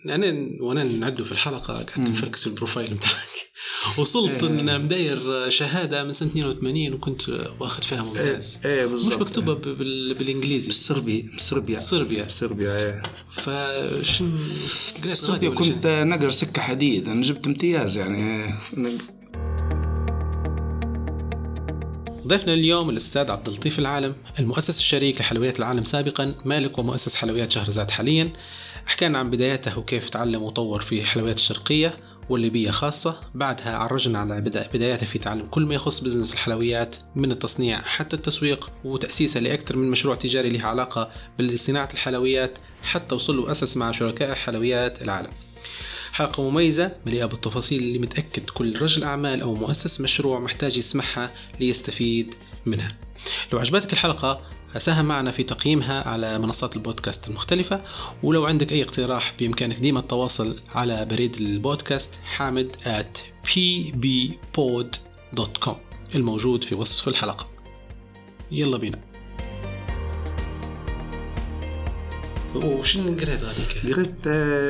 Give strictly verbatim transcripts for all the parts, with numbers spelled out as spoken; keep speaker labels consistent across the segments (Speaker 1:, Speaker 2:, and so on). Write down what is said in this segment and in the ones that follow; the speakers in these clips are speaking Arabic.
Speaker 1: أنا وأنا نعده في الحلقة قعدت نفركس البروفايل متاعك وصلت إن مداير شهادة من سنة اثنين وثمانين وكنت واخد فيها ممتاز.
Speaker 2: إيه
Speaker 1: مش مكتوبة بال بالإنجليزي
Speaker 2: بالصربي صربيا
Speaker 1: صربيا
Speaker 2: صربيا إيه.
Speaker 1: فشن
Speaker 2: صربيا كنت نقرأ سكة حديد أنا جبت امتياز يعني.
Speaker 1: ضيفنا اليوم الأستاذ عبد اللطيف العالم المؤسس الشريك لحلويات العالم سابقا مالك ومؤسس حلويات شهرزاد حاليا. حكينا عن بداياته وكيف تعلم وطور في حلويات الشرقية والليبية خاصة. بعدها عرجنا على بداياته في تعلم كل ما يخص بزنس الحلويات من التصنيع حتى التسويق وتأسيسه لأكثر من مشروع تجاري له علاقة بصناعة الحلويات حتى وصل وأسس مع شركاء حلويات العالم. حلقة مميزة مليئة بالتفاصيل اللي متأكد كل رجل أعمال أو مؤسس مشروع محتاج يسمعها ليستفيد منها. لو عجبتك الحلقة ساهم معنا في تقييمها على منصات البودكاست المختلفة، ولو عندك أي اقتراح بإمكانك ديما التواصل على بريد البودكاست حامد at بي بي بود دوت كوم الموجود في وصف الحلقة. يلا بينا. وشنو قريت غاديك؟
Speaker 2: قريت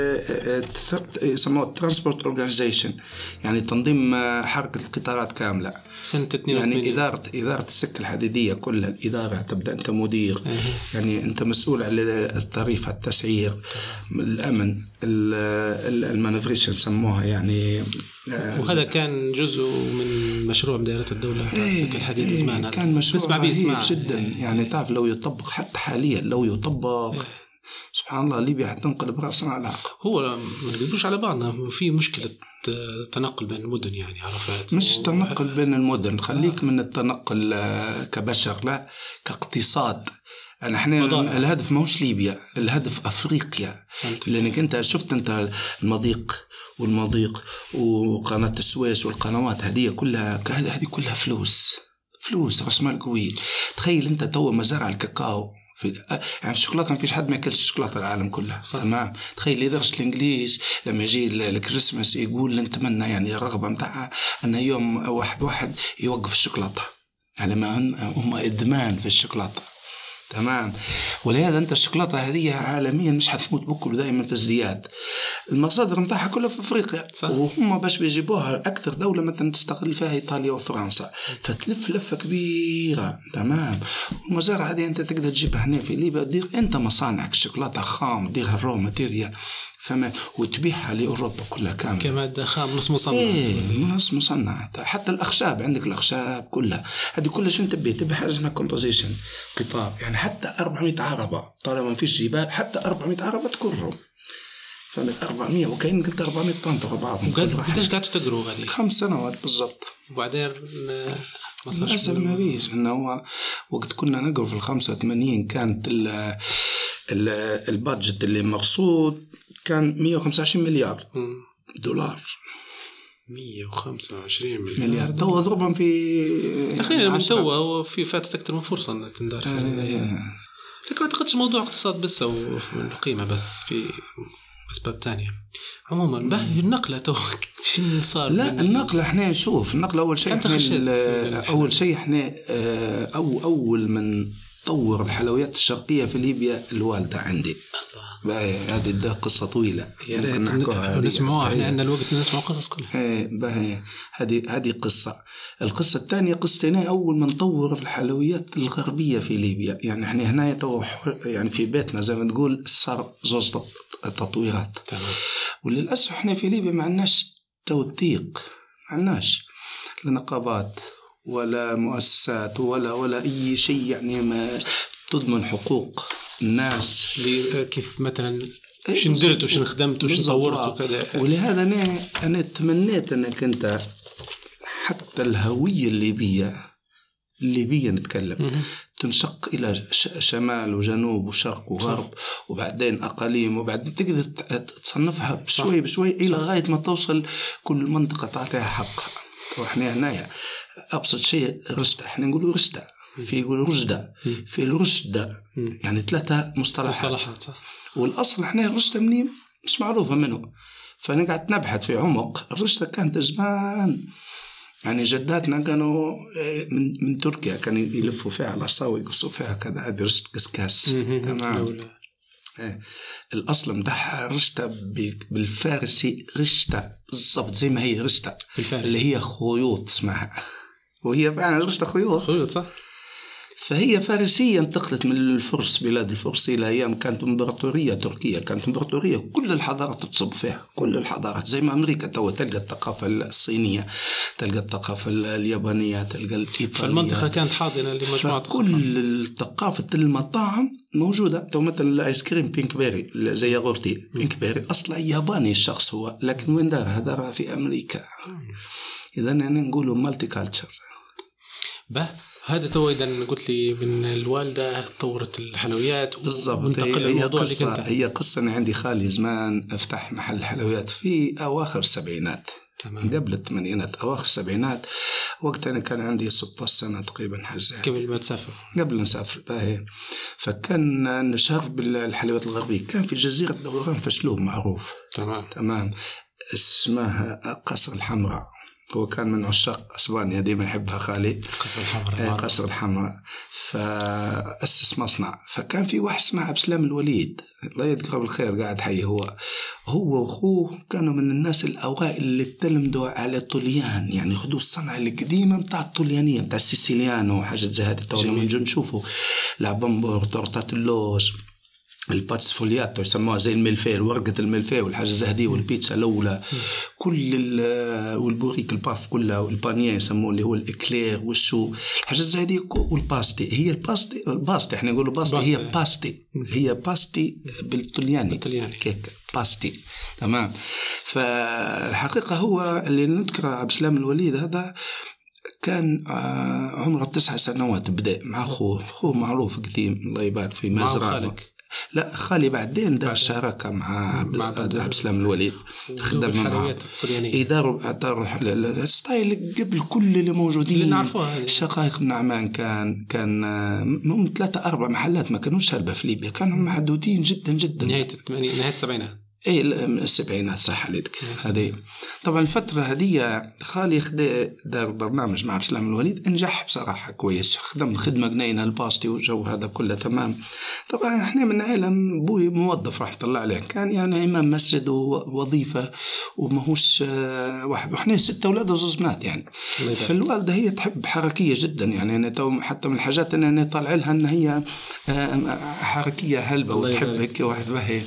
Speaker 2: يسموه ترانسبورت أورجانيزيشن يعني تنظيم حركة القطارات كاملة
Speaker 1: سنة اثنين وثمانين.
Speaker 2: يعني إدارة إدارة السكة الحديدية كلها الإدارة تبدأ أنت مدير أه. يعني أنت مسؤول عن الطريف التسعير الأمن المانوفريشن سموها يعني.
Speaker 1: وهذا كان جزء من مشروع مديرية الدولة بتاع السكة الحديد زمان.
Speaker 2: كان مشروع
Speaker 1: نسمع به اسمع
Speaker 2: جدا يعني تعرف لو يطبق حتى حاليا لو يطبق أه. سبحان الله ليبيا حتنقلب رأسا على عقب.
Speaker 1: هو ما نقدرش على بعضنا في مشكلة تنقل بين المدن يعني عرفات
Speaker 2: مش و... تنقل بين المدن خليك آه. من التنقل كبشر لا كاقتصاد. نحن الهدف ما هوش ليبيا الهدف أفريقيا لأنك أنت شفت أنت المضيق والمضيق وقناة السويس والقنوات هذه كلها هذه كلها فلوس فلوس رأس مال قوي. تخيل أنت تو مزارع الكاكاو في يعني الشوكولاتة ما فيش حد ما ياكلش الشوكولاتة العالم كلها تمام. تخيل يدرس الإنجليز لما يجي الكريسماس يقول نتمنى يعني الرغبة متاعها أن يوم واحد واحد يوقف الشوكولاتة يعني ما هم إدمان في الشوكولاتة تمام. ولهذا أنت الشوكولاتة هذه عالميا مش حتموت بكل دائما في ازدياد. المصادر متاعها كلها في أفريقيا صح. وهم باش بيجيبوها أكثر دولة مثلا تستغل فيها إيطاليا وفرنسا فتلف لفة كبيرة تمام. والمزارع هذه أنت تقدر تجيبها هنا في ليبيا دير أنت مصانعك الشوكولاتة خام ديرها الرو ماتيريال فما وتبيعها لأوروبا كلها كامل
Speaker 1: كمادة خام نص مصنع.
Speaker 2: إيه نص مصنع. حتى الأخشاب عندك الأخشاب كلها هذه كلها شو تبي تبي حاجة اسمها كومبوزيشن قطار يعني حتى أربعمية عربة طالما ما فيش جبال حتى أربعمية عربة تكرهم فمن أربعمية وكاين قلت أربعمية طنطا بعضهم.
Speaker 1: قديش قعدتوا تقروا غادي؟
Speaker 2: خمس سنوات بالضبط.
Speaker 1: وبعدين
Speaker 2: للأسف ما فيش إنه هو وقت كنا نقرأ في الخمسة وثمانين كانت ال ال البادجت اللي مقصود كان مية وخمسة وعشرين مليار دولار.
Speaker 1: مية وخمسة وعشرين مليار,
Speaker 2: مليار. تو اضربهم في
Speaker 1: أخيرا من تو وفي فاتت أكثر من فرصة أن تندار آه. لكن ما أعتقدش موضوع اقتصاد بس أو القيمة بس في أسباب تانية. عموما به النقلة تو شن صار؟
Speaker 2: لا النقلة إحنا نشوف النقلة أول شيء إحنا أول شيء إحنا أو أول من طور الحلويات الشرقية في ليبيا الوالدة عندي. هذه ده قصة طويلة
Speaker 1: نسمعوها احنا عندنا الوقت نسمع قصص كلها.
Speaker 2: باهي هذه هذه قصة. القصة الثانية قصتنا أول من طور الحلويات الغربية في ليبيا يعني احنا هنا يعني في بيتنا زي ما تقول صار زوج تطويرات
Speaker 1: تمام.
Speaker 2: وللأسف احنا في ليبيا ما عندناش توثيق ما عندناش لنقابات ولا مؤسسات ولا ولا أي شيء يعني ما تضمن حقوق الناس
Speaker 1: كيف مثلا شن درت وشن خدمت وشن طورت وكذا.
Speaker 2: ولهذا أنا أنا تمنيت أنك أنت حتى الهوية الليبية الليبية نتكلم تنشق إلى شمال وجنوب وشرق وغرب وبعدين أقاليم وبعدين تقدر تصنفها بشوي بشوي إلى غاية ما توصل كل منطقة تعطيها حقها. وإحنا هنا أبسط شيء رشدة إحنا نقول رشدة في يقول رشدة في الرشدة يعني ثلاثة مصطلحات,
Speaker 1: مصطلحات صح.
Speaker 2: والأصل إحنا الرشدة منين مش معروفة منه فنقعد نبحث في عمق. الرشدة كانت زمان يعني جداتنا كانوا من من تركيا كانوا يلفوا فيها العصا ويقصوا فيها كذا هذه رشدة كسكاس تمام. إيه. الأصل متاعها رشتة بالفارسي، رشتة بالضبط زي ما هي رشتة
Speaker 1: بالفارسي
Speaker 2: اللي هي خيوط اسمها، وهي فعلا رشتة خيوط
Speaker 1: خيوط صح.
Speaker 2: فهي فارسية انتقلت من الفرس، بلاد الفرس، إلى أيام كانت إمبراطورية تركيا، كانت إمبراطورية كل الحضارات تصب فيها، كل الحضارات زي ما أمريكا تو تلقى الثقافة الصينية، تلقى الثقافة اليابانية، تلقى الإيطالية.
Speaker 1: فالمنطقة كانت حاضنة لمجموعة
Speaker 2: كل ثقافة المطاعم موجودة. تو مثلا الآيس كريم بينك بيري زي ياغورتي بينك بيري أصلا ياباني الشخص هو، لكن وين دارها؟ دارها في أمريكا. إذا يعني نقوله مالتي كالتشر.
Speaker 1: به هذا تو إذا قلت لي من الوالدة طورت الحلويات
Speaker 2: بالضبط. هي قصة هي قصة أنا عندي خالي زمان افتح محل حلويات في أواخر السبعينات، تمام. قبل الثمانينات أواخر السبعينات، وقت أنا كان عندي ستة عشر سنة تقريبا حاجة
Speaker 1: قبل ما تسافر
Speaker 2: قبل نسافر باهي. فكان نشهر بالحلويات الغربية، كان في جزيرة دوران فشلوب معروف،
Speaker 1: تمام
Speaker 2: تمام اسمها قصر الحمراء. هو كان من عشاق أسبانيا، ديما يحبها خالي
Speaker 1: قصر الحمراء.
Speaker 2: قصر الحمراء. فأسس مصنع، فكان في واحد اسمه عبد السلام الوليد الله يذكره بالخير قاعد حي، هو هو وأخوه كانوا من الناس الأوائل اللي تلمدوا على الطليان، يعني خدوا الصنعة القديمة متاع الطليانية متاع السيسيليان وحاجة زي هذه. تو لما نجي نشوفوا لعبمبور، تورتات اللوز، الباتس فولياتو يسموها زي الملفيه، ورقة الملفيه والحاجة زهدي، والبيتزا الأولى كل والبوريك الباف كلها، والبانيه يسموه اللي هو الإكلير والشو الحاجة زهدي، والباستي. هي الباستي الباستي احنا نقوله باستي, باستي. هي باستي هي باستي بالطلياني كيك باستي، تمام. فالحقيقة هو اللي نذكر عبد السلام الوليد هذا كان عمره تسع سنوات، بدأ مع أخوه، أخوه معروف قديم الله يبارك في مزرعة. لا خالي بعدين دار شراكة مع, مع عبد السلام الوليد، خدم معه إدارة دار الستايل قبل كل اللي موجودين
Speaker 1: اللي نعرفوها.
Speaker 2: شقائق بن نعمان كان كان هم ثلاثة أربع محلات ما كانوش هلبة في ليبيا، كانوا محدودين جدا جدا.
Speaker 1: نهاية الثمانينات نهاية السبعينات
Speaker 2: ايه السبعينات صح عليك هذه. طبعا الفترة هذه خالي خدا دار برنامج مع عبد السلام الوليد، انجح بصراحة كويس، خدم خدمة جنينة الباستي والجو هذا كله تمام. طبعا احنا من عالم بوي موظف راح طلع عليه، كان يعني امام مسجد ووظيفة وماهوش واحد، واحنا ستة اولاد وزوج بنات يعني. فالوالدة هي تحب حركية جدا، يعني انا تو حتى من الحاجات ان انا طالع لها ان هي حركية هلبة وتحب هيك واحد بهي.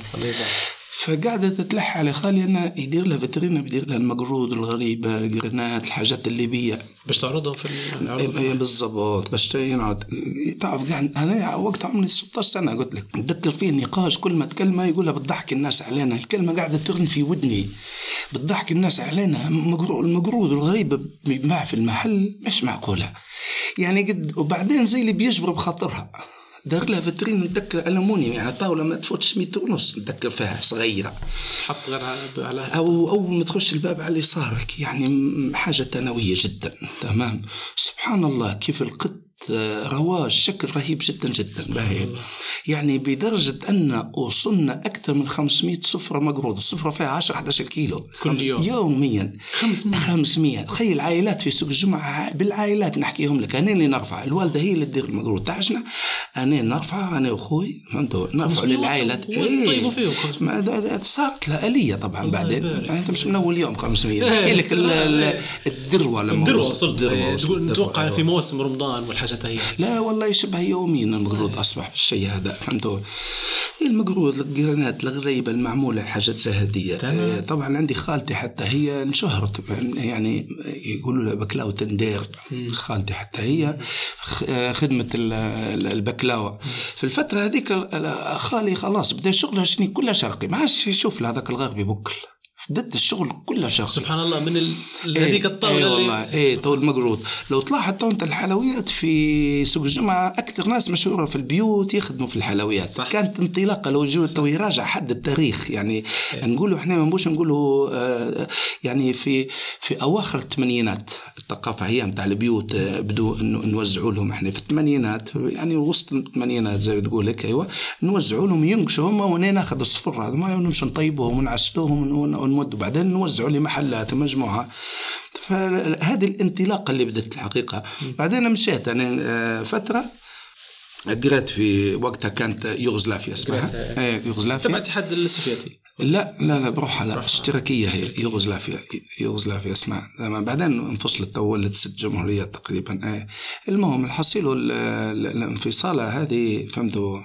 Speaker 2: فقاعدة تتلح على خالي أنه يدير لها فترينة، بيدير لها المقرود الغريبة، الجرنات، الحاجات الليبية
Speaker 1: باش تعرضهم في العروض.
Speaker 2: إيه بالضبط باش ينعرض. تعرف قاعد أنا وقت عمري ستة عشر سنة قلت لك نتذكر فيه النقاش، كل ما تكلمة يقولها بتضحك الناس علينا، الكلمة قاعدة ترن في ودني بتضحك الناس علينا. المقرود الغريبة بيباع في المحل مش معقولة يعني قد. وبعدين زي اللي بيجبر بخاطرها دار لها فترين نتذكر ألمونيوم، يعني طاولة ما تفوتش مية ونص نتذكر فيها صغيرة،
Speaker 1: حط غير على
Speaker 2: أو أول ما تخش الباب على يسارك، يعني حاجة ثانوية جدا، تمام. سبحان الله كيف القط رواج شكل رهيب جدا جدا باهي، يعني بدرجة أن وصلنا أكثر من خمسمية سفرة مقروضة، السفرة فيها عشرة إحدى عشر كيلو
Speaker 1: كل يوم
Speaker 2: يوميا خمسمية. تخيل عائلات في سوق الجمعة بالعائلات نحكيهم لك، أنا اللي نرفع، الوالدة هي اللي تدير المقروض تاعنا، أنا نرفع أنا وأخوي فهمتوا نرفع للعائلات.
Speaker 1: طيبوا فيهم
Speaker 2: صارت لها آلية طبعا بعدين، أنت مش من أول يوم خمسمية نحكي لك الذروة لما
Speaker 1: الذروة وصلت. نتوقع في موسم رمضان والحاجة هي
Speaker 2: لا والله شبه يوميا المقروض أصبح الشيء هذا فهمتوا. المقروض الجرانات الغريبة المعمولة حاجات زهدية. طبعا عندي خالتي حتى هي انشهرت، يعني يقولوا لها بكلاوة تندير، خالتي حتى هي خدمة البكلاوة في الفترة هذيك. خالي خلاص بدأ شغله شني كله شرقي، ما عادش يشوف لهذاك الغربي بكل، بدت الشغل كله شرقي
Speaker 1: سبحان الله من ال... هذيك الطاولة
Speaker 2: ايه والله ايه طول مقروض. لو تلاحظ تو انت الحلويات في سوق الجمعة أكثر ناس مشهورة في البيوت يخدموا في الحلويات صح. كانت انطلاقة لو جو تو يراجع حد التاريخ يعني ايه. نقوله احنا ما نبوش نقوله آه يعني في في أواخر الثمانينات الثقافة هي متاع البيوت آه بدو إنه نوزعوا لهم احنا في الثمانينات، يعني وسط الثمانينات زي تقول لك ايوه نوزعوا لهم ينقشوا هم وانا ناخذ الصفر هذا ما نمش نطيبهم ونعسلوهم ونمد وبعدين نوزعوا لمحلات ومجموعة. فهذه الانطلاقة اللي بدت الحقيقة. بعدين مشيت أنا فترة قرأت في وقتها كانت يوغوسلافيا اسمها ايه يوغوسلافيا
Speaker 1: تبع الاتحاد السوفيتي.
Speaker 2: لا لا لا بروحها لا اشتراكية هي يوغوسلافيا يوغوسلافيا اسمها. بعدين انفصلت ولت ست جمهوريات تقريبا. ايه المهم الحصيلة الانفصالة هذه فهمتوا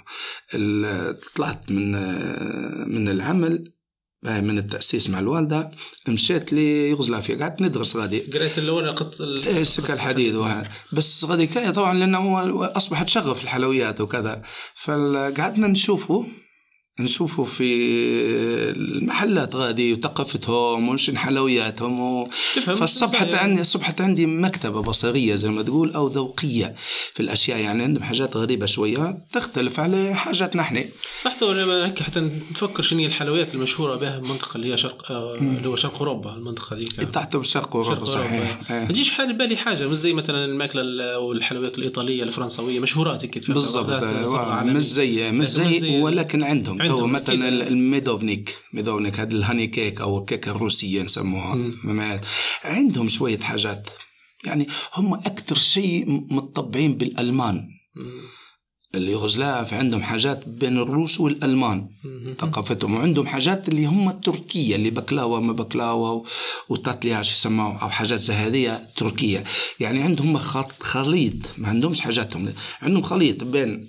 Speaker 2: طلعت من من العمل من التأسيس مع الوالدة مشيت ليوغوسلافيا قعدت ندرس غادي
Speaker 1: قريت اللون قط
Speaker 2: ايه السكة الحديد وهذا بس غادي كاية طبعا لأنه أصبحت شغف الحلويات وكذا فقعدنا نشوفه نشوفوا في المحلات غادي وثقافتهم وش حلوياتهم و... فالصبحت عندي صبحت عندي مكتبة بصرية زي ما تقول أو ذوقية في الأشياء يعني عندهم حاجات غريبة شوية تختلف على حاجاتنا احنا.
Speaker 1: صح. تو حتى نفكر شنو هي الحلويات المشهورة بها المنطقة اللي هي شرق آه اللي هو شرق أوروبا المنطقة ذيك
Speaker 2: تحت بشرق أوروبا صحيح.
Speaker 1: ما تجيش في حال بالي حاجة مش زي مثلا الماكلة والحلويات الإيطالية الفرنسوية مشهورات كده
Speaker 2: بالضبط مش زي مش زي ولكن عندهم تو مثلا الميدوفنيك ميدوفنيك هذا الهاني كيك أو الكيك الروسية نسموها عندهم شوية حاجات يعني هم أكثر شيء متطبعين بالألمان. اليوغوسلاف عندهم حاجات بين الروس والألمان ثقافتهم وعندهم حاجات اللي هم التركية اللي بكلاوة ما بكلاوة وتاتلياش يسموه أو حاجات زي هذه تركية يعني عندهم خليط ما عندهمش حاجاتهم عندهم خليط بين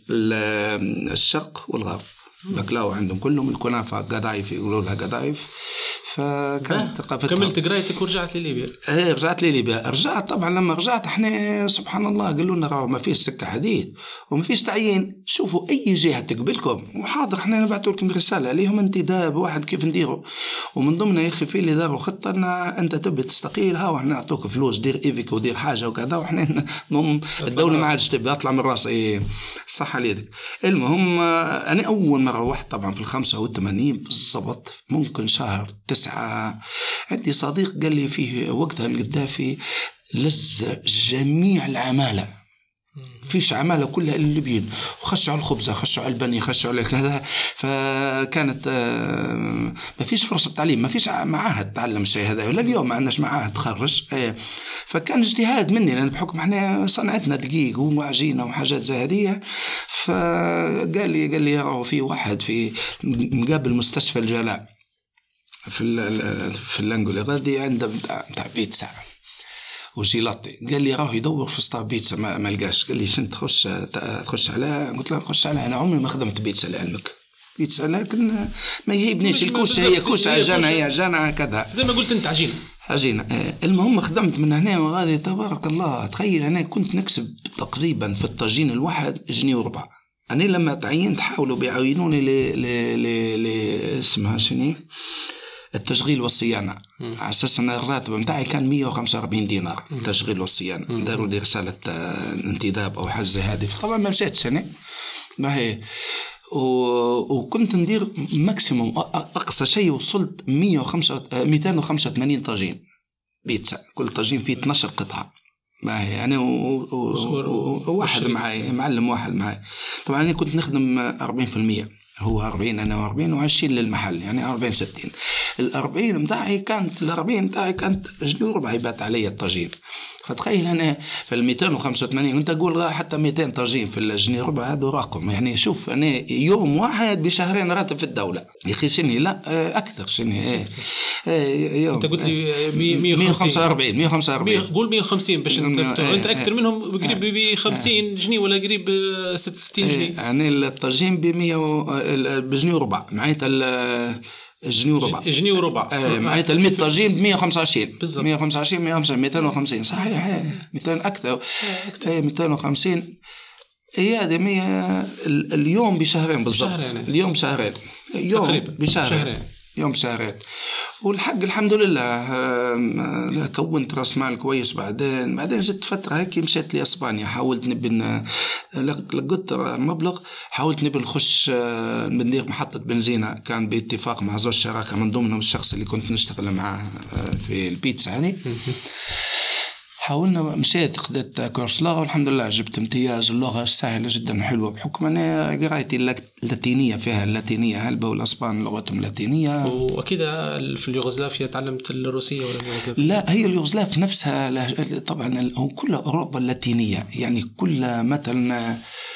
Speaker 2: الشرق والغرب بكلاوة عندهم كلهم الكنافة قضايف يقولوا لها قضايف فكانت ثقافتها.
Speaker 1: كملت قرايتك ورجعت لليبيا؟
Speaker 2: ايه رجعت لليبيا. رجعت طبعا لما رجعت احنا سبحان الله قالوا لنا راه ما فيش سكة حديد وما فيش تعيين شوفوا اي جهة تقبلكم وحاضر احنا نبعثوا لكم رسالة عليهم انتداب واحد كيف نديروا ومن ضمنها يا اخي في اللي داروا خطة ان انت تبي تستقيل ها واحنا نعطوك فلوس دير ايفيك ودير حاجة وكذا واحنا نم الدولة ما عادش تبي اطلع من راس ايه صح عليك. المهم انا اول مرة روحت طبعا في الخمسة والثمانين بالضبط ممكن شهر تسعة عندي صديق قال لي فيه وقتها القذافي لز جميع العمالة فيش عمالة كلها الليبيين وخشوا على الخبزة خشوا على البني خشوا على كذا فكانت ما فيش فرصة تعليم ما فيش معاهد تعلم الشيء هذا ولا اليوم ما عندناش معاهد تخرج فكان اجتهاد مني لأن بحكم احنا صنعتنا دقيق وعجينة وحاجات زي هذه فقال لي قال لي راهو في واحد في مقابل مستشفى الجلاء في في اللانجولي غادي عنده بتاع بيتزا وجيلاتي قال لي راه يدور في سطاب بيتزا ما, ما لقاش قال لي شنت تخش تخش على قلت له نخش على انا عمري ما خدمت بيتزا لعلمك بيتزا لكن ما يهيبنيش الكوشه هي كوشه عجانه هي عجانه كذا زي
Speaker 1: ما قلت انت عجينه
Speaker 2: عجينه آه المهم خدمت من هنا وغادي تبارك الله تخيل انا كنت نكسب تقريبا في الطاجين الواحد جنيه وربع. انا لما تعينت حاولوا بيعينوني ل ل ل اسمها شنو التشغيل والصيانة على أساس أن الراتب متاعي كان مية وخمسة وأربعين دينار التشغيل والصيانة داروا لي رسالة انتداب أو حاجة زي هذه طبعا ما مشيتش أنا ما هي و... وكنت ندير ماكسيموم أقصى شيء وصلت مية وخمسة مئتين وخمسة وثمانين طاجين بيتزا كل طاجين فيه اثناشر قطعة ما هي أنا وواحد معي معلم واحد معي طبعا أنا كنت نخدم أربعين في المية هو أربعين أنا وأربعين وعشرين للمحل يعني أربعين ستين الأربعين متاعي كانت الأربعين متاعي كانت جنيه وربع يبات علي الطاجين فتخيل أنا في المئتين وخمسة وثمانين وأنت تقول حتى مئتين طاجين في الجنيه وربع هذا رقم يعني شوف أنا يوم واحد بشهرين راتب في الدولة يا أخي شني لا أكثر شني إيه
Speaker 1: يوم أنت قلت لي
Speaker 2: مية وخمسة وأربعين مية وخمسة وأربعين
Speaker 1: قول مية وخمسين باش أنت أنت أكثر منهم قريب بخمسين جنيه ولا قريب ستة وستين جنيه
Speaker 2: يعني الطاجين بمية بجنيه وربع معناتها الجنيه وربع
Speaker 1: جنيه وربع
Speaker 2: آه معناتها المية طاجين بمية وخمسة وعشرين مية وخمسة وعشرين مية وخمسة مئتين وخمسين صحيح مئتين أكثر مئتين وخمسين هي هذه مية اليوم بشهرين بالضبط اليوم شهرين يوم بشهرين يوم شهرين والحق الحمد لله كونت راس مال كويس بعدين بعدين جت فترة هيك مشيت لإسبانيا حاولت نبي لقيت مبلغ حاولت نبي نخش ندير محطة بنزينة كان باتفاق مع زوج شراكة من ضمنهم الشخص اللي كنت نشتغل معاه في البيتزا هذه حاولنا مشيت خدت كورس لغة والحمد لله جبت امتياز اللغة سهلة جدا وحلوة بحكم أنا قرايتي اللاتينية فيها اللاتينية هلبة والأسبان لغتهم اللاتينية
Speaker 1: وأكيد في اليوغوسلافيا تعلمت الروسية ولا اليوغوسلافيا؟
Speaker 2: لا هي اليوغوسلاف نفسها طبعا كل أوروبا اللاتينية يعني كل مثلا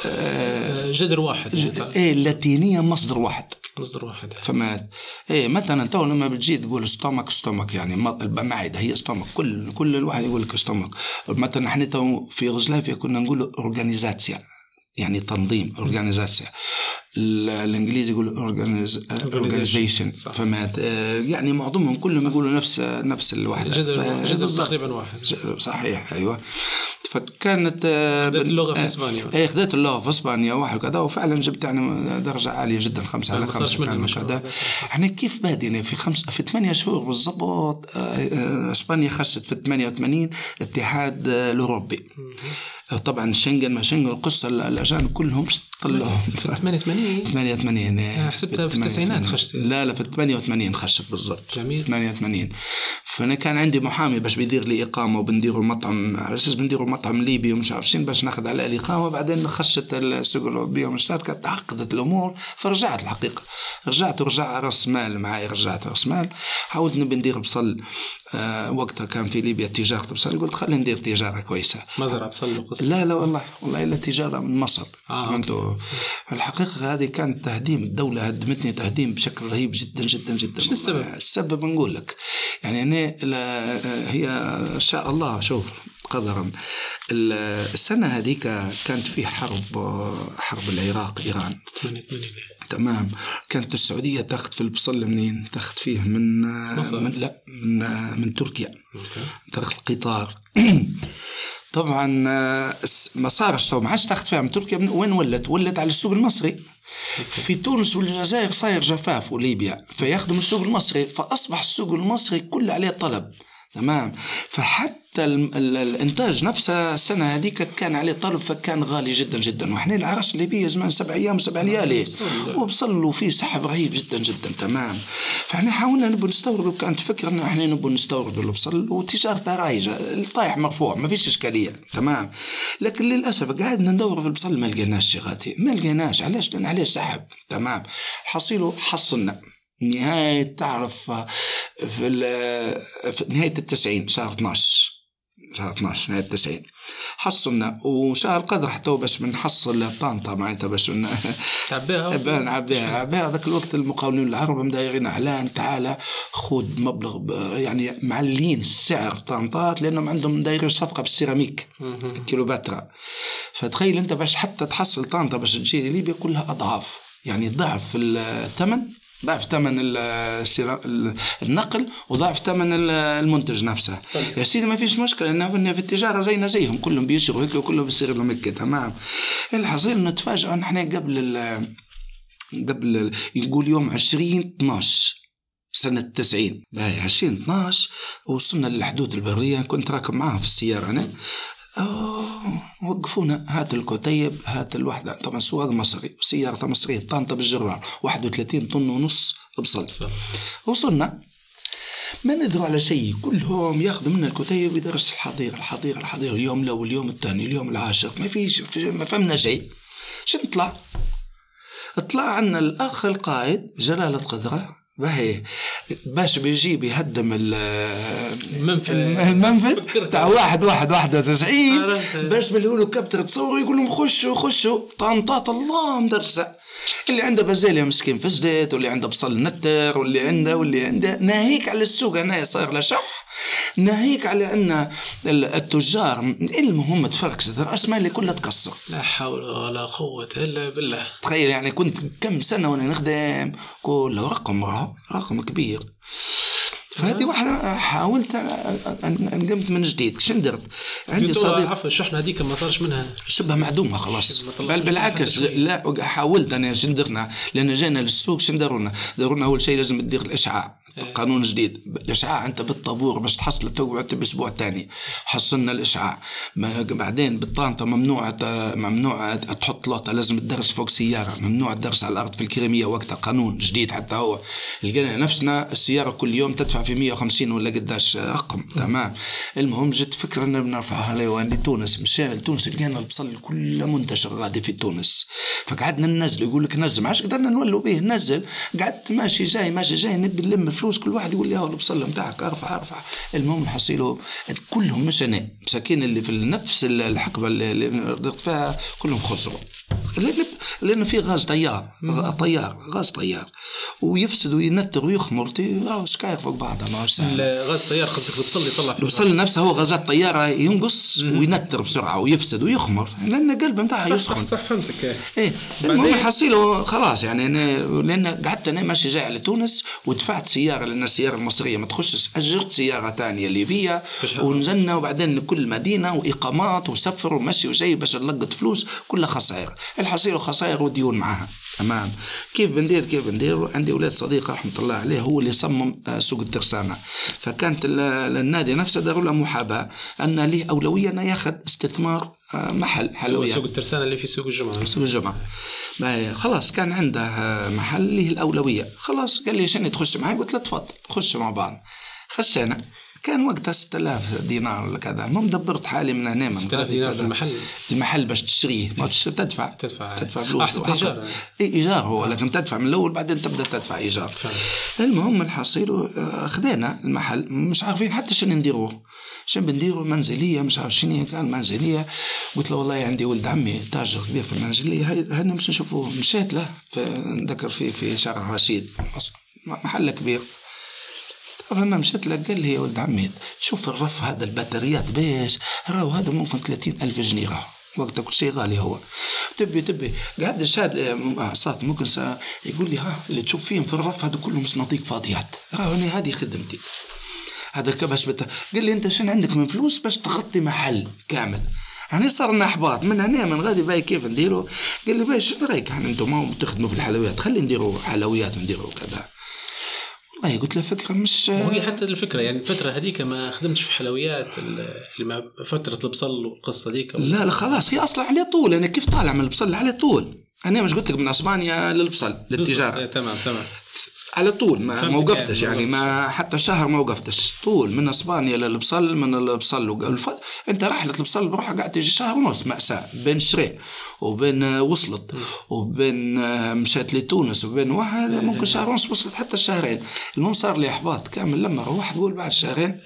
Speaker 1: آه جذر واحد
Speaker 2: ج... ايه اللاتينيه مصدر واحد
Speaker 1: مصدر واحد
Speaker 2: فهمت. ايه مثلا تو لما بتجي تقول ستومك ستومك يعني المعده هي ستومك، كل كل الواحد يقول لك ستومك. مثلا احنا تو في يوغوسلافيا كنا نقول اورغانيزاتسيا يعني تنظيم، اورغانيزاسيا. الانجليزي يقول اورجانيزيشن فهمت. يعني معظمهم كلهم يقولوا نفس نفس الوحده،
Speaker 1: جذر تقريبا واحد
Speaker 2: صحيح. ايوه. فكانت
Speaker 1: اخذت اللغه في اسبانيا
Speaker 2: ايه اخذت اللغه في اسبانيا واحد كذا، وفعلا جبت يعني درجه عاليه جدا، خمسة على خمسة كان كذا. احنا كيف بادينا في خمس في ثمانية شهور بالضبط اسبانيا خشت في ثمانية وثمانين الاتحاد الاوروبي. طبعا شنغن ما شنغن القصه الاجانب كلهم طلعوا
Speaker 1: في ثمانية وثمانين
Speaker 2: ثمانية وثمانين
Speaker 1: حسبتها في التسعينات خشت.
Speaker 2: لا لا في ثمانية وثمانين خشت بالضبط.
Speaker 1: جميل.
Speaker 2: ثمانية وثمانين. فانا كان عندي محامي باش بيدير لي اقامه وبنديروا المطعم على اساس بنديروا مطعم ليبي ومش عارف شنو باش ناخذ على الاقامه. بعدين خشت السوق الاوروبيه والمشتركه تعقدت الامور فرجعت الحقيقه رجعت ورجع راس مال معي رجعت راس مال. حاولت نبي ندير بصل آه وقتها كان في ليبيا تجاره بصل، قلت خلينا ندير تجاره كويسه
Speaker 1: مزرعه بصل.
Speaker 2: لا لا والله والله الا تجاره من مصر.
Speaker 1: آه
Speaker 2: الحقيقه هذه كانت تهديم، الدوله هدمتني تهديم بشكل رهيب جدا جدا جدا.
Speaker 1: شو السبب؟
Speaker 2: السبب نقول لك يعني أنا هي إن شاء الله شوف قدرا. السنة هذيك كانت في حرب حرب العراق إيران تمام. كانت السعودية تاخذ في البصل منين؟ تاخذ فيه من, من لا من من تركيا تاخذ القطار. طبعا ما صارش ما عادش تاخذ فيها من تركيا. وين ولت؟ ولت على السوق المصري. في تونس والجزائر صاير جفاف وليبيا فياخدوا من السوق المصري، فأصبح السوق المصري كل عليه طلب تمام. فحتى الانتاج نفسه السنه هذيك كان عليه طلب فكان غالي جدا جدا. وإحنا العرش الليبيه زمان سبع ايام وسبع ليالي وبصلوا فيه سحب رهيب جدا جدا تمام. فاحنا حاولنا نبغى نستورد، وكانت فكرنا احنا نبغى نستورد البصل وتجارته رايجه الطايح مرفوع ما فيش اشكاليه تمام. لكن للاسف قاعدنا ندور في البصل ما لقيناش شغاتي ما لقيناش. علاش؟ لان عليه سحب تمام. حصيله حصلنا نهاية تعرف في, في نهاية التسعين شهر اثناش شهر اثناش نهاية التسعين حصلنا. وشهر القدر حتى باش بنحصل طنطا معناتها باش
Speaker 1: تعبيها
Speaker 2: نعبيها نعبيها. ذاك الوقت المقاولين العرب مدايرين اعلان تعالى خذ مبلغ يعني معلين سعر طنطات لانهم عندهم دايرين صفقه بالسيراميك كيلوباترا. فتخيل انت باش حتى تحصل طنطا باش تجي ليبيا كلها اضعاف يعني ضعف الثمن، ضعف ثمن النقل وضعف ثمن المنتج نفسه. يا سيدي ما فيش مشكلة إنه في التجارة زينا زيهم كلهم بيشروا هيك وكلهم بيصير لهم هيك تمام. الحصيل نتفاجأ نحن قبل ال قبل يقول يوم عشرين اثناش سنة تسعين باهي عشرين اثناش وصلنا للحدود البرية. كنت راكب معهم في السيارة أنا أوه وقفونا هات الكتيب هات الوحدة. طبعا سواق مصري وسيارة مصرية طنطا بالجرار واحد وثلاثين طن ونص بصل. وصلنا ما ندروا على شيء كلهم ياخذوا منا الكتيب ويدرس الحضير الحضير الحضير اليوم الأول اليوم الثاني اليوم العاشر ما فيش ما فهمنا شيء. شو نطلع طلع عنا الأخ القائد جلالة قدره باهي باش بيجيب يهدم المنفذ المنفذ تاع واحد واحد واحد وتسعين باش بيقولوا كابتر تصوروا يقول لهم خشوا خشوا طنطات الله مدرسة. اللي عنده بازاليا مسكين فسدت واللي عنده بصل نتر واللي عنده واللي عنده ناهيك على السوق هنا صاير له شح ناهيك على أن التجار المهم تفركست رأس مالي كلها تكسر.
Speaker 1: لا حول ولا قوة إلا بالله.
Speaker 2: تخيل يعني كنت كم سنة وأنا نخدم كله رقم رقم كبير. فهذه واحدة حاولت أن قمت من جديد. شن درت
Speaker 1: عندي صديق عفوا الشحنة هذيك ما صارش منها
Speaker 2: شبه معدومة خلاص. بل بالعكس لا حاولت أنا شن درنا لأن جينا للسوق شن دارونا دارونا أول شيء لازم تدير الإشعاع قانون جديد. الإشعاع أنت بالطابور باش تحصل توقعت بأسبوع تاني حصلنا الإشعاع. بعدين بالطانطة ممنوع ممنوع تحط لوطة لازم تدرس فوق سيارة ممنوع تدرس على الأرض في الكريمية وقتها قانون جديد حتى هو لقينا نفسنا السيارة كل يوم تدفع في مية وخمسين ولا قداش رقم تمام. المهم جت فكرة أن بنرفعها ليوان لتونس. مشينا لتونس لقينا البصل كله منتشر غادي في تونس. فقعدنا ننزل يقول لك نزل عاش قدرنا نولوا به نزل. قعدت ماشي جاي ماشي جاي نبي نلم الفلوس كل واحد يقول لي هو البصل متاعك ارفع ارفع. المهم نحصيله كلهم مش أنا مساكين اللي في نفس الحقبة اللي رضيت فيها كلهم خسروا. لأن لأن في غاز طيار طيار غاز طيار ويفسد وينتر ويخمر راوش كاير فوق بعضها ما سهل.
Speaker 1: الغاز طيار قصدك البصل يطلع في
Speaker 2: البصل نفسه هو غازات طيارة ينقص وينتر بسرعة ويفسد ويخمر لأن القلب متاعها يسخن.
Speaker 1: صح, صح فهمتك.
Speaker 2: إيه المهم حصيله خلاص يعني أنا لأن قعدت أنا ماشي جاي على تونس ودفعت سيارة لأن السيارة المصرية ما تخشش أجرت سيارة تانية ليبية ونزلنا وبعدين كل مدينة وإقامات وسفر ومشي وجاي باش نلقط فلوس كلها خسائر. الحصيله خسائر وديون معها. تمام. كيف بندير كيف بندير عندي أولاد صديق رحمة الله عليه هو اللي صمم سوق الترسانة فكانت النادي نفسه داروا له محاباة أن ليه أولوية أنه ياخذ استثمار محل حلويات.
Speaker 1: سوق الترسانة اللي في سوق الجمعة.
Speaker 2: سوق الجمعة خلاص كان عنده محل ليه الأولوية خلاص قال لي شنو تخش معي قلت له تفضل خش مع بعض. خشينا كان وقتها ستة آلاف دينار ولا كذا ما مدبرت حالي من هنا من
Speaker 1: ستة آلاف دينار في المحل
Speaker 2: المحل باش تشتريه ما تدفع
Speaker 1: تدفع
Speaker 2: تدفع فلوس
Speaker 1: أحسن إيجار
Speaker 2: إيه إيجار هو لكن تدفع من الأول بعدين تبدأ تدفع إيجار. المهم الحصيل خدينا المحل مش عارفين حتى شنو نديروه شنو بنديروا منزلية مش عارف شنو كان منزلية. قلت له والله عندي ولد عمي تاجر كبير في المنزلية هاي مش نشوفوه. مشيت له ذكر فيه في شارع رشيد محل كبير. فما مشيت لك قال لي يا ولد عمي شوف الرف هذا البطاريات بيش راهو هذا ممكن ثلاثين ألف جنيه راهو وقتها كل شيء غالي هو تبي تبي قاعد الشاد صات ممكن سا يقول لي ها اللي تشوف فيهم في الرف هذا كله مصناديق فاضيات راهو أنا هذه خدمتي هذا كباش بتا. قال لي أنت شن عندك من فلوس باش تغطي محل كامل يعني صار لنا إحباط من هنا من غادي باي كيف نديروا. قال لي باش شنو رايك يعني أنتم ما تخدموا في الحلويات خلي نديروا حلويات ونديروا كذا. والله قلت له فكرة مش
Speaker 1: وهي حتى الفكرة يعني الفترة هذيك ما خدمتش في حلويات اللي ما فترة البصل والقصة ديك.
Speaker 2: لا لا خلاص هي أصلا على طول أنا كيف طالع من البصل على طول أنا مش قلت لك من أسبانيا للبصل للتجارة.
Speaker 1: تمام تمام
Speaker 2: على طول ما ما وقفتش يعني ما حتى شهر ما وقفتش طول من اسبانيا للبصل من البصل والف... انت رحله البصل بروحها قاعد تجي شهر ونص مأساة بين شري وبين وصلت وبين مشيت لتونس وبين واحد ممكن شهر ونص وصلت حتى الشهرين. المهم صار لي احباط كامل لما روحت تقول بعد شهرين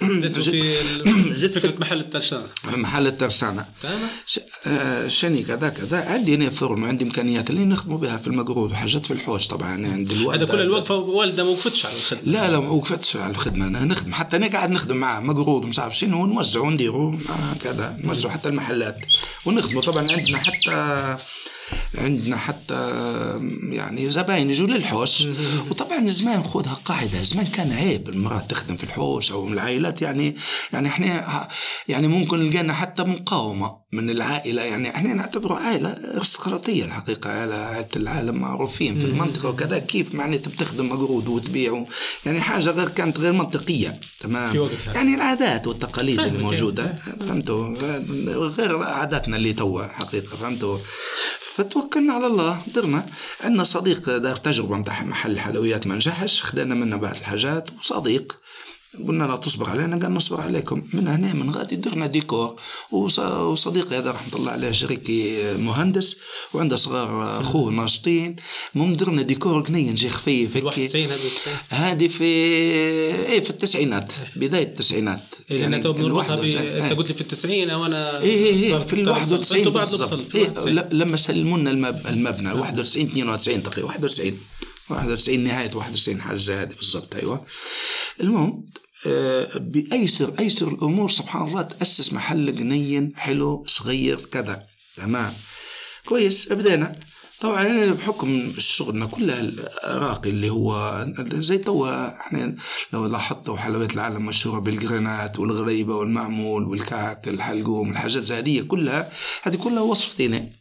Speaker 1: جيت فكره محل الترسانة
Speaker 2: محل الترسانة ش... آه شني كذا كذا عندي انا فرن وعندي امكانيات اللي نخدموا بها في المقرود وحاجات في الحوش طبعا عندي الوقت
Speaker 1: هذا كل الوقفه والده ما وقفتش على الخدمة.
Speaker 2: لا لا ما وقفتش على الخدمة أنا نخدم حتى أنا قاعد نخدم معه مقروض مش عارف شنو ونوزع ونديروا كذا نوزع حتى المحلات ونخدموا طبعا عندنا حتى عندنا حتى يعني زباين يجوا للحوش. وطبعا زمان خذها قاعدة زمان كان عيب المرأة تخدم في الحوش أو العائلات يعني يعني إحنا يعني ممكن لقينا حتى مقاومة من العائلة يعني إحنا نعتبره عائلة أرستقراطية الحقيقة عائلة العالم معروفين في المنطقة وكذا كيف معناتها بتخدم مقروض وتبيعه يعني حاجة غير كانت غير منطقية. تمام. يعني العادات والتقاليد اللي موجودة فهمتوا غير عاداتنا اللي توا حقيقة فهمتوا. فتوكلنا على الله درنا عندنا صديق دار تجربة متاع محل حلويات ما نجحش خدنا منه بعض الحاجات وصديق قلنا لا تصبر علينا قال نصبر عليكم. من هنا من غادي درنا ديكور وصديقي هذا رحمة الله عليه شريكي مهندس وعنده صغار أخوه ناشطين مم درنا ديكور كنين جي خفيف
Speaker 1: في الواحد وتسعين
Speaker 2: هذه في إيه في التسعينات بداية التسعينات
Speaker 1: يعني أنت بنربطها ب أنت قلت لي في التسعين أو أنا
Speaker 2: إيه إيه في الواحد وتسعين بالضبط إيه لما سلمونا المب المبنى واحد وتسعين اثنين وتسعين تقريبا واحد وتسعين واحد وتسعين نهاية واحد وتسعين حاجة هذه بالضبط أيوة. المهم آه بأيسر أيسر الأمور سبحان الله تأسس محل جنين حلو صغير كذا تمام كويس. بدينا طبعا أنا بحكم شغلنا كلها راقي اللي هو زي توا احنا لو لاحظتوا حلويات العالم مشهورة بالجرانات والغريبة والمعمول والكعك الحلقوم الحاجات هذه كلها هذه كلها وصفتين.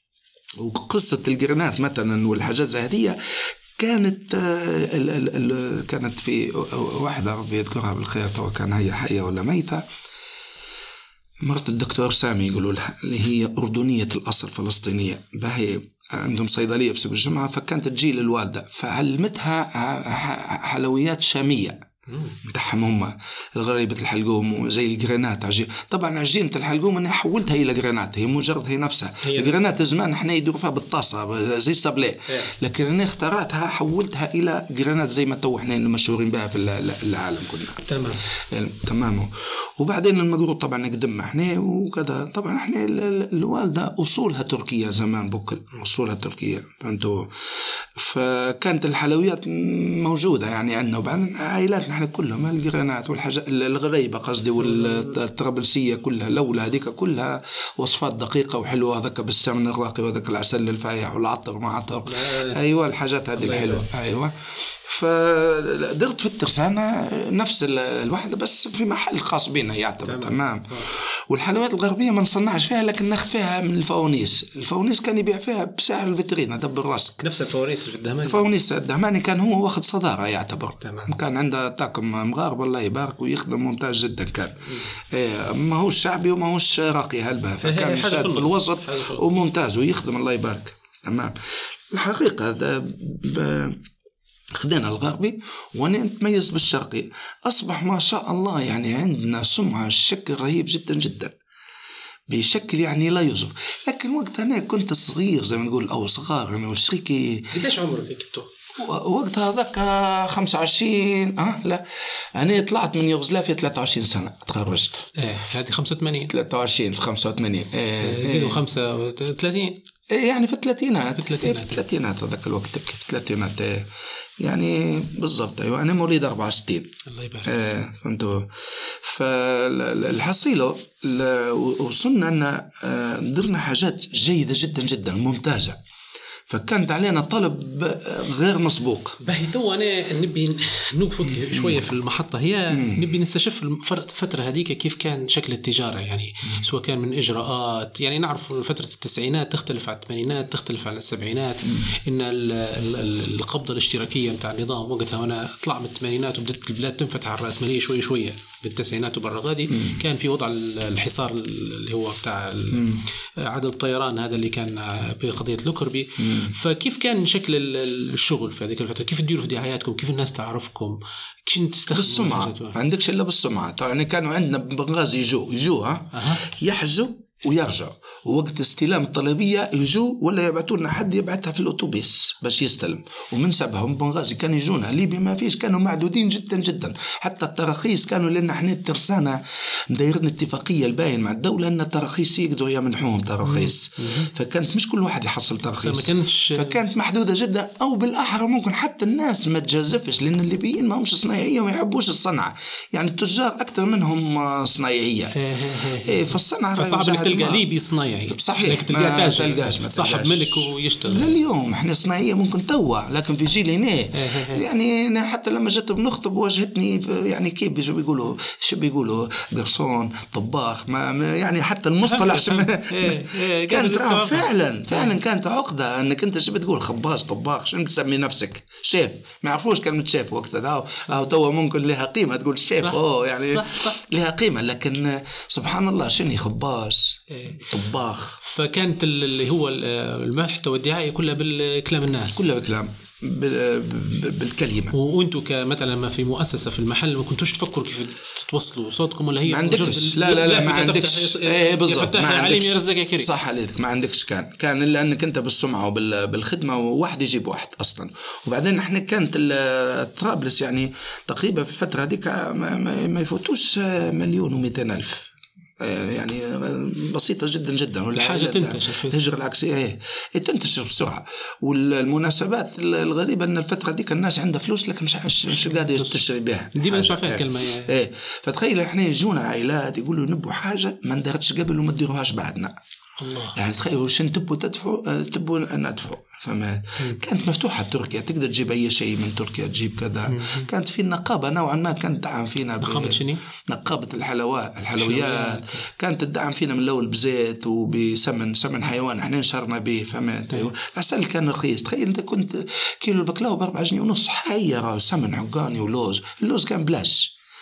Speaker 2: وقصة الجرانات مثلا والحاجات زي هذه كانت ال ال ال كانت في واحدة ربي يذكرها بالخير تو كان هي حية ولا ميتة مرت الدكتور سامي يقولوا لها اللي هي أردنية الأصل فلسطينية باهي عندهم صيدلية في سوق الجمعة فكانت تجي للوالدة فعلمتها حلويات شامية متاعهم هم الغريبة الحلقوم زي الجرانات عجين. طبعا عجينة الحلقوم أنا حولتها إلى جرانات، هي مجرد هي نفسها. الجرانات زمان إحنا يدور فيها بالطاسة زي السابلي، لكن أنا اخترعتها حولتها إلى جرانات زي ما تو إحنا المشهورين بها في العالم كلنا.
Speaker 1: تمام
Speaker 2: تمام. وبعدين المقروط طبعا نقدم إحنا وكذا. طبعا إحنا الوالدة أصولها تركية زمان، بكل أصولها تركية فهمتوا. فكانت الحلويات موجودة يعني عندنا، وبعدين عائلات نحن كلهم الجرانات والحاجات الغريبة قصدي والطرابلسية كلها لولا هذيك كلها وصفات دقيقة وحلوة، هذاك بالسمن الراقي وهذاك العسل الفايح والعطر مع عطر. أيوة الحاجات هذه الحلوة. أيوة. فدرت في الترسانة نفس الوحدة بس في محل خاص بينا يعتبر. تمام, تمام. والحلويات الغربية ما نصنعش فيها، لكن ناخذ فيها من الفوانيس. الفوانيس كان يبيع فيها بسعر الفيترين دب الراسك.
Speaker 1: نفس الفوانيس في الدهماني.
Speaker 2: الفوانيس الدهماني كان هو واخد صدارة يعتبر.
Speaker 1: تمام.
Speaker 2: كان عنده طاقم مغاربة الله يبارك ويخدم ممتاز جدا كان. إيه ما هوش شعبي وما هوش راقي هلبة، فكان شاد في الوسط وممتاز ويخدم الله يبارك. تمام. الحقيقة هذا ب... خدنا الغربي وانا تميزت بالشرقي، اصبح ما شاء الله يعني عندنا سمعة شكل رهيب جدا جدا بشكل يعني لا يوصف. لكن وقت انا كنت صغير زي ما نقول او صغار انا وشريكي.
Speaker 1: قديش عمرك كنتوا
Speaker 2: وقت هذاك خمسة وعشرين؟ اه لا انا طلعت من يوغوسلافيا ثلاثة وعشرين سنة تخرجت.
Speaker 1: ايه هذه خمسة وثمانين.
Speaker 2: ثلاثة وعشرين في خمسة وثمانين.
Speaker 1: ايه زيدوا خمسة وثلاثين.
Speaker 2: ايه يعني في الثلاثينات.
Speaker 1: في الثلاثينات.
Speaker 2: في الثلاثينات هذاك الوقت في الثلاثينات. إيه يعني بالضبط. ايوه انا مواليد أربعة وستين.
Speaker 1: الله يبارك.
Speaker 2: ايه فهمتوا. فالحصيله وصلنا ان درنا حاجات جيده جدا جدا ممتازه، فكانت علينا طلب غير مسبوق.
Speaker 1: باهي تو أنا نبي نوقفك شوية في المحطة هي مم. نبي نستشف الفترة هذيك كيف كان شكل التجارة يعني مم. سواء كان من إجراءات يعني نعرف فترة التسعينات تختلف عن الثمانينات تختلف عن السبعينات مم. إن القبضة الاشتراكية متاع النظام وقتها وأنا طلع من الثمانينات وبدأت البلاد تنفتح على الرأسمالية شوية شوية بالتسعينات وبرا غادي كان في وضع الحصار اللي هو بتاع عدد الطيران هذا اللي كان بقضية لوكربي. فكيف كان شكل الشغل في هذيك الفترة؟ كيف تديروا في دعاياتكم؟ كيف الناس تعرفكم؟ كنت تستخدم
Speaker 2: بالسمعة؟ ما عندكش إلا بالسمعة. يعني كانوا عندنا بنغازي يجوا يجوا ها أه. يحجوا ويرجعوا، ووقت استلام الطلبية يجوا ولا يبعثوا لنا حد يبعثها في الأوتوبيس باش يستلم. ومن سبعهم بنغازي كان يجونا ليبيا ما فيش، كانوا معدودين جدا جدا. حتى التراخيص كانوا لأن احنا الترسانة دايرين اتفاقية الباين مع الدولة أن التراخيص يقدروا يمنحوهم تراخيص، فكانت مش كل واحد يحصل تراخيص، فكانت محدودة جدا. أو بالأحرى ممكن حتى الناس ما تجازفش لأن الليبيين ما همش صنايعية وما يحبوش الصنعة، يعني التجار أكثر منهم صنايعية. إيه فالصنعة
Speaker 1: فصعب تلقى ليبي صنايعي
Speaker 2: صحيح ما تلقاش
Speaker 1: صاحب ملك ويشتغل.
Speaker 2: لليوم احنا صناعية ممكن توا، لكن في جيل هنا يعني أنا حتى لما جت بنخطب واجهتني يعني كيف بيجوا بيقولوا شو بيقولوا قرصون طباخ ما يعني حتى المصطلح كانت فعلا فعلا كانت عقدة انك انت شو بتقول خباز طباخ شو بتسمي نفسك شيف، ما يعرفوش كلمة شيف وقتها أو توا ممكن لها قيمة تقول شيف أوه يعني صح صح. لها قيمة، لكن سبحان الله شني خباز طباخ.
Speaker 1: فكانت اللي هو المحتوى الدعائي كلها بالكلام الناس
Speaker 2: كلها بكلام بالكلمة.
Speaker 1: وانتوا كمثلا ما في مؤسسة في المحل ما كنتوش تفكروا كيف توصلوا صوتكم ولا هي
Speaker 2: ما عندكش لا لا لا ما عندكش
Speaker 1: ايه بالضبط ما عندكش
Speaker 2: صح عليك ما عندكش كان كان إلا أنك أنت بالسمعة وبالخدمة وواحد يجيب واحد أصلا. وبعدين احنا كانت الطرابلس يعني تقريبا في الفترة هذيك ما, ما يفوتوش مليون ومئتين ألف يعني بسيطة جدا جدا.
Speaker 1: الحاجة تنتشر
Speaker 2: الهجرة العكسية هي تنتشر بسرعة. والمناسبات الغريبة أن الفترة دي الناس عندها فلوس لكن مش مش, مش قادرة تشتري بها.
Speaker 1: ديما نسمع فيها كلمة
Speaker 2: إيه. فتخيل إحنا يجونا عائلات يقولوا نبوا حاجة ما ندرتش قبل وما تديروهاش بعدنا.
Speaker 1: الله.
Speaker 2: يعني تخيلوا شن تبوا تدفعوا تبوا ندفعوا. فما كانت مفتوحة تركيا تقدر تجيب أي شيء من تركيا تجيب كذا. مم. كانت في النقابة نوعا ما كانت تدعم فينا
Speaker 1: نقابة شنو؟
Speaker 2: نقابة الحلوات الحلويات كانت تدعم فينا من الأول بزيت وبسمن سمن حيوان احنا نشرنا به فهمت. أيوة العسل كان رخيص. تخيل أنت كنت كيلو البقلاوة بأربعة جنيه ونص حيرة سمن حقاني ولوز اللوز كان بلاش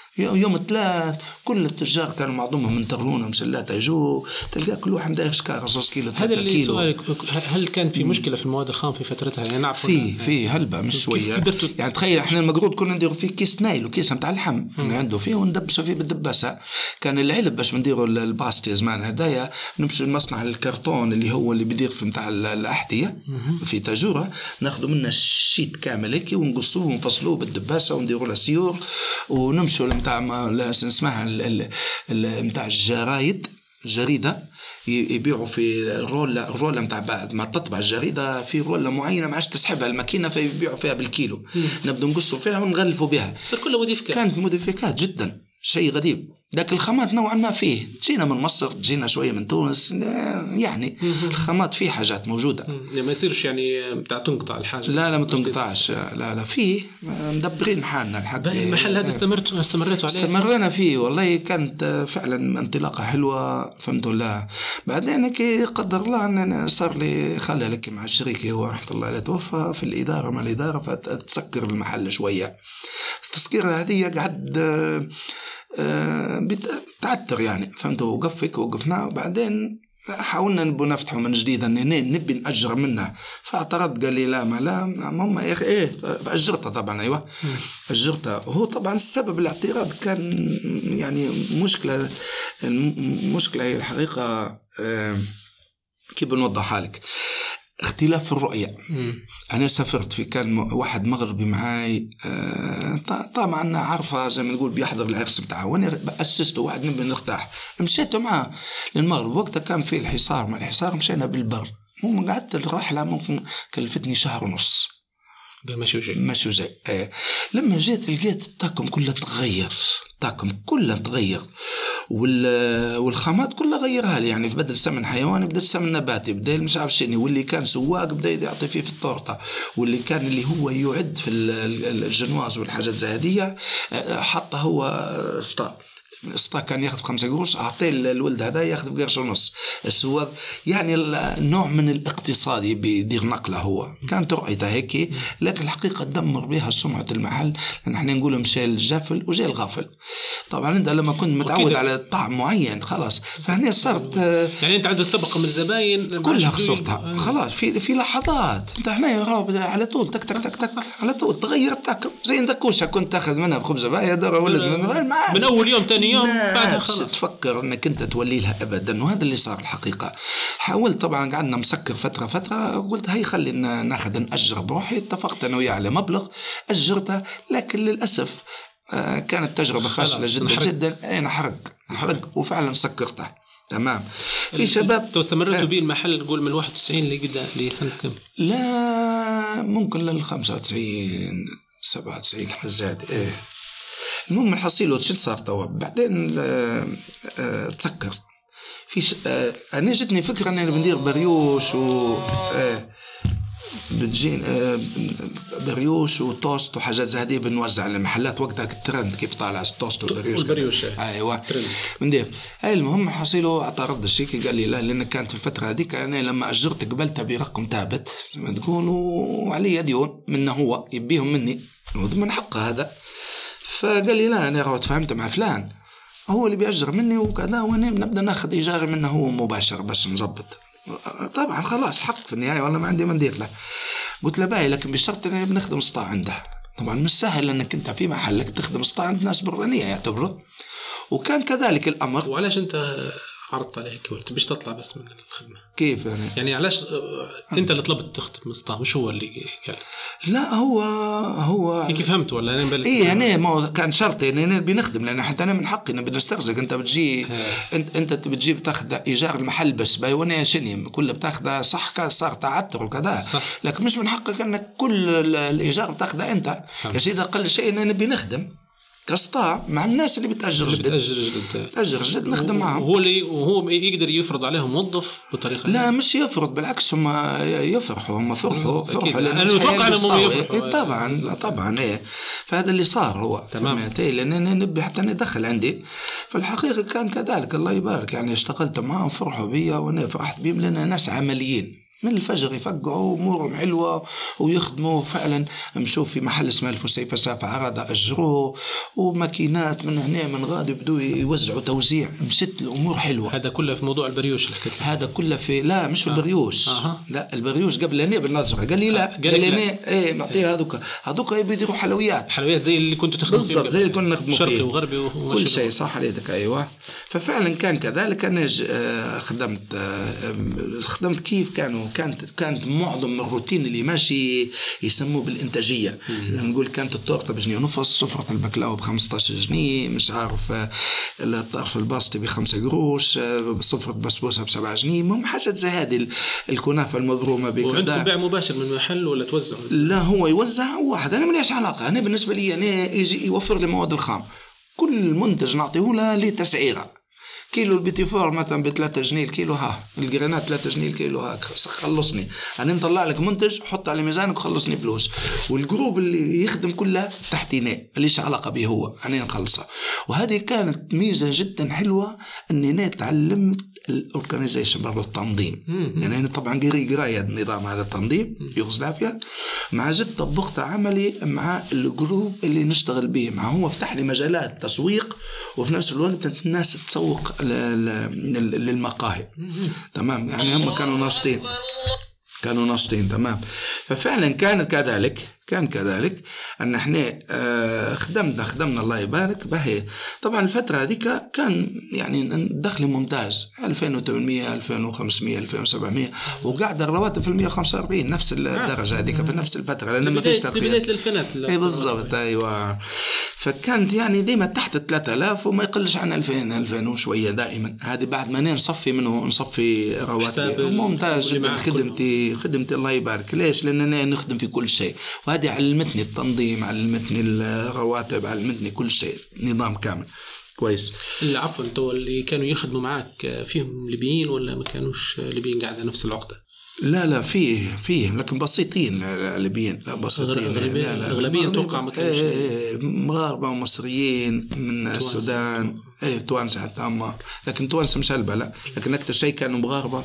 Speaker 2: يوم ثلاث كل التجار كانوا معظمهم منتظرون مسلات يجوا، تلقى كل واحد داير شكار رصاص كيلو
Speaker 1: هذا اللي كيلو. سؤالك، هل كان في مشكله في المواد الخام في فترتها؟ يعني نعرف
Speaker 2: في في هلبة مش شويه يعني. تخيل احنا المقروض كنا نديروا فيه كيس نايل وكيس نتاع اللحم اللي عنده فيه وندبسوا فيه بالدباسه. كان العلب باش نديروا الباستي زمان هدايا نمشي لمصنع الكرتون اللي هو اللي بيدير في نتاع الاحذيه في تاجوره، ناخذوا منه الشيت كامل هيك ونقصوه ونفصلوه بالدباسه ونديروا له سيور ونمشوا لمتاع اسمها نتاع الجرايد الجريدة يبيعوا في الرولة الرولة متاع ما تطبع الجريدة في رولة معينة ما عادش تسحبها الماكينة فيبيعوا فيها بالكيلو. نبدأ نقصوا فيها ونغلفوا بها.
Speaker 1: صار كله موديفيكات.
Speaker 2: كانت موديفيكات جدا شيء غريب. لكن الخامات نوعا ما فيه، جينا من مصر جينا شوية من تونس يعني الخامات فيه حاجات موجودة.
Speaker 1: ما يصيرش يعني بتاع تنقطع الحاجة.
Speaker 2: لا لا ما تنقطعش، لا لا فيه مدبرين حالنا الحق.
Speaker 1: المحل هذا استمرت استمرتوا عليه؟
Speaker 2: استمرنا فيه والله، كانت فعلا انطلاقة حلوة فهمت الله. بعدين كي قدر الله أن صار لي خلى لك مع الشريك هو رحمة الله عليه توفى في الإدارة مع الإدارة فتسكر المحل شوية. التسكير هذه قعد أه بتعتر يعني فهمت، وقفك وقفنا. وبعدين حاولنا نبو نفتحه من جديد ان نبي نأجر منه، فاعترض قال لي لا ما لا ماما يا اخي ايه فأجرته طبعا. ايوه أجرته. هو طبعا السبب الاعتراض كان يعني مشكلة المشكلة هي الحقيقة أه كيف بنوضحها لك، اختلاف في الرؤية. مم. أنا سافرت في كان واحد مغربي معاي آه طبعا عارفة زي ما نقول بيحضر العرس بتاعه، وأنا أسسته واحد نبي نرتاح مشيت معه للمغرب. وقتها كان في الحصار، مع الحصار مشينا بالبر. ممكن قعدت الرحلة ممكن كلفتني شهر ونص
Speaker 1: ماشي وجاي
Speaker 2: ماشي وجاي. آه. لما جيت لقيت الطاقم كله تغير، الطاقم كله تغير والخامات كلها غيرها لي يعني. في بدل سمن حيواني بدل سمن نباتي، بدل مش عارف شنو. واللي كان سواق بدا يعطي فيه في الطورطة، واللي كان اللي هو يعد في الجنواز والحاجات زي هذه حطه هو اسطا اسطا كان ياخذ خمسة قروش، أعطيه الولد هذا ياخذ بقرش ونص. السواق يعني نوع من الاقتصادي بيدير نقله هو كانت رؤيته هيك. لكن الحقيقة دمر بها سمعة المحل، لأن احنا نقول مشي الجافل وجاي الغافل. طبعا انت لما كنت متعود على طعم معين خلاص هنا صارت
Speaker 1: يعني انت عندك طبقة من الزباين
Speaker 2: كلها خسرتها خلاص في في لحظات. انت هنا على طول تك تك تك تك على طول تغير الطاقم زي الدكوشة كنت تاخذ منها بخبزة باية دورة ولد من,
Speaker 1: من أول يوم تاني يوم بعدها خلاص
Speaker 2: تفكر انك انت تولي لها ابدا. وهذا اللي صار الحقيقه. حاولت طبعا قعدنا مسكر فتره فتره، قلت هي خلينا ناخذ ناجر بروحي. اتفقت انا وياه على مبلغ اجرته، لكن للاسف آه كانت تجربه فاشله جدا جدا. انا حرق حرق وفعلا سكرته تمام. في شباب
Speaker 1: تو استمرتوا بيه المحل نقول من واحد وتسعين لقدا لسنه كم؟
Speaker 2: لا ممكن لل خمسة وتسعين سبعة وتسعين حزاد ايه. المهم الحصيلة شو صار توا بعدين اه اه تسكر في ش... اه أنا جتني فكرة أن أنا بندير بريوش و اه بتجين اه بريوش وتوست وحاجات زي هذه بنوزع المحلات. وقتها الترند كيف طالع التوست والبريوش
Speaker 1: والبريوش
Speaker 2: أيوة بندير. المهم حصيله اعترض الشيكي قال لي لا، لأن كانت في الفترة هذيك أنا لما أجرت قبلتها برقم ثابت ما تقول وعلي ديون منه هو يبيهم مني ومن حقه هذا. فقال لي لا أنا روت فهمت مع فلان هو اللي بيأجر مني وكذا، وانا نبدأ ناخذ إيجاري منه هو مباشر بس نظبط. طبعا خلاص حق في النهاية والله ما عندي ما ندير له. قلت له باي لكن بشرط أني بنخدم اسطاع عنده. طبعا مش سهل أنك أنت في محلك تخدم اسطاع عند ناس برانية يعتبره، وكان كذلك الأمر.
Speaker 1: وعلاش أنت عرضت عليه قلت بيش تطلع بس من الخدمة
Speaker 2: كيف يعني؟
Speaker 1: يعني علاش أنت اللي طلبت تخدم اسطاع مش هو اللي قال؟
Speaker 2: لا هو هو
Speaker 1: هيك فهمت ولا أنا بالك؟
Speaker 2: إيه يعني ما كان شرطي إن أنا بنخدم، لأن حتى أنا من حقي إن بنسترزق. أنت بتجي أنت أنت بتجيب تاخذ إيجار المحل بس باي وانا شني كله بتاخذه صح صار تعتر وكذا، لكن مش من حقك إنك كل الإيجار بتاخذه أنت. يا سيدي أقل شيء إن أنا بنخدم كاسطاع مع الناس اللي بتأجر
Speaker 1: اللي
Speaker 2: جدد
Speaker 1: بتأجر جدد
Speaker 2: تأجر جدد نخدم معهم.
Speaker 1: وهو اللي وهو يقدر يفرض عليهم موظف بطريقة
Speaker 2: لا يعني. مش يفرض بالعكس هم يفرحوا هم فرحوا فرحوا
Speaker 1: لأنه أتوقع أنهم يفرحوا
Speaker 2: طبعا طبعا إيه. فهذا اللي صار هو
Speaker 1: تمام.
Speaker 2: لأن نبي حتى ندخل عندي في الحقيقة كان كذلك الله يبارك يعني اشتغلت معهم فرحوا بيا وأنا فرحت بيهم لأن ناس عمليين من الفجر يفقعوا أمورهم حلوة ويخدموا فعلا. نشوف في محل اسمه الفسيفة سافة عرض أجروه وماكينات من هنا من غادي بدوا يوزعوا توزيع، مشت الأمور حلوة.
Speaker 1: هذا كله في موضوع البريوش اللي حكيت لك.
Speaker 2: هذا كله في لا مش في
Speaker 1: آه.
Speaker 2: البريوش
Speaker 1: آه.
Speaker 2: لا البريوش قبل هنا بالناصرة قال لي لا
Speaker 1: آه.
Speaker 2: قال لي هنا إيه معطيه هذوك هذوك يبيدوا حلويات
Speaker 1: حلويات زي اللي كنتوا تخدموا
Speaker 2: بالضبط زي اللي كنا نخدموا فيه
Speaker 1: شرقي وغربي
Speaker 2: وكل شيء صح عليك. أيوة ففعلا كان كذلك. أنا خدمت خدمت كيف كانوا كانت كانت معظم الروتين اللي ماشي يسموه بالإنتاجية. نقول كانت التورتة بجنيه ونص، سفرة البكلاوة بخمسة عشر جنيه، مش عارف الطرف الباسطي بخمسة قروش، سفرة بسبوسة بسبعة جنيه، مهم حاجات زي هذه. الكنافة المبرومة بكذا.
Speaker 1: وعندكم بيع مباشر من المحل ولا توزع؟
Speaker 2: لا هو يوزع واحد. أنا مليش علاقة. أنا بالنسبة لي أنا يجي يوفر لي مواد الخام، كل منتج نعطيه له لتسعيره. كيلو البيتيفور مثلا بثلاثة جنيه الكيلو، ها الجرانات ثلاثة جنيه الكيلو، ها خلصني أنا نطلع لك منتج حط على ميزانك وخلصني فلوس. والجروب اللي يخدم كلها تحتينا ليش علاقة به هو أنا نخلصه. وهذه كانت ميزة جدا حلوة أني أنا تعلمت الأورجانيزيشن برضو التنظيم. يعني أنا طبعا قري قراية النظام هذا التنظيم يوغوسلافيا، مع زد طبقت عملي مع الجروب اللي نشتغل به مع. هو فتح لي مجالات تسويق وفي نفس الوقت الناس تسوق للمقاهي. تمام يعني هم كانوا ناشطين كانوا ناشطين تمام. ففعلا كانت كذلك كان كذلك أن احنا خدمنا خدمنا الله يبارك به. طبعا الفترة هذيك كان يعني دخلي ممتاز، ألفين وثمانمية ألفين وخمسمية ألفين وسبعمية، وقاعد الرواتب في المية وخمسة وأربعين نفس الدرجة هذيك في نفس الفترة لأن ما فيش تغيير.
Speaker 1: بداية الألفينات.
Speaker 2: اي بالضبط أيوة. فكانت يعني ديما تحت ثلاثة آلاف وما يقلش عن ألفين ألفين وشوية دائما. هذه بعد ما نصفي منه نصفي رواتب ممتاز جدا. خدمتي خدمتي الله يبارك. ليش؟ لأننا نخدم في كل شيء، وهذه علمتني التنظيم، علمتني الرواتب، علمتني كل شيء، نظام كامل كويس.
Speaker 1: عفوا انتوا اللي كانوا يخدموا معك فيهم ليبيين ولا ما كانوش ليبيين قاعدة نفس العقدة؟
Speaker 2: لا لا فيه فيه لكن بسيطين ليبيين بسيطين.
Speaker 1: الأغلبية توقع ما كانوش
Speaker 2: مغاربة ومصريين من السودان. ايه توانسة حتى هم، لكن توانسة مش هلبة لا، لكن أكتر شيء كانوا مغاربة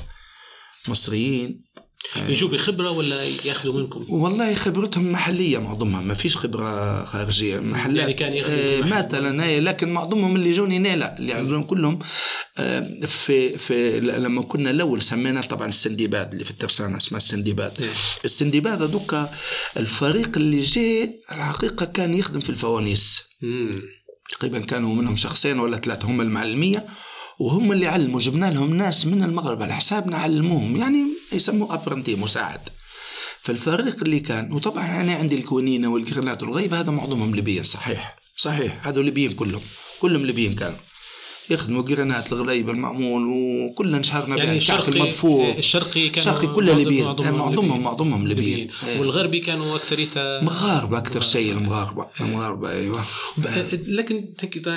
Speaker 2: مصريين.
Speaker 1: يجوا بخبرة ولا ياخذوا منكم؟
Speaker 2: والله خبرتهم محلية معظمها، ما فيش خبرة خارجية محلية.
Speaker 1: يعني كان
Speaker 2: آه مثلا، لكن معظمهم اللي جوني لا اللي جون كلهم آه في في لما كنا الأول سمينا طبعا السندباد اللي في الترسانة اسمها السندباد. إيه. السندباد هذوك الفريق اللي جاء الحقيقة كان يخدم في الفوانيس. مم. تقريبا كانوا منهم شخصين ولا ثلاثة هم المعلمية، وهم اللي علموا. جبنا لهم ناس من المغرب على حسابنا علموهم، يعني يسموه أبرنتي مساعد. فالفريق اللي كان، وطبعا أنا عندي الكونينة والجرانات والغيب هذا معظمهم ليبيين. صحيح صحيح هذول ليبيين كلهم كلهم ليبيين كانوا يخدموا جرانات الغليب المعمول وكلنا نشهرنا
Speaker 1: يعني
Speaker 2: الشرقي المدفوع.
Speaker 1: الشرقي كانوا
Speaker 2: الشرقي كله ليبيين، معظمهم معظمهم ليبيين.
Speaker 1: والغربي كانوا أكثريتها
Speaker 2: مغاربة أكثر شيء. المغاربة المغاربة أيوة.
Speaker 1: لكن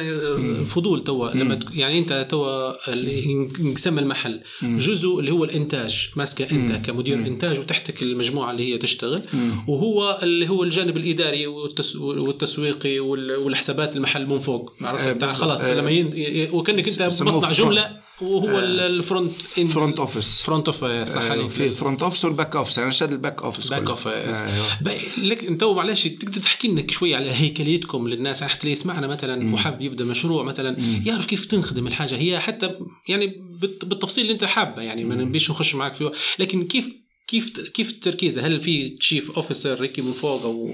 Speaker 1: فضول توا لما يعني أنت توا يسمى المحل جزء اللي هو الإنتاج ماسكة أنت كمدير إنتاج وتحتك المجموعة اللي هي تشتغل، وهو اللي هو الجانب الإداري والتسويقي والحسابات المحل من فوق. عرفت خلاص لما ين... وكأنك أنت مصنع جملة وهو آه الفرونت
Speaker 2: فرونت اوفيس
Speaker 1: فرونت اوفيس صح عليك.
Speaker 2: في الفرونت اوفيس والباك اوفيس. انا شاد الباك اوفيس
Speaker 1: باك اوفيس. لك انت معلش تقدر تحكي لنا شوي على هيكليتكم للناس حتى اللي يسمعنا مثلا وحاب يبدا مشروع مثلا مم. يعرف كيف تنخدم الحاجه هي حتى يعني بالتفصيل اللي انت حابه، يعني ما نبيش نخش معك فيه، لكن كيف كيف كيف التركيز؟ هل في تشيف اوفيسر ركي من فوق او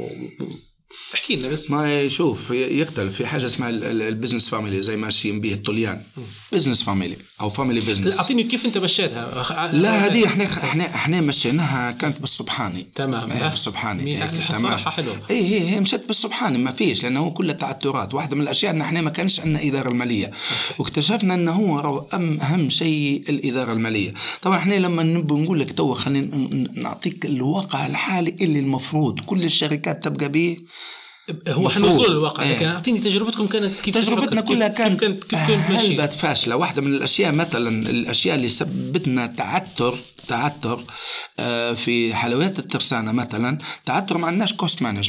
Speaker 1: احكي لنا بس؟
Speaker 2: ما يشوف يختلف في حاجه اسمها البزنس فاميلي زي ما ماشيين به الطليان. بزنس فاميلي او فاميلي بزنس.
Speaker 1: اعطيني كيف انت مشيتها.
Speaker 2: لا هذه احنا احنا احنا مشيناها كانت بالسبحاني.
Speaker 1: تمام
Speaker 2: ايه بالسبحاني.
Speaker 1: صراحه حلو.
Speaker 2: اي هي هي مشت بالسبحاني ما فيش، لانه هو كله تعثرات. واحده من الاشياء ان احنا ما كانش عندنا اداره الماليه، واكتشفنا انه هو اهم شيء الاداره الماليه. طبعا احنا لما نبغى نقول لك تو خلينا نعطيك الواقع الحالي اللي المفروض كل الشركات تبقى به.
Speaker 1: هو حنوصل للواقع، لكن أعطيني تجربتكم كانت كيف؟
Speaker 2: تجربتنا كلها كانت
Speaker 1: كيف كانت ماشية
Speaker 2: فاشلة. واحدة من الأشياء مثلا الأشياء اللي سببتنا تعثر تعثر في حلويات الترسانة مثلا تعثر ما عندناش كوست مانجمنت.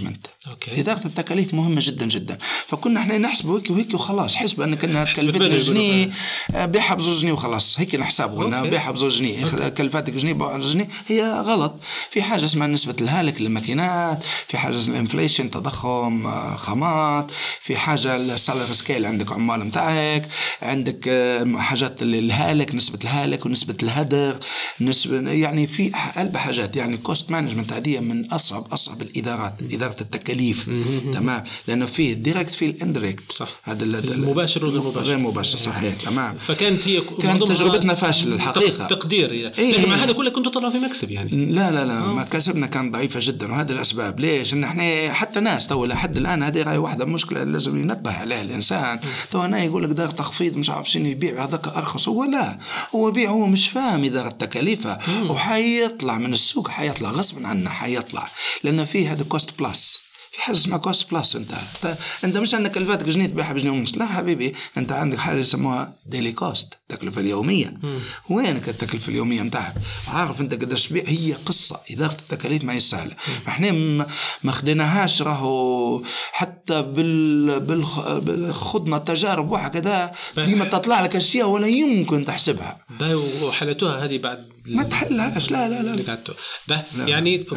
Speaker 1: أوكي.
Speaker 2: إدارة التكاليف مهمة جدا جدا. فكنا احنا نحسبه هيك وهيك وخلاص، حسب أن كنا كلفتنا جنيه بيعها بزوج جنيه وخلاص، هيك نحسبه قلنا بيعها بزوج جنيه كلفتك جنيه بوع جنيه. هي غلط. في حاجة اسمها نسبة الهالك للماكينات، في حاجة اسمها الانفليشن تضخم خامات، في حاجة السالري سكيل عندك عمال متاعك، عندك حاجات الهالك نسبة الهالك ونسبة الهدر نسبة، يعني في قلب حاجات. يعني كوست مانجمنت هذه من أصعب أصعب الإدارات، إدارة التكاليف. تمام. لأنه فيه الديركت فيه الانديركت،
Speaker 1: صح.
Speaker 2: هذا
Speaker 1: المباشر والغير مباشر.
Speaker 2: غير مباشر صحيح. تمام.
Speaker 1: فكانت هي
Speaker 2: كانت تجربتنا فاشلة الحقيقة.
Speaker 1: تقدير يعني.
Speaker 2: إيه.
Speaker 1: لكن مع هذا كله كنتوا طلعوا في مكسب يعني.
Speaker 2: لا لا لا آه. ما كسبنا كان ضعيفة جدا، وهذا الأسباب. ليش؟ إن إحنا حتى ناس تو لحد الآن هذه غاية واحدة مشكلة لازم ينبه عليها الإنسان. تو أنا يقول لك دار تخفيض مش عارف شنو يبيع هذاك أرخص، هو لا هو بيع، هو مش فاهم إدارة التكاليف، وحيطلع من السوق، حيطلع غصبا عنه حيطلع، لأن فيه هذا كوست بلس. في حاجة اسمها كوست بلس. انت انت مش عندك كلفاتك جنيه تبيعها بجنيه ونص، لا حبيبي، انت عندك حاجة يسموها ديلي كوست، التكلفة اليومية. مم. وينك التكلفة اليومية متاعك؟ عارف انت قداش تبيع؟ هي قصة إدارة التكاليف ما هي سهلة. احنا ما خدناهاش راهو حتى بال بالخدمة تجارب واحد كذا ديما تطلع لك أشياء ولا يمكن تحسبها.
Speaker 1: وحلتوها هذه بعد
Speaker 2: ما تحلهاش. لا لا لا,
Speaker 1: لا. يعني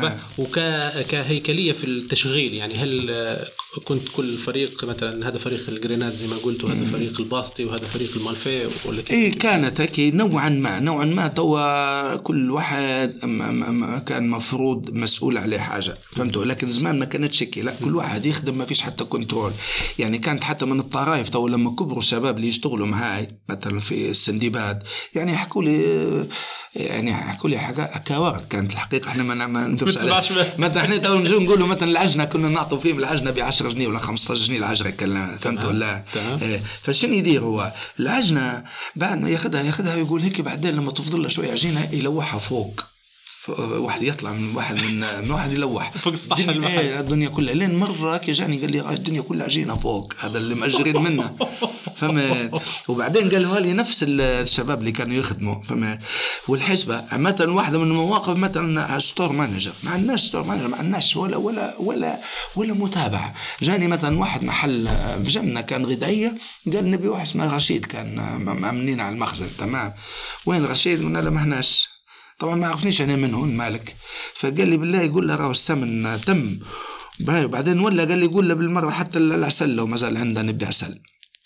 Speaker 1: وكهيكلية في التشغيل، يعني هل كنت كل فريق مثلا هذا فريق الجرينات زي ما قلت، وهذا فريق الباسطي، وهذا فريق المالفي، ولا كيف؟
Speaker 2: إيه كانت هيك نوعا ما نوعا ما توا كل واحد كان مفروض مسؤول عليه حاجة، فهمتوا؟ لكن زمان ما كانتش هيك، لا كل واحد يخدم، ما فيش حتى كنترول. يعني كانت حتى من الطرائف توا لما كبروا الشباب اللي يشتغلوا معاي مثلا في السندباد، يعني يحكوا لي يعني حكوا لي حاجة كوارث كانت الحقيقة. احنا ما ما ندرس مثلا احنا تو نجوا نقولوا مثلا العجنة كنا نعطوا فيهم العجنة بعشرة جنيه ولا خمسة عشر جنيه العجرة كلنا، فهمت ولا؟ اه. فشن يدير هو العجنة بعد ما ياخدها ياخدها ويقول هيك، بعدين لما تفضل له شوية عجينة يلوحها فوق، واحد يطلع من واحد من, من واحد يلوح
Speaker 1: فوق السطح
Speaker 2: الدنيا, ايه الدنيا كلها. لين مرة كي جاني قال لي الدنيا كلها عجينة فوق، هذا اللي مأجرين منه فما. وبعدين قالوا لي نفس الشباب اللي كانوا يخدموا فما. والحسبة مثلا واحدة من المواقف مثلا ستور مانجر، ما عندناش ستور مانجر، ما عندناش ولا ولا ولا ولا متابعة. جاني مثلا واحد محل بجنة كان غذائية، قال نبي واحد اسمه رشيد، كان مأمنين على المخزن. تمام. وين رشيد؟ قلنا له ما احناش، طبعا ما عرفنيش أنا من هون مالك. فقال لي بالله يقول له راهو السمن تم. وبعدين ولا قال لي يقول له بالمرة حتى العسل لو ما زال عندنا نبي عسل،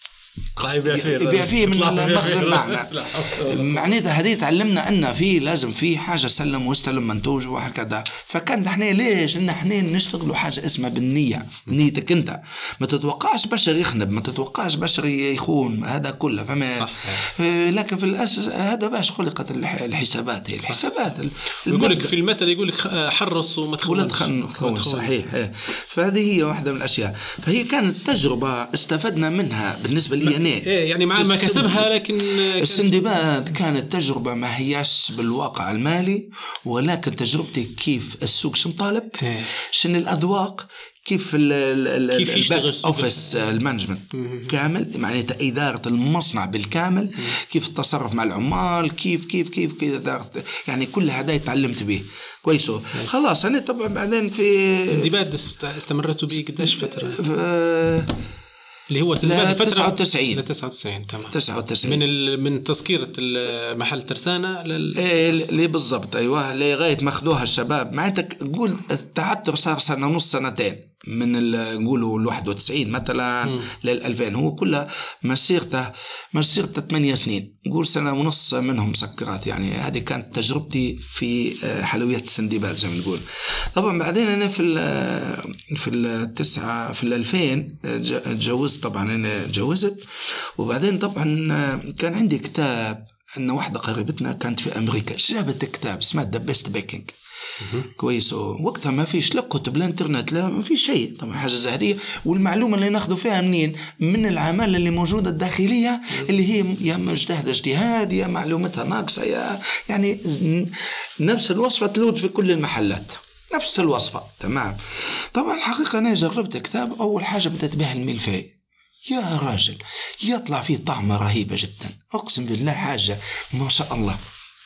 Speaker 2: يبيع فيه من المخزن معنا. معناتها هذه تعلمنا أن فيه لازم فيه حاجة سلم واستلم منتوج وهكذا. فكان احنا ليش إن احنا نشتغلوا حاجة اسمها بالنية، نيتك أنت، ما تتوقعش بشر يخنب، ما تتوقعش بشر يخون، هذا كله فما. لكن في الأساس هذا باش خلقت الحسابات، هي الحسابات.
Speaker 1: يقولك في المثل يقولك حرص وما تخون.
Speaker 2: صحيح. فهذه هي واحدة من الأشياء. فهي كانت تجربة استفدنا منها بالنسبة لي. يعني
Speaker 1: إيه يعني مع ما كسبها، لكن
Speaker 2: السندباد كانت تجربة ما هياش بالواقع المالي، ولكن تجربتي كيف السوق شن طالب، إيه. شن الأذواق، كيف الباك اوفيس المانجمنت كامل، معناتها إدارة المصنع بالكامل، مم. كيف التصرف مع العمال، كيف كيف كيف كيف إدارة، يعني كل هذا تعلمت به كويسو. خلاص أنا طبعا بعدين في
Speaker 1: السندباد استمرتوا به قديش فترة؟ اللي هو سندباد فترة
Speaker 2: تسعة وتسعين
Speaker 1: ل تسعة وتسعين. تمام.
Speaker 2: تسعة وتسعين
Speaker 1: من ال... من تذكيرة المحل ترسانة لل
Speaker 2: إيه اللي بالضبط. أيوة لغاية ما أخذوها الشباب. معناتها قول التعثر صار سنة ونص سنتين من نقولوا الواحد وتسعين مثلا للألفين، هو كلها مسيرته مسيرته ثمانية سنين، نقول سنة ونص منهم مسكرات. يعني هذه كانت تجربتي في حلويات السندباد زي ما نقول. طبعا بعدين أنا في ال في التسعة في الألفين تجوزت، طبعا أنا تجوزت. وبعدين طبعا كان عندي كتاب أن واحدة قريبتنا كانت في أمريكا جابت كتاب اسمه The Best Baking. كويس. وقتها ما فيش لا كتب لا انترنت لا ما فيش شيء، طبعا حاجة زي هذه. والمعلومة اللي ناخذوا فيها منين؟ من العمالة اللي موجودة الداخلية، اللي هي يا مجتهدة اجتهاد يا معلومتها ناقصة، يا يعني نفس الوصفة تلود في كل المحلات، نفس الوصفة. تمام. طبعا الحقيقة أنا جربت كتاب، أول حاجة بدأت بها الملفي، يا راجل يطلع فيه طعمة رهيبة جدا، أقسم بالله حاجة ما شاء الله.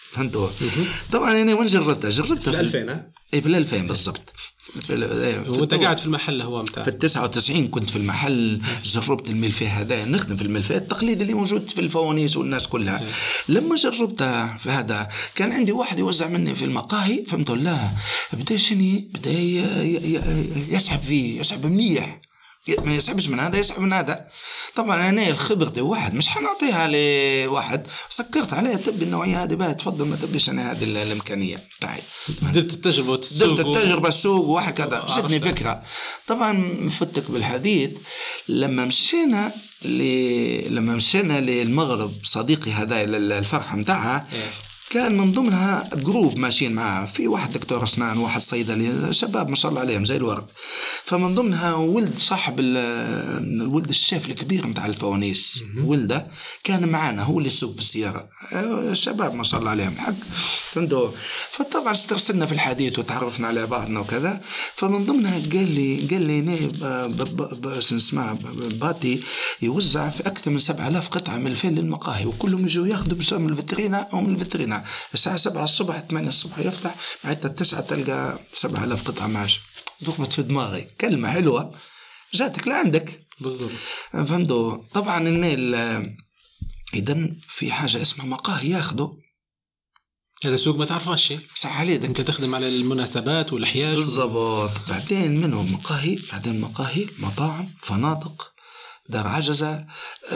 Speaker 2: فهمتوا. طبعا انا وين جربتها جربتها
Speaker 1: في الألفين ها
Speaker 2: اي في الألفين بالضبط.
Speaker 1: وانت قاعد في المحل هو متاع
Speaker 2: في التسعة وتسعين كنت في المحل. جربت الملفيه هذا نخدم في الملفيه التقليدي اللي موجود في الفوانيس والناس كلها. لما جربتها في هذا كان عندي واحد يوزع مني في المقاهي فهمتوا. لا بدا شني بدا يسحب فيه يسحب منيح ما يسحبش من هذا يسحب من هذا. طبعا انا الخبرتي واحد مش حنعطيها لواحد سكرت عليه تبي النوعيه هذه بقى تفضل ما تبيش انا هذه الامكانيه تاعي.
Speaker 1: درت التجربه والسوق
Speaker 2: درت التجربه السوق وهكذا جتني فكره. طبعا فتك بالحديث لما مشينا ل... لما مشينا للمغرب صديقي هذا الفرحه متاعها كان من ضمنها جروب ماشيين معاه في واحد دكتور أسنان واحد صيدلي شباب ما شاء الله عليهم زي الورد. فمن ضمنها ولد صاحب الولد الشيف الكبير متاع الفوانيس ولده كان معانا هو اللي يسوق بالسيارة شباب ما شاء الله عليهم حق فهمتوا. فطبعا استرسلنا في الحديث وتعرفنا على بعضنا وكذا. فمن ضمنها قال لي قال لي نا اسمها باتي يوزع في أكثر من سبعة آلاف قطعة من الفيل للمقاهي وكلهم يجوا ياخذوا بسهم من الفيترينا أو من الفيترينا. الساعة سبعة الصبح ثمانية الصبح يفتح معناتها التسعة تلقى سبعة آلاف قطعة معاش. ضربت في دماغي كلمة حلوة جاتك لعندك
Speaker 1: بالضبط
Speaker 2: فهمتوا. طبعا النيل إذا في حاجة اسمها مقاهي ياخذوا
Speaker 1: هذا سوق ما تعرفاش شيء صح عليك انت تخدم على المناسبات والاحياج
Speaker 2: بالضبط. بعدين منهم مقاهي بعدين مقاهي مطاعم فنادق دار عجزة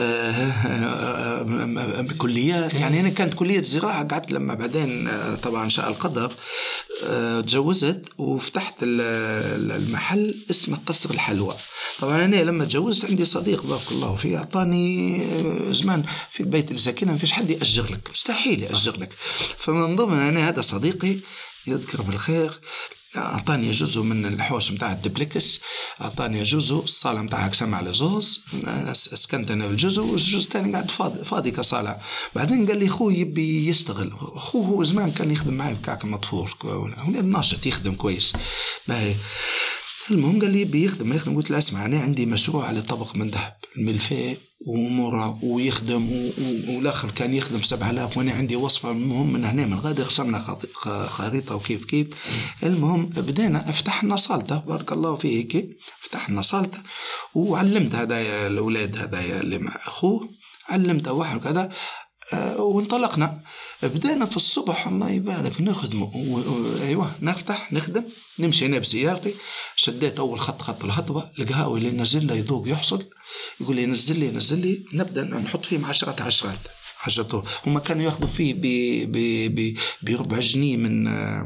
Speaker 2: كليات. يعني أنا كانت كلية زراعة قعدت لما بعدين طبعا شاء القدر تجوزت وفتحت المحل اسمه قصر الحلوى. طبعا أنا لما تجوزت عندي صديق بارك الله فيه أعطاني زمان في البيت اللي ساكنه ما فيش حد يأجر لك مستحيل يأجر لك. فمن ضمن أنا هذا صديقي يذكر بالخير أعطاني جزء من الحوش متاع الدبلكس أعطاني جزء الصالة متاعها كسمع على زوز اسكنت أنا بالجزء والجزء الثاني قاعد فاضي فاضي كصالة. بعدين قال لي خوي يبي يستغل أخوه هو زمان كان يخدم معي بكعك مطفور هو ناشط يخدم كويس باهي. المهم قال لي يبي يخدم يخدم قلت له اسمع أنا عندي مشروع على طبق من ذهب الملفيه ومرة ويخدم والآخر كان يخدم سبعة آلاف وأنا عندي وصفة. المهم من هنا من غادي رسمنا خريطة وكيف كيف. المهم بدينا فتحنا صالته بارك الله فيه هيك فتحنا صالته وعلمت هذا الأولاد هذا اللي مع أخوه علمته واحد كذا أه وانطلقنا. بدينا في الصبح الله يبارك نخدمه أيوة نفتح نخدم نمشي هنا بسيارتي. شديت أول خط خط الخطوة القهاوي اللي نزل له يذوق يحصل يقول لي نزل لي نزل لي نبدأ نحط فيه عشرات عشرات عشرات. هم كانوا يأخذوا فيه ب ب ب بربع جنيه من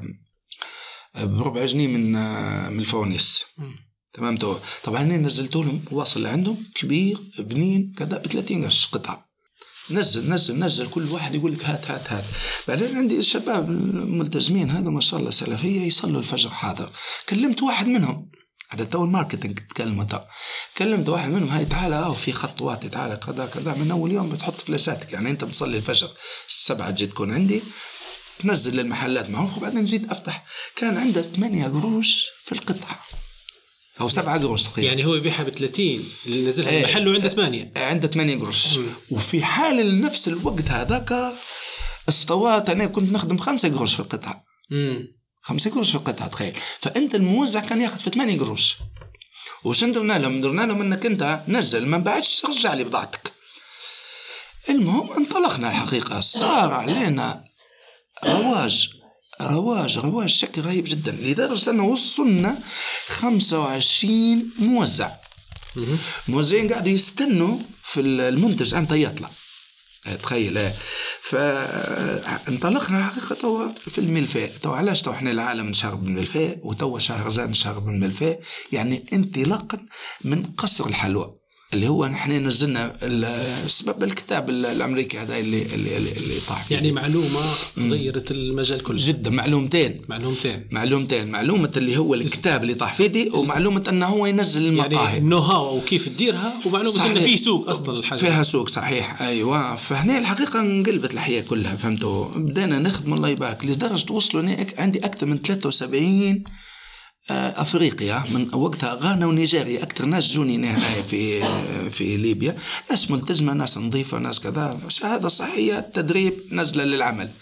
Speaker 2: بربع جنيه من من الفوانيس تمام. طبعا أنا نزلت لهم واصل لعندهم كبير بنين كذا بثلاثين قرش قطعة نزل نزل نزل كل واحد يقول لك هات هات هات. بعدين عندي الشباب الملتزمين هذا ما شاء الله سلفية يصلوا الفجر حاضر. كلمت واحد منهم هذا تو الماركتينج تكلمته كلمت واحد منهم هاي تعالى اه في خطوات تعالى كذا كذا من أول يوم بتحط فلساتك. يعني أنت بتصلي الفجر السبعة تجي تكون عندي تنزل للمحلات معروف وبعدين نزيد أفتح. كان عنده ثمانية قروش في القطعة أو سبعة قروش تقريبا.
Speaker 1: يعني هو يبيعها بثلاثين اللي نزلها
Speaker 2: ايه
Speaker 1: المحل وعنده ثمانية
Speaker 2: عنده ثمانية قروش. وفي حال نفس الوقت هذاك استوات أنا كنت نخدم خمسة قروش في القطعة
Speaker 1: مم.
Speaker 2: خمسة قروش في القطعة تخيل. فأنت الموزع كان ياخذ في ثمانية قروش وش ندرنا لهم درنا لهم أنك أنت نزل ما بعدش رجع لي بضاعتك. المهم انطلقنا الحقيقة صار علينا رواج رواج رواج شكل رهيب جدا لدرجة أنه وصلنا خمسة وعشرين موزع. موزعين قاعدوا يستنوا في المنتج أنت يطلع تخيل. فانطلقنا الحقيقة توا في الملفاء. توا علاش توا احنا العالم نشرب من الملفاء وتوا شهرزاد نشرب من الملفاء. يعني انطلاقا من قصر الحلوى اللي هو نحن نزلنا السبب الكتاب الأمريكي هذا اللي اللي اللي طاح
Speaker 1: يعني معلومة غيرت المجال كله
Speaker 2: جدا. معلومتين
Speaker 1: معلومتين
Speaker 2: معلومتين معلومة اللي هو الكتاب اللي طاح فيه دي ومعلومة أنه هو ينزل المقاهي
Speaker 1: يعني النو هاو وكيف تديرها ومعلومة أنه في سوق أصلا الحاجة
Speaker 2: فيها سوق صحيح أيوة. فهنا الحقيقة انقلبت الحياة كلها فهمتوا. بدينا نخدم الله يبارك لدرجة وصلوا هناك عندي أكثر من ثلاثة وسبعين أفريقيا من وقتها غانا ونيجيريا أكثر ناس جوني هنا في في ليبيا. ناس ملتزمة ناس نظيفة ناس كذا شهادة صحية تدريب نزلة للعمل.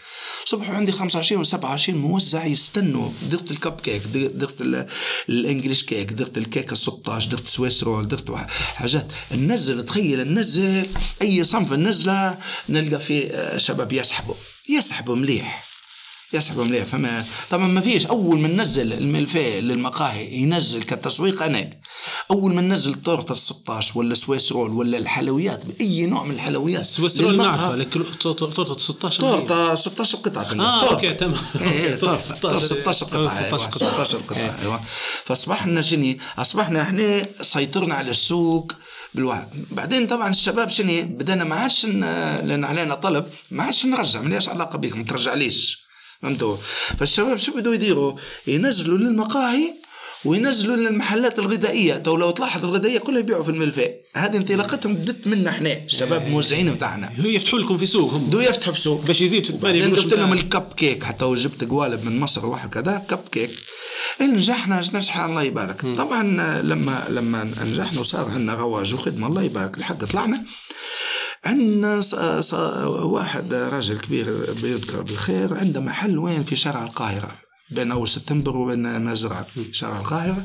Speaker 2: صبح عندي خمسة وعشرين وسبعة وعشرين موزع يستنوا. درت الكب كيك، درت الانجليش كيك، درت الكيكه ستة عشر، درت سويس رول، درت حاجات ننزل. تخيل ننزل اي صنف ننزله نلقى فيه شباب يسحبوا يسحبوا مليح يسحبوا مليح. فما طبعا ما فيش اول ما ننزل الملفيه للمقاهي ينزل كتسويق. انا اول ما ننزل طرطه ستة عشر ولا سويس رول ولا الحلويات باي نوع من الحلويات.
Speaker 1: سويس رول نعرفها، لكن طرطه ستة عشر
Speaker 2: طرطه ستة عشر قطعه.
Speaker 1: اه اوكي تمام.
Speaker 2: ايه طرطه ستة عشر قطعه ستة عشر قطعه. ايوه فاصبحنا شني اصبحنا احنا سيطرنا على السوق بالواحد. بعدين طبعا الشباب شني بدنا ما عادش لان علينا طلب ما عادش نرجع. مليش علاقه بيك ما ترجعليش فهمتوا. فالشباب شو بدو يديروا؟ ينزلوا للمقاهي وينزلوا للمحلات الغذائيه. تو لو تلاحظ الغذائيه كلها يبيعوا في الملفاء. هذه انطلاقتهم بدت منا احنا الشباب موزعين بتاعنا.
Speaker 1: هو يفتحوا لكم في سوق، هم
Speaker 2: دو يفتحوا في سوق
Speaker 1: باش يزيد.
Speaker 2: بعدين جبت لهم الكب كيك، حتى وجبت قوالب من مصر واحد كذا كب كيك. نجحنا نجح الله يبارك. م. طبعا لما لما نجحنا وصار عندنا رواج وخدمه الله يبارك الحق طلعنا. عندنا واحد راجل كبير بيذكر بالخير عنده محل وين في شارع القاهرة بين أول سبتمبر وبين مزرعة شارع القاهرة.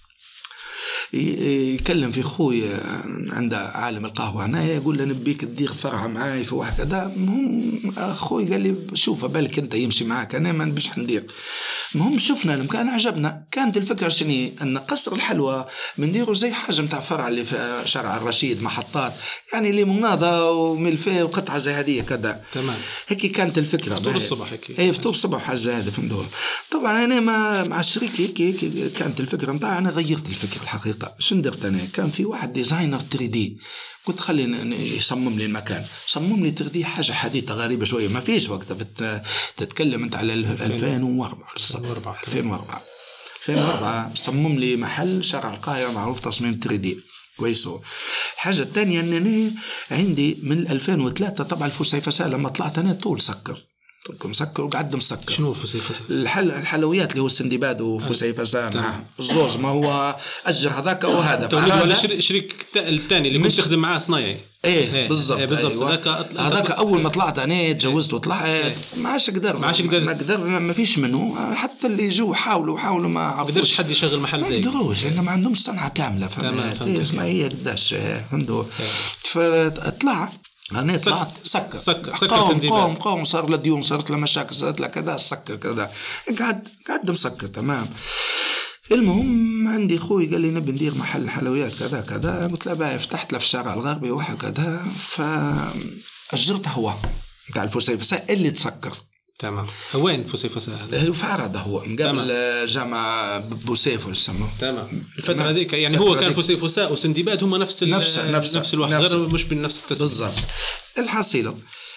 Speaker 2: يكلم في خوي عنده عالم القهوة هنا، يقول له نبيك تدير فرع معاي في واحد كذا. مهم أخوي قال لي شوف بالك أنت يمشي معاك، أنا ما نبيش ندير. مهم شفنا المكان عجبنا. كانت الفكرة شني أن قصر الحلوى بنديره زي حاجة متاع فرع اللي في شارع الرشيد محطات يعني اللي مناضة وملفيه وقطعة زي هذه كذا.
Speaker 1: تمام.
Speaker 2: هيك كانت الفكرة.
Speaker 1: فطور الصبح هيك.
Speaker 2: إيه فطور الصبح حاجة هذا فهمتوا. طبعا أنا ما مع الشريك هيك هيك كانت الفكرة متاع. أنا غيرت الفكرة الحقيقة. شن درت أنا؟ كان في واحد ديزاينر ثري دي قلت خلينا يصمم لي المكان. صمم لي ثري دي حاجة حديثة غريبة شوية. ما فيش وقتها تتكلم أنت على ألفين وأربعة ألفين وأربعة ألفين وأربعة صمم لي محل شارع القاهرة معروف تصميم ثري دي كويسو. الحاجة الثانية أنني عندي من ألفين وثلاثة طبعا الفسيفساء لما طلعت أنا طول سكر مسكر وقعد مسكر.
Speaker 1: شنو فسيفساء؟
Speaker 2: الحل الحلويات اللي هو السندباد وفسيفساء مع الزوز. ما هو أجر هذاك وهذا.
Speaker 1: ولا شريك الثاني اللي كنت تخدم معاه صنايعي.
Speaker 2: ايه, إيه بالضبط
Speaker 1: إيه بالضبط. هذاك
Speaker 2: أيوة. هذاك اول ما طلعت انا تجوزت وطلعت إيه. ما عادش قدر
Speaker 1: ما عادش قدر
Speaker 2: ما قدر ما فيش منه. حتى اللي جو حاولوا حاولوا ما عرفوش.
Speaker 1: ما قدرش حد يشغل محل زي
Speaker 2: ما قدروش لان ما عندهمش صنعه كامله. فهمت ما هي قداش فهمتوا. فطلع أنا طلعت سكر
Speaker 1: سكر سكر
Speaker 2: قوم قوم قوم صار له ديون صارت له مشاكل صارت له كذا سكر كذا قعد قعد مسكر تمام. المهم عندي خوي قال لي نبي ندير محل حلويات كذا كذا. قلت له بقى فتحت له في الشارع الغربي واحد كذا. فأجرت هو بتاع الفسيفساء اللي تسكر.
Speaker 1: تمام. وين فسيفساء هذا؟
Speaker 2: هو في عرضه هو قبل جامعة بوسيفو يسموه.
Speaker 1: تمام. الفترة هذيك يعني هو كان فسيفساء وسندباد هم نفس
Speaker 2: نفس نفس
Speaker 1: نفس الواحد غير مش بنفس التسمية
Speaker 2: بالضبط. الحاصلة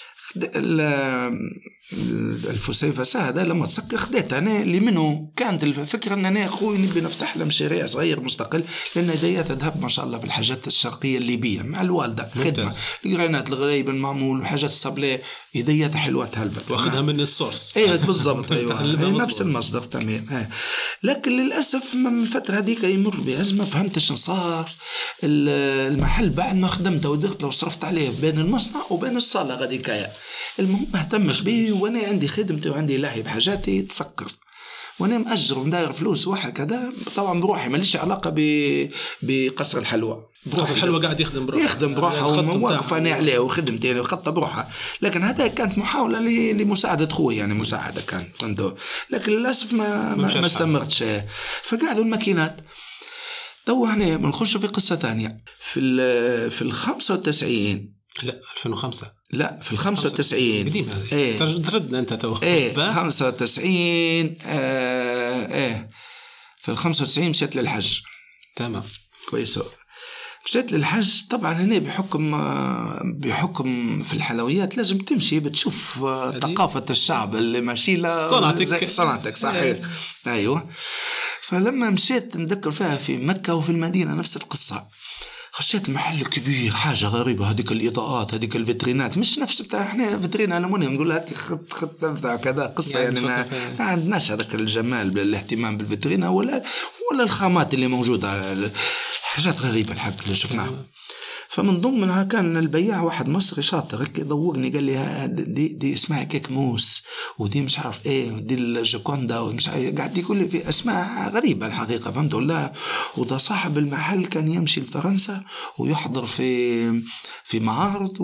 Speaker 2: الفسيفساء هذا لما تسكر خديت أنا اللي منه. كانت الفكرة أن أنا أخوي نبي نفتح له مشاريع صغير مستقل لأن يديا تذهب ما شاء الله في الحاجات الشرقية الليبية مع الوالدة خدمة الجرينات الغريب المعمول وحاجات الصبلة يديا حلوات هلبت
Speaker 1: واخدها من السورس.
Speaker 2: إيه بالضبط أيوة نفس المصدر تمام. لكن للأسف من الفترة هذيك يمر بأزمة فهمتش صار المحل بعد ما خدمته ودرت لو صرفت عليه بين المصنع وبين الصالة غاديكايا. المهم ما اهتمش به وانا عندي خدمتي وعندي لاهي بحاجاتي تسكر وانا مأجر ونداير فلوس واحد كذا. طبعا بروحي ماليش علاقه ب بقصر الحلوى.
Speaker 1: قصر الحلوى قاعد يخدم بروحه
Speaker 2: يخدم بروحه ومواقف انا عليه وخدمتي خطه بروحه. لكن هذا كانت محاوله لمساعده خوي يعني مساعده كان فهمتوا. لكن للاسف ما ما, ما استمرتش. فقعدوا الماكينات. تو احنا بنخش في قصه ثانيه في ال في الخمسة وتسعين.
Speaker 1: لا ألفين وخمسة
Speaker 2: لا في الخمسة وتسعين
Speaker 1: قديم هذه.
Speaker 2: ايه
Speaker 1: تردنا انت تو
Speaker 2: ايه خمسة وتسعين آه ايه في الخمسة وتسعين مشيت للحج.
Speaker 1: تمام
Speaker 2: كويس. مشيت للحج طبعا هنا بحكم بحكم في الحلويات لازم تمشي بتشوف ثقافة الشعب اللي ماشي له
Speaker 1: صنعتك
Speaker 2: صنعتك صحيح. ايوه. فلما مشيت نذكر فيها في مكة وفي المدينة نفس القصة. خشيت محل كبير حاجة غريبة هذيك الإضاءات هذيك الفيترينات مش نفس بتاع إحنا فيترين ألمونيوم نقول لك خط خط بتاع كذا قصة يعني, يعني ما, ما عندناش هذاك الجمال بالاهتمام بالفيترينا ولا ولا الخامات اللي موجودة حاجات غريبة الحق اللي شفناها. فمن ضمنها كان البياع واحد مصري شاطر يدورني، قال لي دي, دي اسمها كيك موس، ودي مش عارف ايه، ودي الجوكوندا، ومش عارف، قاعد يقول لي في اسماء غريبة الحقيقة، فهمت ولا؟ وده صاحب المحل كان يمشي لفرنسا ويحضر في في معارض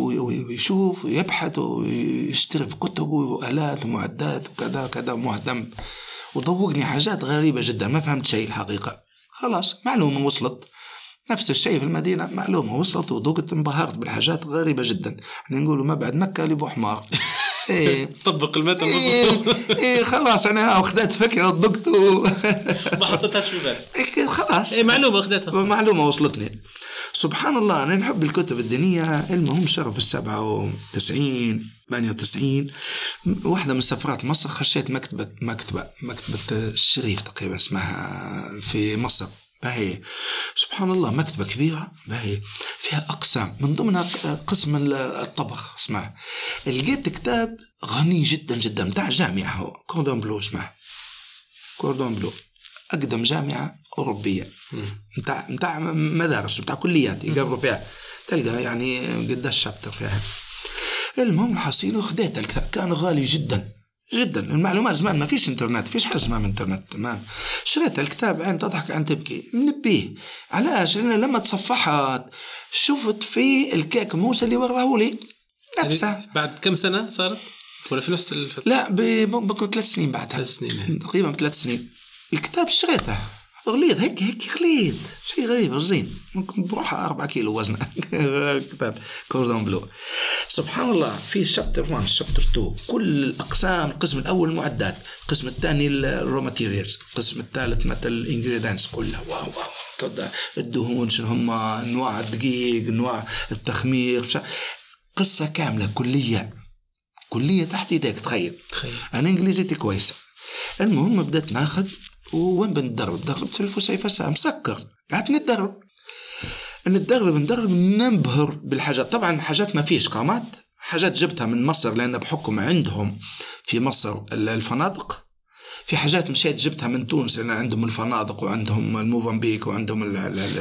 Speaker 2: ويشوف ويبحث ويشتري في كتب وآلات ومعدات وكذا كذا، مهتم، وضوقني حاجات غريبة جدا ما فهمت شيء الحقيقة. خلاص معلومة وصلت، نفس الشيء في المدينة، معلومة وصلت وذوقت، انبهرت بالحاجات غريبة جدا. احنا نقولوا ما بعد مكة لبو حمار.
Speaker 1: إيه طبق المثل.
Speaker 2: إيه, إيه خلاص أنا أخذت فكرة ضقت
Speaker 1: ما حطيتهاش في بالي.
Speaker 2: إيه خلاص.
Speaker 1: إيه معلومة أخذتها.
Speaker 2: معلومة وصلتني. سبحان الله، أنا نحب الكتب الدينية. المهم شرف السبعة وتسعين ثمانية وتسعين واحدة من سفرات مصر خشيت مكتبة مكتبة مكتبة الشريف تقريبا اسمها في مصر. باهي سبحان الله، مكتبة كبيرة باهي فيها أقسام، من ضمنها قسم الطبخ اسمه. لقيت كتاب غني جدا جدا بتاع جامعة، هو كوردون بلو اسمه، كوردون بلو، أقدم جامعة أوروبية متاع متاع مدارس ومتاع كليات يقروا فيها، تلقى يعني قداش شابتر فيها. المهم حصيله خديت الكتاب، كان غالي جدا جدا. المعلومات زمان ما فيش انترنت، فيش حاجه اسمها انترنت، تمام. شريت الكتاب عين تضحك عين تبكي، منبيه. علاش؟ لأن لما تصفحت شفت فيه الكيك موسى اللي وراه لي نفسه.
Speaker 1: بعد كم سنه صارت ولا في نفس الفتره؟
Speaker 2: لا بكم ثلاث سنين بعدها،
Speaker 1: ثلاث سنين
Speaker 2: تقريبا ثلاث سنين. الكتاب شريته غليظ هيك هيك غليظ، شيء غريب رزين، ممكن بروحها أربعة كيلو وزنه. كتاب كوردون بلو. سبحان الله، في شابتر واحد شابتر اثنين كل الأقسام. القسم الأول المعدات، القسم الثاني الرو ماتيريالز، القسم الثالث مثل الانجريدينتس كلها. واو واو كذا، الدهون شنو هم، انواع الدقيق، انواع التخمير، قصة كاملة كلية كلية تحت يديك. تخيل
Speaker 1: تخيل
Speaker 2: أنا إنجليزيتي كويسة. المهم بدأت ناخذ، وين بندرب؟ دربت في الفسيفساء مسكر، قعدت نتدرب نتدرب ندرب ننبهر بالحاجات. طبعا حاجات ما فيش قامات، حاجات جبتها من مصر لأن بحكم عندهم في مصر الفنادق. في حاجات مشيت جبتها من تونس لأن عندهم الفنادق وعندهم الموفنبيك وعندهم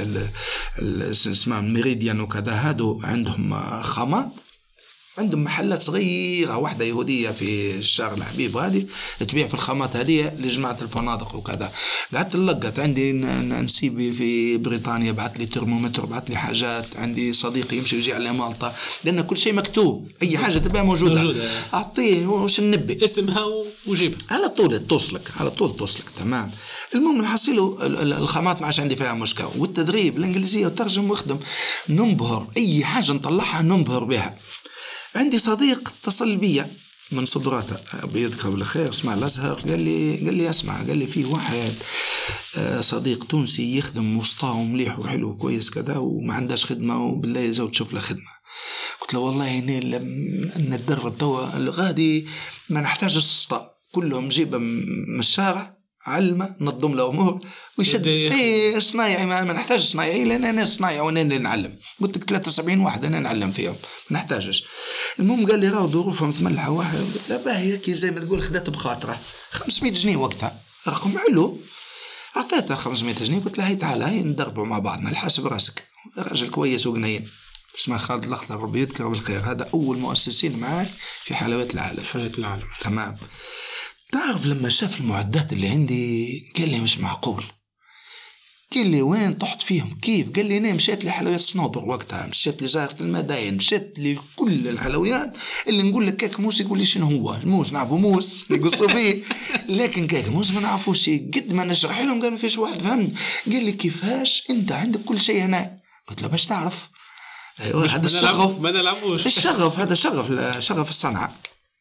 Speaker 2: اسمها ميريديان وكذا، هادو عندهم خامات. عندهم محلات صغيرة، واحدة يهودية في الشارع الحبيب هذه تبيع في الخامات هذه لجماعة الفنادق وكذا. قعدت لقت عندي نسيبي في بريطانيا بعت لي ترمومتر، بعت لي حاجات. عندي صديقي يمشي يجي على مالطا، لأن كل شيء مكتوب، أي حاجة تبقى موجودة, موجودة. أعطيه وش النبي
Speaker 1: اسمها وجيبها
Speaker 2: على طول توصلك، على طول توصلك، تمام. المهم الحصيل الخامات ما عادش عندي فيها مشكلة، والتدريب الإنجليزية وترجم واخدم، ننبهر أي حاجة نطلعها ننبهر بها. عندي صديق اتصل بي من صبراته بيذكر بالخير اسمه الأزهر، قال لي قال لي اسمع، قال لي في واحد صديق تونسي يخدم وسطاه ومليح وحلو كويس كذا وما عندهاش خدمة، وبالله زود تشوف له خدمة. قلت له والله هنا نتدرب توا الغادي ما نحتاج السطا، كلهم جيبه من الشارع، علمه نظم له امور ويشد. ايه صنايعي، ما نحتاج صنايعي لان انا صنايعي وانا اللي نعلم. قلت لك ثلاثة وسبعين واحد انا نعلم فيهم، ما نحتاجش. المهم قال لي راه ظروفها متملحه واحد. قلت له باهي هيك زي ما تقول خذت بخاطره خمسمية جنيه وقتها، رقم حلو. اعطيته خمسمية جنيه، قلت له هاي تعال هاي ندربوا مع بعضنا، الحاسب راسك، راجل كويس وقنين اسمه خالد الأخضر ربي يذكره بالخير. هذا أول مؤسسين معاي في حلويات العالم.
Speaker 1: حلويات العالم
Speaker 2: تمام. تعرف لما شاف المعدات اللي عندي قال لي مش معقول، قال لي وين طحت فيهم كيف؟ قال لي أنا مشيت لحلويات صنوبر وقتها، مشيت لزهرة المداين، مشيت لكل الحلويات اللي نقول لك كيك موس يقول لي شنو هو الموس، نعرفه موس يقصوا فيه، لكن كيك موس ما نعرفوش. قد ما نشرح لهم قال ما فيش واحد فهم. قال لي كيفاش أنت عندك كل شيء هنا؟ قلت له باش تعرف. أيوة هذا الشغف،
Speaker 1: ما نلعبوش
Speaker 2: الشغف هذا شغف شغف الصنعة.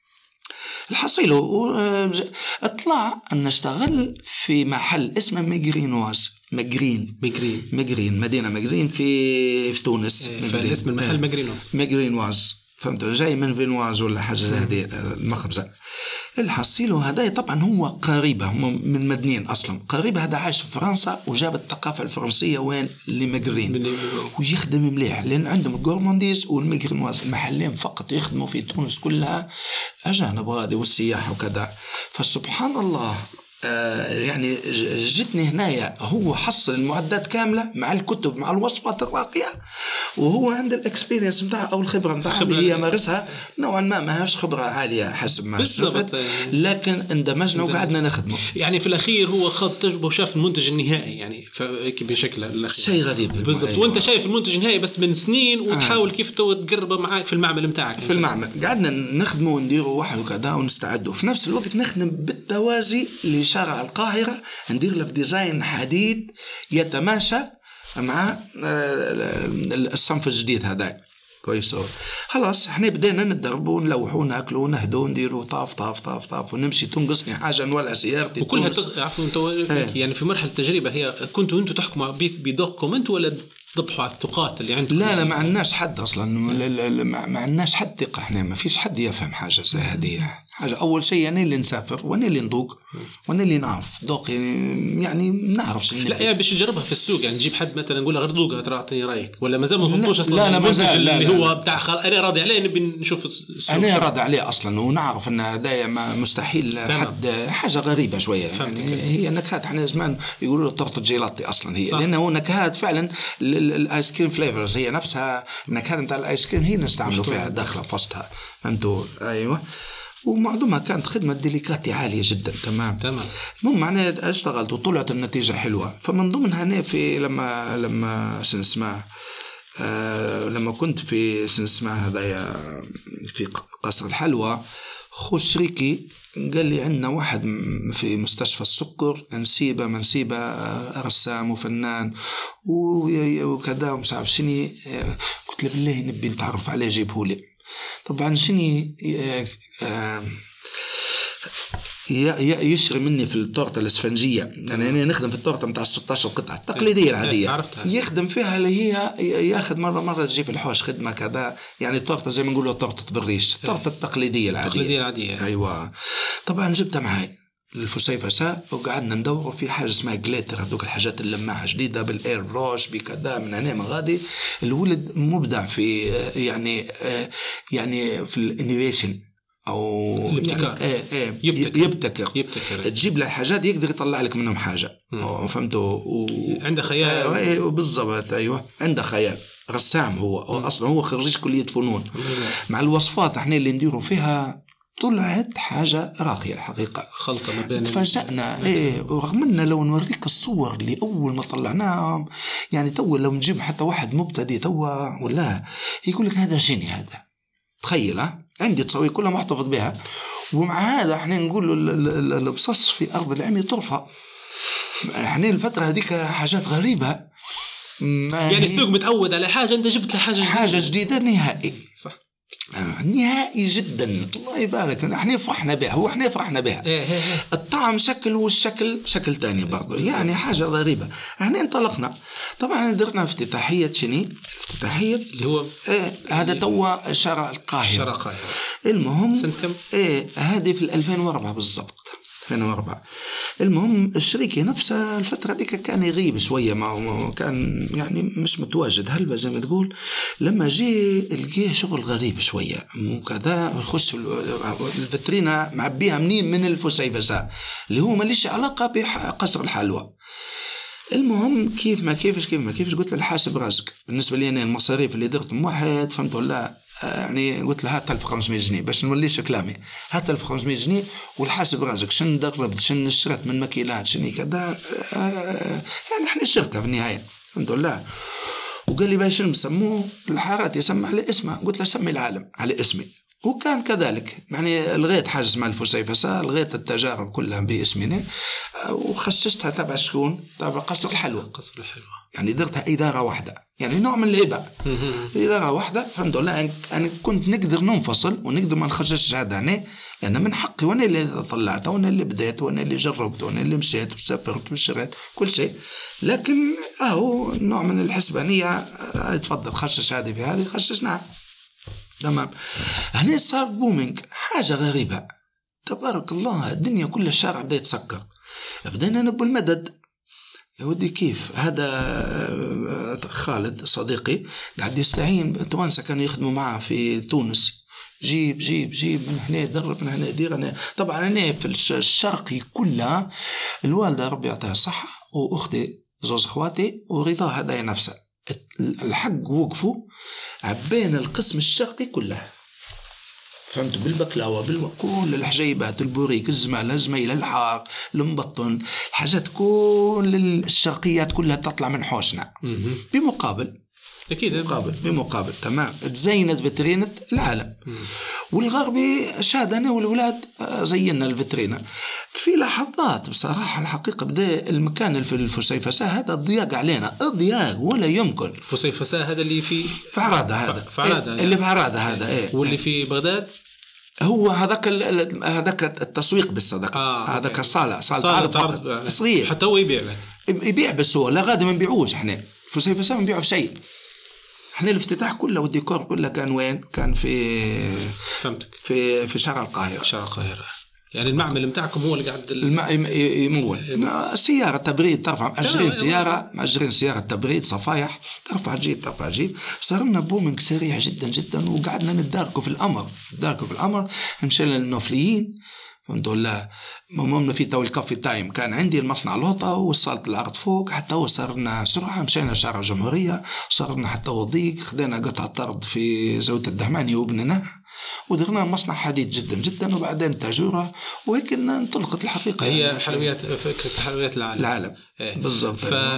Speaker 2: الحصيل اطلع أن نشتغل في محل اسمه ميغرينواز، مجرين
Speaker 1: مجرين
Speaker 2: مجرين مدينة مجرين في في تونس.
Speaker 1: إيه اسم المحل مجرينواز
Speaker 2: مجرينواز، فهمتوا؟ جاي من فينواز ولا حاجة زي هذه المخبزة. الحصيل هذا طبعا هو قريبة، هم من مدنين أصلا قريبة. هذا عايش في فرنسا وجاب الثقافة الفرنسية وين لمجرين، ويخدم مليح لأن عندهم الجورمانديز والمجرينواز المحلين فقط يخدموا في تونس كلها أجانب غادي والسياحة وكذا. فسبحان الله آه يعني جتني هنايا، هو حصل المعدات كاملة مع الكتب مع الوصفات الراقية، وهو عنده الاكسبيرينس نتاعه او الخبره نتاعه اللي هي مارسها نوعا ما ماهاش خبره عاليه حسب ما شفت، لكن اندمجنا وقعدنا نخدمه.
Speaker 1: يعني في الاخير هو خاض تجربه وشاف المنتج النهائي يعني بشكل الاخير
Speaker 2: شيء غريب
Speaker 1: بالضبط. أيوة. وانت شايف المنتج النهائي بس من سنين وتحاول آه. كيف تقربه معك في المعمل نتاعك.
Speaker 2: في المعمل قعدنا نخدمه ونديره واحد وكذا ونستعده، في نفس الوقت نخدم بالتوازي لشارع القاهره، ندير له في ديزاين حديد يتماشى مع الصنف الجديد هذا. كويس. خلاص احنا بدينا ندربوا ونلوحوا وناكلوا ونهدوا ونديروا طاف طاف طاف طاف ونمشي تنقصني حاجه نولع سيارتي
Speaker 1: وكلها تغ... عفوا انت ايه. يعني في مرحله التجربه هي كنتوا انتوا تحكموا بذوقكم انتوا ولا ضبحوا على الثقات اللي عندكم؟
Speaker 2: لا لا ما عندناش حد اصلا، ما عندناش حد ثقه، احنا ما فيش حد يفهم حاجه زي هذه. حاجه اول شيء يعني اللي نسافر وانا اللي ندوق وانا اللي نعرف ذوق يعني, يعني نعرف.
Speaker 1: لا يعني باش نجربها في السوق يعني نجيب حد مثلا نقول له غير ذوق ترى اعطيني رايك ولا مازال ما وصلتوش اصلا؟
Speaker 2: لا لا مازال
Speaker 1: اللي
Speaker 2: لا
Speaker 1: هو
Speaker 2: لا.
Speaker 1: بتاع خل... انا راضي عليه نبي نشوف السوق.
Speaker 2: انا راضي عليه اصلا ونعرف ان هذا مستحيل حد حاجه غريبه شويه يعني. هي نكهات احنا زمان يقولوا له طرطة جيلاتي اصلا هي صح. لانه نكهات فعلا الايس كريم فليفرز هي نفسها النكهات نتاع الايس كريم هي نستعملوا فيها داخله في وسطها فهمتوا. ايوه. ومعظمها كانت خدمة ديليكاتي عالية جدا. تمام تمام. المهم معناها اشتغلت وطلعت النتيجة حلوة. فمن ضمنها أنا في لما لما سنسمع آه لما كنت في سنسمع هذا في قصر الحلوى خوش شريكي قال لي عندنا واحد في مستشفى السكر نسيبة منسيبة رسام وفنان وكذا ومش عارف شني. قلت له بالله نبي نتعرف عليه جيبه لي. طبعا شني يشري مني في التورته الاسفنجيه يعني انا نخدم في التورته نتاع ستة عشر قطعه التقليديه العاديه يخدم فيها اللي هي ياخذ مره مره تجي في الحوش خدمه كذا يعني التورته زي ما نقولوا تورته بالريش التورته التقليديه العاديه التقليديه العاديه. ايوه. طبعا جبتها معي الفسيفساء وقعدنا ندور في حاجه اسمها جليتر هذوك الحاجات اللماعه جديده بالاير بروش بكذا من هنا من غادي. الولد مبدع في يعني يعني في الانوفيشن او
Speaker 1: الابتكار
Speaker 2: يعني ايه ايه
Speaker 1: يبتكر.
Speaker 2: يبتكر
Speaker 1: يبتكر
Speaker 2: تجيب له حاجات يقدر يطلع لك منهم حاجه. فهمتوا و...
Speaker 1: عنده خيال.
Speaker 2: ايه بالضبط. ايوه عنده خيال. رسام هو اصلا هو خريج كليه فنون. مع الوصفات احنا اللي نديروا فيها طلعت حاجة راقية الحقيقة.
Speaker 1: خلطة ما بين
Speaker 2: تفاجأنا. إيه رغم أن لو نوريك الصور اللي أول ما طلعناهم يعني تو لو نجيب حتى واحد مبتدئ تو ولا يقول لك هذا جيني هذا. تخيل ها عندي تصوير كلها محتفظ بها ومع هذا احنا نقول له البصص في أرض العمي طرفة. احنا الفترة هذيك حاجات غريبة
Speaker 1: يعني السوق متعود على حاجة أنت جبت له حاجة جديدة.
Speaker 2: حاجة جديدة نهائي.
Speaker 1: صح
Speaker 2: نهائي جدا. الله يبارك احنا فرحنا بها هو احنا فرحنا بها. الطعم شكل والشكل شكل تاني برضو يعني حاجة غريبة. احنا انطلقنا طبعا درنا افتتاحية شني افتتاحية
Speaker 1: اللي هو
Speaker 2: ايه هذا توا شارع القاهرة.
Speaker 1: شارع القاهرة.
Speaker 2: المهم
Speaker 1: سنة كم؟
Speaker 2: ايه هذه في ألفين وأربعة بالضبط ألفين وأربعة. المهم الشريكي نفسه الفترة ديك كان يغيب شوية ما كان يعني مش متواجد هلبة زي ما تقول. لما جي لقيه شغل غريب شوية وكذا يخش الفترينة معبيها منين من الفسيفساء اللي هو ماليش علاقة بقصر الحلوى. المهم كيف ما كيفش كيف ما كيفش قلت له الحاسب رازق بالنسبة لي أنا المصاريف اللي درتهم واحد فهمت ولا يعني قلت له هات ألف وخمسمائة جنيه باش نوليش كلامي هات ألف وخمسمائة جنيه والحاسب رازق شن دربت شن اشتريت من ماكينات شني كذا يعني احنا الشركة في النهاية الحمد لله. وقال لي باش نسموه الحارات يسمى على اسمه. قلت له سمي العالم على اسمي وكان كذلك يعني لغيت حاجة اسمها الفسيفساء لغيت التجارب كلها باسمنا وخصصتها تبع شكون تبع قصر الحلوى.
Speaker 1: قصر الحلوى يعني
Speaker 2: درتها إدارة واحدة يعني نوع من الهبة إدارة واحدة. فهمت ولا أنا كنت نقدر ننفصل ونقدر ما نخشش هذا هنا لأن من حقي وأنا اللي طلعت وأنا اللي بديت وأنا اللي جربت وأنا اللي مشيت وسافرت وشريت كل شيء. لكن أهو نوع من الحسبانية تفضل خشش هذه في هذه خششنا تمام. هنا صار بومينج حاجة غريبة تبارك الله الدنيا كل الشارع بدأ يتسكر. بدأنا نبو المدد يا ودي كيف هذا خالد صديقي قاعد يستعين توانسة كانوا يخدموا معه في تونس جيب جيب جيب من هنا درب من هنا دير هنا. طبعا أنا في الشرقي كلها الوالدة ربي يعطيها الصحة وأختي زوز أخواتي ورضا هذا نفسه الحق وقفوا عبين القسم الشرقي كله، فهمت، بالبكلاوة بالكل الحجيبات البوريك الزمالة الزميلة الحار المبطن الحاجات كل الشرقيات كلها تطلع من حوشنا بمقابل
Speaker 1: أكيد
Speaker 2: بمقابل بمقابل تمام تزينت فيترينة العالم. مم. والغربي شاد أنا والولاد زينا الفيترينة في لحظات بصراحة الحقيقة بدأ المكان في الفسيفساء هذا الضياق علينا الضياق ولا يمكن.
Speaker 1: الفسيفساء هذا اللي في
Speaker 2: في عرادة هذا
Speaker 1: في عرادة
Speaker 2: إيه اللي في عرادة هذا إيه
Speaker 1: واللي في بغداد
Speaker 2: هو هذاك هذاك التسويق بالصدقة
Speaker 1: آه
Speaker 2: هذاك صالة صالة عرض صغير
Speaker 1: حتى هو يبيع لك
Speaker 2: يبيع بس هو لا غادي ما نبيعوش احنا الفسيفساء ما نبيعوا في شيء. احنا الافتتاح كله والديكور كله كان وين؟ كان في
Speaker 1: فهمتك
Speaker 2: في في شارع القاهرة.
Speaker 1: شارع القاهرة يعني المعمل متاعكم هو اللي قاعد
Speaker 2: الم... يمول سيارة تبريد ترفع مأجرين سيارة مأجرين سيارة تبريد صفايح ترفع جيب ترفع جيب. صار لنا بومينج سريع جدا جدا وقعدنا نداركوا في الأمر نداركوا في الأمر. مشينا للنوفليين الحمد لله مهمنا في تو الكافي تايم كان عندي المصنع لوطة وصلت العرض فوق حتى هو صار لنا سرعة. مشينا شارع الجمهورية صار لنا حتى وضيق خدينا قطعة أرض في زاوية الدهماني وبنيناها ودرنا مصنع حديد جدا جدا وبعدين تاجورة وهيك انطلقت الحقيقة.
Speaker 1: هي
Speaker 2: يعني
Speaker 1: حلويات فكرة حلويات العالم
Speaker 2: العالم
Speaker 1: إيه.
Speaker 2: بالضبط.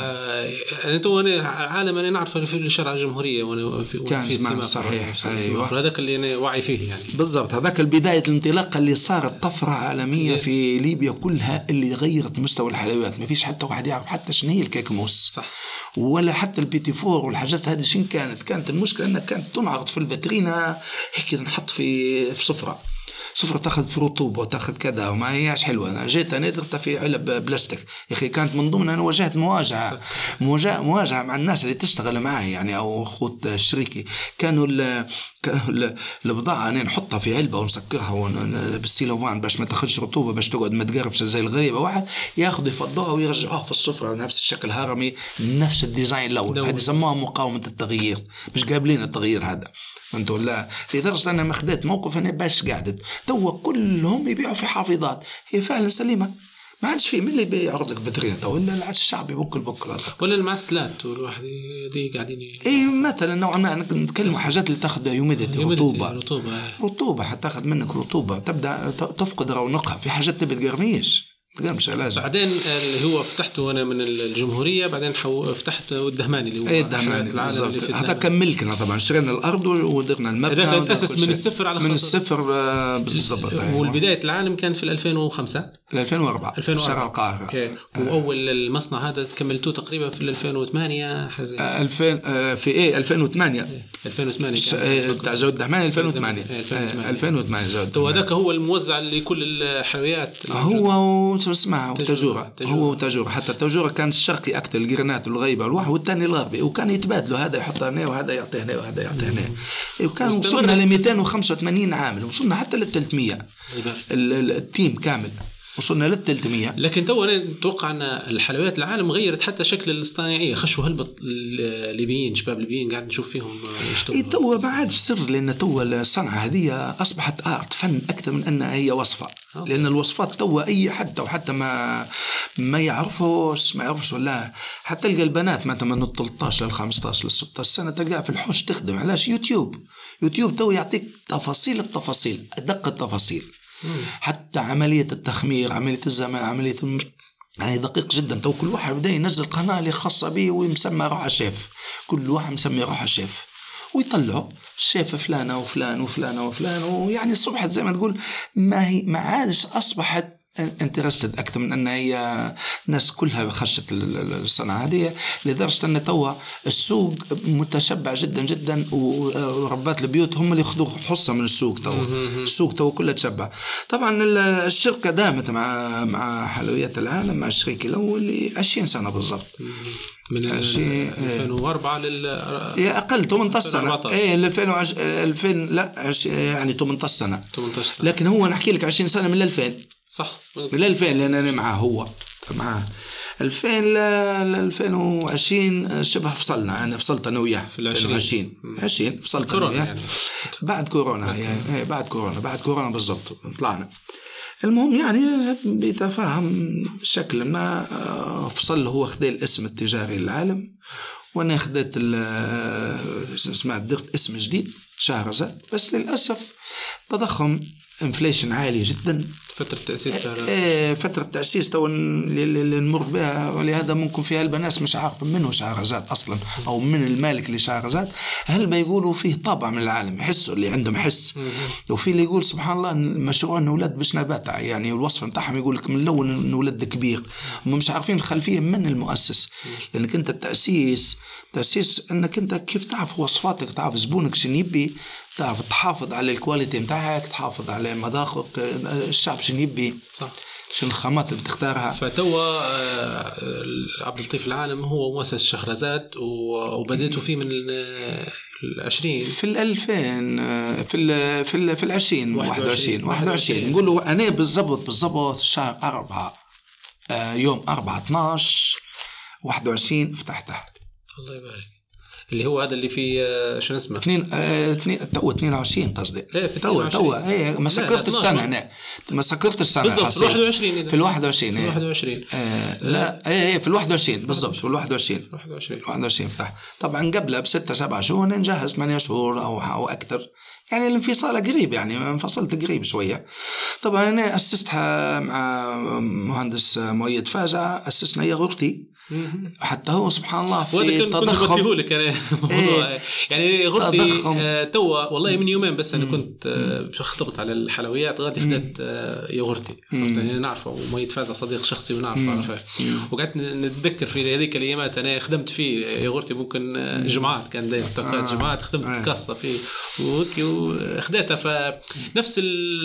Speaker 1: فأنتوا أنا عالم أنا نعرف في شارع الجمهورية وأنا في
Speaker 2: كان في زمان صحيح
Speaker 1: أيوة. هذاك اللي أنا واعي فيه يعني
Speaker 2: بالضبط. هذاك البداية الانطلاقة اللي صارت طفرة عالمية في ليبيا كلها اللي غيرت مستوى الحلويات. ما فيش حتى واحد يعرف حتى شنو هي الكيك موس
Speaker 1: صح
Speaker 2: ولا حتى البيتي فور والحاجات هذه شين كانت. كانت المشكلة أنها كانت تنعرض في الفاترينا هيك نحط في في صفرة صفرة تاخذ في رطوبة وتاخذ كذا وما هياش حلوة. أنا جيت أنا درتها في علب بلاستيك يا أخي كانت من ضمن أنا واجهت مواجهة مواجهة مواجهة مع الناس اللي تشتغل معي يعني أو أخوت شريكي كانوا ال كانوا البضاعة أنا نحطها في علبة ونسكرها بالسيلوفان باش ما تاخذش رطوبة باش تقعد ما تقربش زي الغريبة. واحد ياخذ يفضوها ويرجعوها في الصفرة نفس الشكل هرمي نفس الديزاين الأول. هذه يسموها مقاومة التغيير مش قابلين التغيير هذا فهمت ولا. لدرجة أنا ما خديت موقف أنا باش قاعدت توا كلهم يبيعوا في حافظات هي فعلا سليمة ما عادش فيه من اللي بيعرض لك فيترينا ولا العاد الشعبي بكل بكل هذا
Speaker 1: ولا المعسلات والواحد دي قاعدين
Speaker 2: اي مثلا نوعا ما نتكلم حاجات اللي تاخذ هيوميديتي رطوبة
Speaker 1: رطوبة
Speaker 2: رطوبة حتاخذ منك رطوبة تبدأ تفقد رونقها في حاجات تبي تقرميش مش علاج.
Speaker 1: بعدين اللي هو فتحته أنا من الجمهورية بعدين حو فتحت الدهماني اللي هو
Speaker 2: ايه الدهماني بالضبط. هذا كملكنا طبعا شرينا الأرض ودرنا المبنى
Speaker 1: هذا تأسس من الصفر على
Speaker 2: من الصفر بالضبط.
Speaker 1: والبداية العالم كان في ألفين وخمسة
Speaker 2: ألفين وأربعة شارع القاهرة
Speaker 1: آه. وأول المصنع هذا كملتوه تقريبا في ألفين وثمانية حزين
Speaker 2: آه ألفين آه في إيه ألفين وثمانية
Speaker 1: إيه. ألفين وثمانية
Speaker 2: بتاع زود الدهماني ألفين وثمانية ألفين وثمانية زود.
Speaker 1: وهذاك هو الموزع لكل الحلويات
Speaker 2: هو اسمها تجورة هو وتجورة حتى التجورة كان الشرقي أكثر الجرنات والغيبة والواحد والثاني الغربي وكان يتبادلوا هذا يحط هنا وهذا يعطي هنا وهذا يعطي هنا وكان وصلنا ل مئتين وخمسة وثمانين عامل وصلنا حتى لل ثلاثمية التيم كامل وصلنا لل ثلاثمية.
Speaker 1: لكن تو أنا أتوقع أن الحلويات العالم غيرت حتى شكل الصناعية خشوا هلبط الليبيين شباب الليبيين قاعد نشوف فيهم يشتغلوا.
Speaker 2: إيه تو ما عادش سر لأن تو الصنعة هذه أصبحت آرت فن أكثر من أنها هي وصفة. أوه. لأن الوصفات تو أي حد أو حتى ما ما يعرفوش ما يعرفش ولا حتى تلقى البنات مثلا من ثلاثة عشر للخمسة عشر للستة عشر سنة تلقى في الحوش تخدم علاش يوتيوب يوتيوب تو يعطيك تفاصيل التفاصيل أدق التفاصيل. حتى عملية التخمير عملية الزمن عملية المش... يعني دقيق جدا. تو كل واحد بدا ينزل قناة اللي خاصة به ويسمى روح شيف كل واحد مسمي روح شيف ويطلعوا الشيف فلانة وفلان وفلانة وفلان ويعني الصبح زي ما تقول ما هي ما عادش أصبحت انترستد أكثر من أن هي ناس كلها خشت الصناعة هذه لدرجة أن توا السوق متشبع جدا جدا وربات البيوت هم اللي يأخذوا حصة من السوق. توا السوق توا كله تشبع. طبعا الشركة دامت مع مع حلويات العالم مع الشريك الأول لعشرين سنة بالضبط
Speaker 1: من ألفين وأربعة لل
Speaker 2: يا أقل ثمانية عشر سنة إيه ألفين وعش... ألفين لا يعني ثمانية عشر سنة.
Speaker 1: ثمانية عشر سنة
Speaker 2: لكن هو نحكي لك عشرين سنة من ألفين
Speaker 1: صح
Speaker 2: من ألفين لأن أنا معه هو معه ألفين ل ألفين وعشرين شبه فصلنا أنا فصلت أنا وياه
Speaker 1: في العشرين
Speaker 2: عشرين فصلت أنا وياه يعني. بعد كورونا يعني بعد كورونا بعد كورونا بالضبط طلعنا. المهم يعني بيتفاهم شكل ما فصل هو خذ الاسم التجاري للعالم وانا خدت اسمها درت اسم جديد شهرزاد، بس للاسف تضخم انفليشن عالي جدا.
Speaker 1: فترة تأسيس
Speaker 2: ايه فترة تأسيس تو اللي نمر بها، ولهذا ممكن فيها البناس مش عارف منه شهرزاد أصلا أو من المالك لشهرزاد. هل ما يقولوا فيه طابع من العالم، يحسوا اللي عندهم حس، وفي اللي يقول سبحان الله مشروع نولد باش نبات، يعني الوصف نتاعهم يقول لك من لون نولد كبير، هم مش عارفين الخلفية من المؤسس. لأنك أنت التأسيس تأسيس أنك أنت كيف تعرف وصفاتك، تعرف زبونك شن يبي، تعرف تحافظ على الكواليتي متاعك، تحافظ على مذاقك، الشعب شن يبي، صح، شن الخامات اللي بتختارها.
Speaker 1: فتوا عبد اللطيف العالم هو مؤسس شهرزاد وبدأته فيه من العشرين
Speaker 2: في الألفين في ال في ال في العشرين واحد وعشرين واحد وعشرين نقول له أنا بالضبط بالضبط شهر أربعة يوم أربعة اثناش واحد وعشرين فتحتها.
Speaker 1: الله يبارك. اللي هو هذا اللي في شو اسمه
Speaker 2: اثنين اثنين تو اثنين وعشرين قصدي.
Speaker 1: ايه في
Speaker 2: تو تو ايه ما سكرت السنه انا ما سكرت السنه
Speaker 1: بالضبط واحد وعشرين
Speaker 2: في الواحد وعشرين
Speaker 1: في واحد وعشرين
Speaker 2: آه لا ايه في الواحد وعشرين بالضبط في الواحد وعشرين
Speaker 1: واحد وعشرين
Speaker 2: واحد وعشرين فتح. طبعا قبلها بستة سبعة شهور نجهز ثمانية شهور او او اكثر، يعني الانفصال قريب، يعني انفصلت قريب شويه. طبعا انا اسستها مع مهندس مؤيد فازع، اسسنا هي غرتي حتى هو سبحان الله في تضخم.
Speaker 1: لك أنا إيه يعني غرتي آه توا والله من يومين بس أنا كنت آه خطبت على الحلويات غادي خدت آه يغرتي، يعني نعرفه ومؤيد فازع صديق شخصي ونعرفه عرفه، وقعدت نتذكر في هذيك الأيامات أنا خدمت فيه يغرتي ممكن آه جمعات، كان دايما توقيت جمعات خدمت آه. قصة فيه وكي وخدتها، فنفس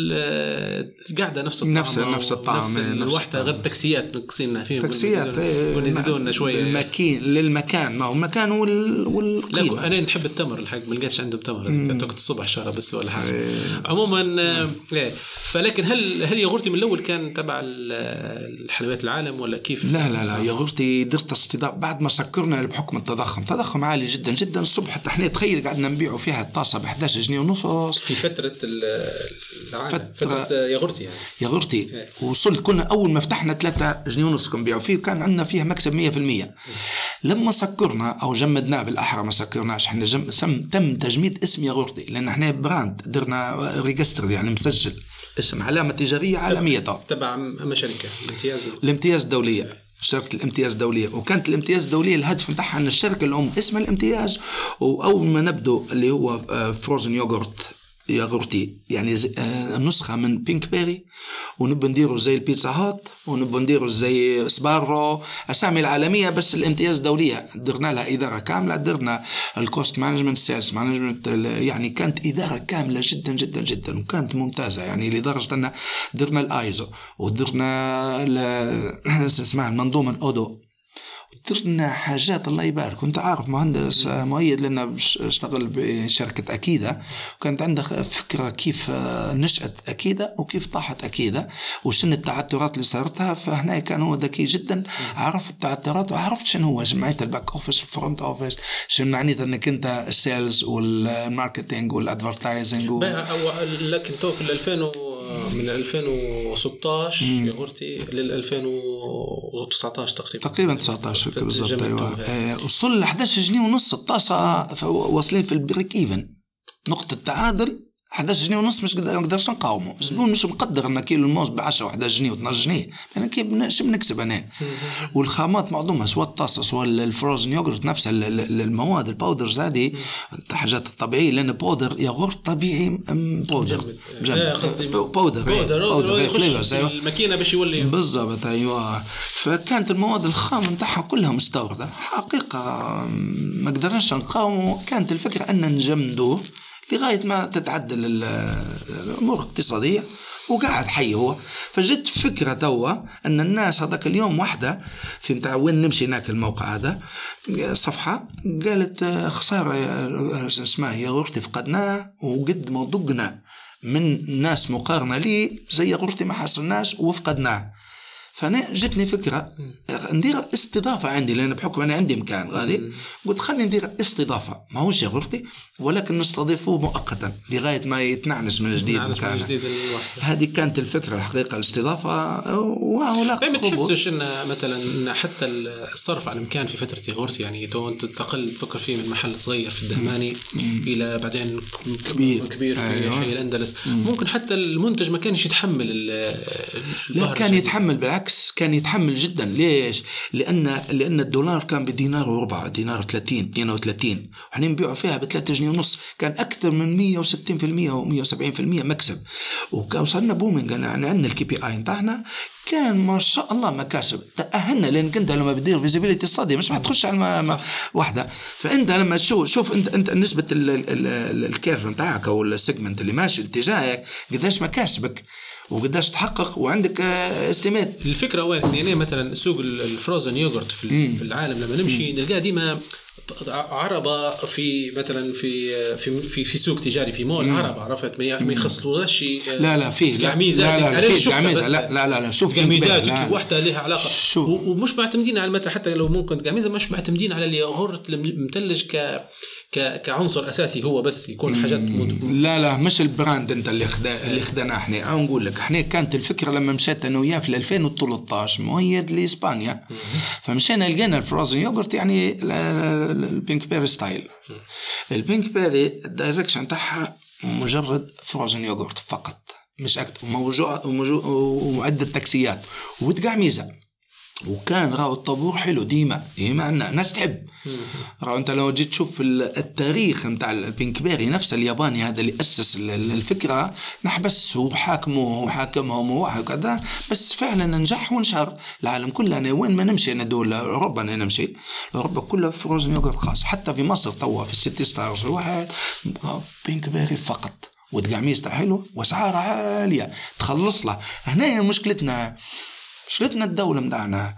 Speaker 1: القعدة نفس الطعم
Speaker 2: نفس نفس الطعم
Speaker 1: نفس الوحدة غير التكسيات نقصينا فيه
Speaker 2: تكسيات
Speaker 1: ونزيدونا شوية
Speaker 2: المكين للمكان، ما هو المكان وال والقيمة.
Speaker 1: لا أنا نحب التمر الحق ما لقيتش عندهم تمر، توقت الصبح شهر بس ولا حاجة ايه. عموما ايه. فلكن هل هل يغرتي من الأول كان تبع الحلويات العالم ولا كيف؟
Speaker 2: لا لا لا يغرتي درت استضافة بعد ما سكرنا بحكم التضخم، تضخم عالي جدا جدا. الصبح حتى احنا تخيل قعدنا نبيعوا فيها الطاسة ب إحدى عشر جنيه ونص
Speaker 1: في فترة العالم فترة, فترة يغرتي يعني
Speaker 2: يغرتي ايه. وصلت كنا أول ما فتحنا ثلاثة جنيه ونص كنا نبيعوا فيه وكان عندنا فيها مكسب مية في المية. لما سكرنا او جمدناه بالاحرى ما سكرناش احنا جم... سم... تم تجميد اسم يغرتي، لان احنا براند درنا ريجستر يعني مسجل اسم علامه تجاريه عالميه
Speaker 1: تبع ما شركه الامتياز
Speaker 2: الامتياز الدوليه شركة الامتياز الدولية. وكانت الامتياز الدولية الهدف نتاعها أن الشركة الأم اسمها الامتياز. وأول ما نبدو اللي هو فروزن يوغورت ياغورتي يعني نسخة من بينك بيري، ونبى نديروا زي البيتزا هات ونبى نديروا زي سبارو أسامي العالمية، بس الامتياز الدولية درنا لها إدارة كاملة، درنا الكوست مانجمنت سيلز مانجمنت، يعني كانت إدارة كاملة جدا جدا جدا وكانت ممتازة، يعني لدرجة أن درنا الآيزو ودرنا اسمها المنظومة الأودو، درنا حاجات الله يبارك. كنت عارف مهندس مؤيد لأنه اشتغل بشركة أكيدة وكانت عنده فكرة كيف نشأت أكيدة وكيف طاحت أكيدة وشن التعثرات اللي صارتها. فهنا كان هو ذكي جدا، عرف التعثرات وعرفت شنو هو معنية الباك أوفيس الفرونت أوفيس، شنو معنية أنك أنت السيلز والماركتينج والأدفرتايزنج و...
Speaker 1: لكن تو في الألفين من ألفين وستاشر يغرتي لل ألفين وتسعتاشر تقريبا
Speaker 2: تقريبا تسعتاشر بالضبط. ايوه وصل ل إحدى عشر جنيه ونص الطاسه، واصلين في البريك ايفن نقطه تعادل إحدى عشر جنيه ونص، مش نقدرش نقاومه. الزبون مش مقدر ان كيلو الموز ب عشرة وإحدى عشر جنيه و12 جنيه، انا كيف شو بنكسب انا؟ والخامات معظمها سواء الطاسه سواء الفروزن يوغورت نفسها المواد الباودرز هذه الحاجات الطبيعيه، لان باودر ياغورت طبيعي باودر
Speaker 1: قصدي
Speaker 2: باودر
Speaker 1: باودر يخش في الماكينه باش يولي
Speaker 2: بالضبط. ايوه فكانت المواد الخام نتاعها كلها مستورده حقيقه، ما قدرناش نقاومه. كانت الفكره ان نجمدوه لغاية ما تتعدل الأمور الاقتصادية وقاعد حي هو. فجت فكرة توا أن الناس هذاك اليوم واحدة في متاع وين نمشي هناك الموقع هذا صفحة قالت خسارة اسمها ياغورتي فقدناه وقد ما ضقنا من ناس مقارنة لي زي ياغورتي ما حصلناش وفقدناه. فأنا جتني فكرة ندير استضافة عندي، لأن بحكم أنا عندي مكان غادي، قلت خليني ندير استضافة ما هوش غرفتي، ولكن نستضيفه مؤقتا لغاية ما يتنعنس من جديد مكانه. هذه كانت الفكرة الحقيقة، الاستضافة. ولا
Speaker 1: ما تحسش إن مثلا إن حتى الصرف على مكان في فترة غرفتي، يعني تو أنت تقل تفكر فيه من محل صغير في الدهماني إلى بعدين كبير كبير في أيوة. حي الأندلس، ممكن حتى المنتج ما كانش يتحمل.
Speaker 2: لا كان يتحمل، بالعكس كان يتحمل جدا. ليش؟ لأن لأن الدولار كان بدينار وربع، دينار ثلاثين اثنين وثلاثين، وحنا نبيعه فيها بثلاثة جنيه ونص، كان أكثر من مية وستين بالمية ومية وسبعين بالمية مكسب. وصلنا بومينج، عندنا الكي بي آي نتاعنا كان ما شاء الله مكاسب. تأهلنا لأنك أنت لما بدير فيزيبيليتي استادي مش راح تخش على ما واحدة، فأنت لما تشوف شوف أنت أنت نسبة الكيرف نتاعك أو السيجمنت اللي ماشي اتجاهك قداش مكاسبك وقداش تحقق وعندك استماد.
Speaker 1: الفكرة وين يعني مثلا سوق الفروزن يوغورت في, في العالم لما نمشي نلقى ديما عربة في مثلا في في في, في سوق تجاري في مول عربة، عرفت ما يخصلوش
Speaker 2: لا لا فيه لا لا لا فيه قميزة لا لا لا لا شوف
Speaker 1: قميزات واحدة لها علاقة ومش معتمدين على متى، حتى لو ممكن قميزة مش معتمدين على الياغورت المثلج ك كعنصر أساسي هو بس يكون حاجات
Speaker 2: م- لا لا مش البراند أنت اللي خدا اللي خدنا إحنا. أو نقول لك إحنا كانت الفكرة لما مشيت أنا وياه في ألفين وثلاثة عشر مؤيد لإسبانيا، فمشينا لقينا الفروزن يوغورت يعني البينك بيري ستايل. البينك بيري الدايركشن تاعها مجرد فروزن يوغورت فقط مش أكتر، وموجود ومعدة تاكسيات وتقع ميزة، وكان راو الطابور حلو ديما ديما عنا ناس تحب. راو انت لو جيت تشوف التاريخ متاع البينك بيري نفس الياباني هذا اللي أسس الفكرة نحبس وحاكمه وحاكمهم وهكذا، بس فعلا نجح ونشهر العالم كله. أنا وين ما نمشي أنا دول أوروبا أنا نمشي أوروبا كلها فروزن يوغورت خاص، حتى في مصر توا في السيتي ستارز الواحد بينك بيري فقط وتقعميزته حلو واسعار عالية تخلص له. هنا مشكلتنا مشكلتنا الدولة مدعنا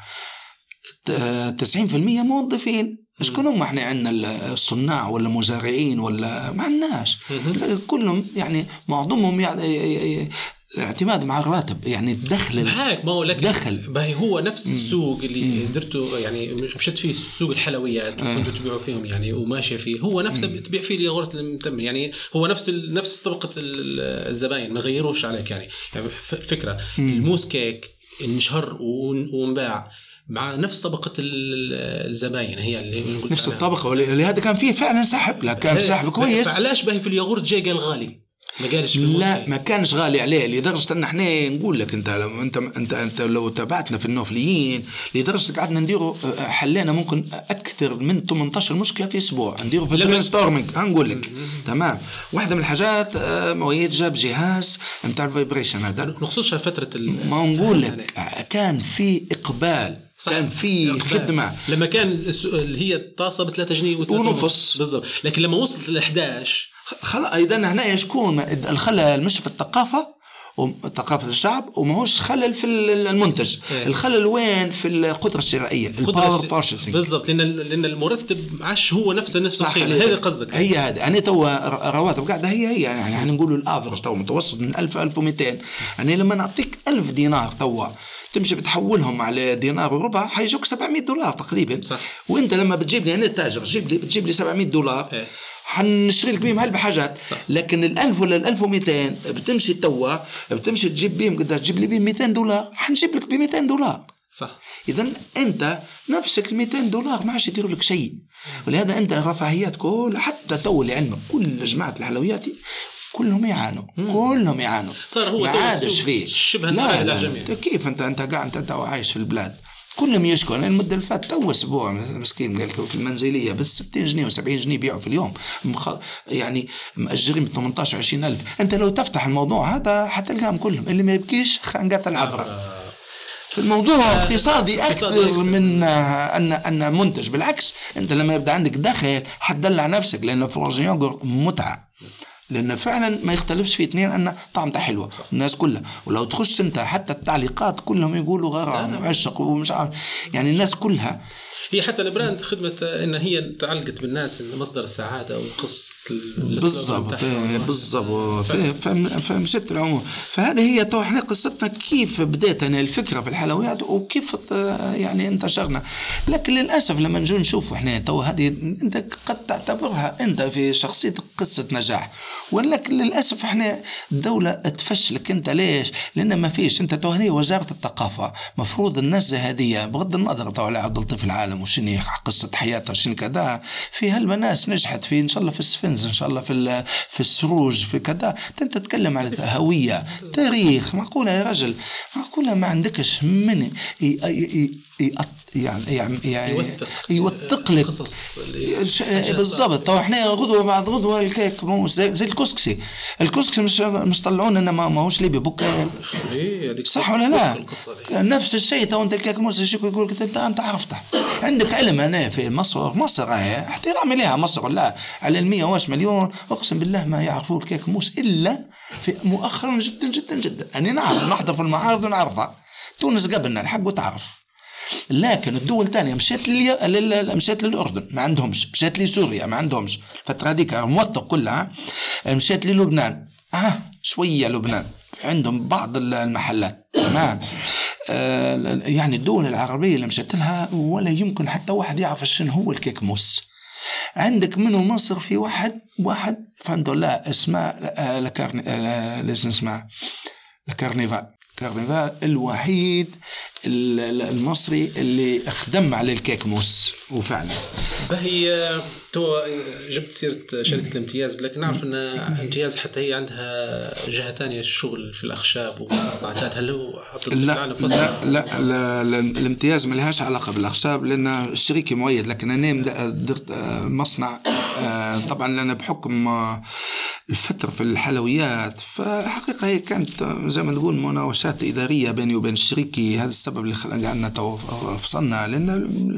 Speaker 2: تسعين بالمية موظفين، مش كلهم احنا عندنا الصناع ولا مزارعين ولا ما عندناش كلهم، يعني معظمهم يعني الاعتماد مع الراتب يعني الدخل
Speaker 1: معاك. ما هو لك
Speaker 2: دخل
Speaker 1: باهي هو نفس السوق اللي درته يعني مشت فيه سوق الحلويات وكنتوا تبيعوا فيهم يعني وماشي فيه، هو نفسه بتبيع فيه الياغورت المتم، يعني هو نفس نفس طبقة الزباين ما غيروش عليك. يعني, يعني فكرة الموس كيك نشهر ونباع مع نفس طبقة الزباين، هي اللي
Speaker 2: نفس الطبقة واللي هذا كان فيه فعلا سحب، لا كان سحب كويس.
Speaker 1: فعلاش باهي في الياغورت جاي قال غالي؟ ما قالش في
Speaker 2: لا ما كانش غالي عليه لدرجة أن احنا نقول لك أنت لو أنت أنت أنت لو تابعتنا في النوفليين لدرجة قعدنا نديروا حلينا ممكن أكثر من ثمانية عشر مشكلة في أسبوع نديروا في برين ستورمينج. هنقول لك تمام. واحدة من الحاجات مويد جاب جهاز متاع الفايبريشن هذا
Speaker 1: نخصوصها فترة
Speaker 2: ما نقول لك كان في إقبال صح. كان في خدمة
Speaker 1: لما كان اللي هي الطاسة بثلاثة جنيه
Speaker 2: ونص
Speaker 1: بالضبط، لكن لما وصلت للإحداش
Speaker 2: خلاص أيضا هنا يشكون الخلل مش في الثقافة وثقافة الشعب وما هوش خلل في المنتج إيه. الخلل وين في القدرة الشرائية الباور بارشيسينج
Speaker 1: بالضبط، لأن لأن المرتب عاش هو نفسه نفس القيمة. هذا قصدك
Speaker 2: هي هذا يعني توا رواتب قاعدة هي هي يعني يعني نقولوا الافرج توا متوسط من ألف ألف ومئتين. يعني لما نعطيك ألف دينار توا تمشي بتحولهم على دينار وربع حيجوك سبعمية دولار تقريبا صح. وانت لما بتجيب لي انا التاجر جيب لي بتجيب لي سبعمية دولار إيه. حنشتري لك بيهم هالبحاجات صح. لكن الألف ولا الألف ومئتين بتمشي توا بتمشي تجيب بيهم قداش تجيب لي بيهم مئتين دولار حنجيب لك بمئتين دولار
Speaker 1: صح.
Speaker 2: إذن أنت نفسك المئتين دولار ما عادش يديروا لك شيء. ولهذا أنت الرفاهيات كل حتى تو لعلمك كل جماعة الحلويات كلهم يعانوا مم. كلهم يعانوا
Speaker 1: صار هو
Speaker 2: ما عادش فيه
Speaker 1: شبه
Speaker 2: لا لا لا كيف أنت أنت قاعد أنت عايش في البلاد كلهم يشكوا. أنا المدة اللي فاتت تو أسبوع مسكين قال لك في المنزلية بس ستين جنيه وسبعين جنيه بيعوا في اليوم مخ... يعني مأجرين من ثمانية عشر عشرين ألف. أنت لو تفتح الموضوع هذا حتلقاهم كلهم اللي ما يبكيش خانقات العبرة. في الموضوع اقتصادي أكثر من أن أن منتج. بالعكس أنت لما يبدأ عندك دخل حتدلع نفسك لأنه فروزن يوغورت متعة لأن فعلا ما يختلفش في اثنين أن طعمتها حلوة الناس كلها. ولو تخش أنت حتى التعليقات كلهم يقولوا غرام وعشق ومش عارف، يعني الناس كلها.
Speaker 1: هي حتى البراند خدمة إن هي تعلقت بالناس إن مصدر السعادة وقصة
Speaker 2: بالضبط بالضبط فمشت العموم. فهذه هي تو احنا قصتنا كيف بدأت أنا الفكرة في الحلويات وكيف يعني انتشرنا. لكن للأسف لما نجي نشوف احنا تو هذه أنت قد تعتبرها أنت في شخصيتك قصة نجاح، ولكن للأسف احنا الدولة تفشلك أنت. ليش؟ لأن ما فيش أنت تو هذه وزارة الثقافة مفروض الناس زي هذه بغض النظر تو على عبد اللطيف العالم وشنو قصة حياتها شنو كذا، في هالناس نجحت في إن شاء الله في السفنز إن شاء الله في في السروج في كذا. أنت تتكلم على هوية تاريخ معقولة يا رجل؟ معقولة ما عندكش من يعني يعني يعني
Speaker 1: يوثق,
Speaker 2: يوثق لك
Speaker 1: قصص
Speaker 2: بالضبط. طبعا احنا غدوه بعد غدوه الكيك مو زي, زي الكسكسي. الكسكسي مش مش طلعون انه ما ماهوش ليبي بوكا صح ولا لا؟ نفس الشيء. تو انت الكيك موسى شو يقول لك انت انت عرفته عندك علم. انا في مصر مصر هي احترام لها مصر لا على المية واش مليون اقسم بالله ما يعرفوا الكيك موس الا في مؤخرا جدا جدا جدا. انا نعرف نحضر في المعارض ونعرفها. تونس قبلنا الحق وتعرف. لكن الدول الثانية مشيت لي مشيت للأردن ما عندهمش، مشيت لي سوريا ما عندهمش الفترة هذيك موثق كلها، مشيت لي لبنان آه شوية لبنان عندهم بعض المحلات تمام. آه يعني الدول العربية اللي مشيت لها ولا يمكن حتى واحد يعرف شنو هو الكيك موس. عندك منه مصر في واحد واحد فهمت لا اسمه آه لكارني آه ليش اسمه الكارنيفال. الكارنيفال الوحيد المصري اللي اخدم على الكيك موس وفعلا.
Speaker 1: باهي تو جبت سيرة شركة الامتياز، لكن نعرف ان امتياز حتى هي عندها جهة تانية الشغل في الأخشاب والمصنعات. هل هو
Speaker 2: لا لا, لا لا لا الامتياز ما لهاش علاقة بالأخشاب لأن الشريك مؤيد. لكن أنا درت مصنع طبعا لأن بحكم الفترة في الحلويات فحقيقة هي كانت زي ما تقول مناوشات إدارية بيني وبين الشريكي. هذا السبب اللي خلقنا فصلنا لأن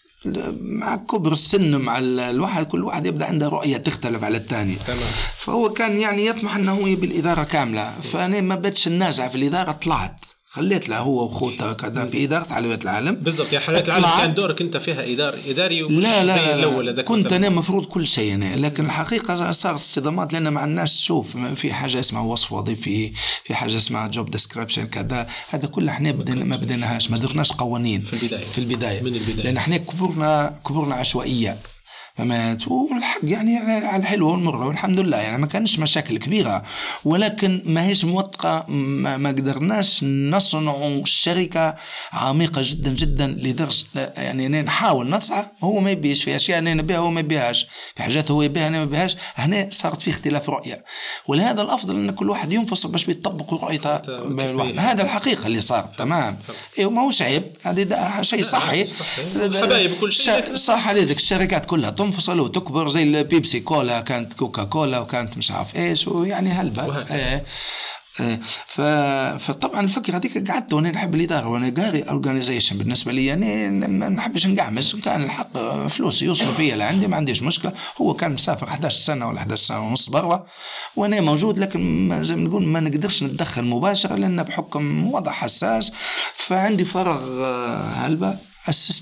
Speaker 2: مع كبر السن مع الواحد كل واحد يبدأ عنده رؤية تختلف على الثاني. فهو كان يعني يطمح أنه هو بالإدارة كاملة. فأنا ما بدش النازع في الإدارة طلعت خليت له هو وخوته كذا في إدارة حلويات العالم.
Speaker 1: بالضبط يا حلويات العالم كان دورك أنت فيها إداري إداري
Speaker 2: لا لا لا, لا. كنت أنا مفروض كل شيء أنا. لكن الحقيقة صارت اصطدامات لأن مع الناس شوف في حاجة اسمها وصف وظيفي في حاجة اسمها جوب ديسكريبشن كذا. هذا كله إحنا بدنا ما بدناهاش ما درناش قوانين
Speaker 1: في البداية
Speaker 2: في البداية
Speaker 1: من البداية
Speaker 2: لأن إحنا كبرنا كبرنا عشوائية فمات. والحق يعني على الحلوة والمرة والحمد لله يعني ما كانش مشاكل كبيرة ولكن ما هيش موثقة. ما, ما قدرناش نصنع شركة عميقة جدا جدا لدرجة يعني نحاول نسعى هو ما يبيش في أشياء أنا نبيها هو ما يبيهاش في حاجات هو يبيها أنا ما يبيهاش. هنا صارت في اختلاف رؤية ولهذا الأفضل أن كل واحد ينفصل باش بيطبق رؤيته. هذا الحقيقة اللي صار تمام. إيه ما هوش عيب هذا شيء صحي
Speaker 1: حبايب كل شيء
Speaker 2: صح عليك. الشركات كلها تنفصل وتكبر زي البيبسي كولا كانت كوكا كولا وكانت مش عارف ايش ويعني هلبا ايه ايه. فطبعا الفكره هذيك قعدت وانا نحب الاداره وانا قاري اورجانيزيشن بالنسبه لي يعني ما نحبش نقعمز. كان الحق فلوس يوصل فيها لعندي ما عنديش مشكله. هو كان مسافر إحدى عشرة سنه ولا إحدى عشرة سنه ونص برا وانا موجود لكن زي ما نقول ما نقدرش نتدخل مباشره لان بحكم وضع حساس. فعندي فراغ هلبا اسست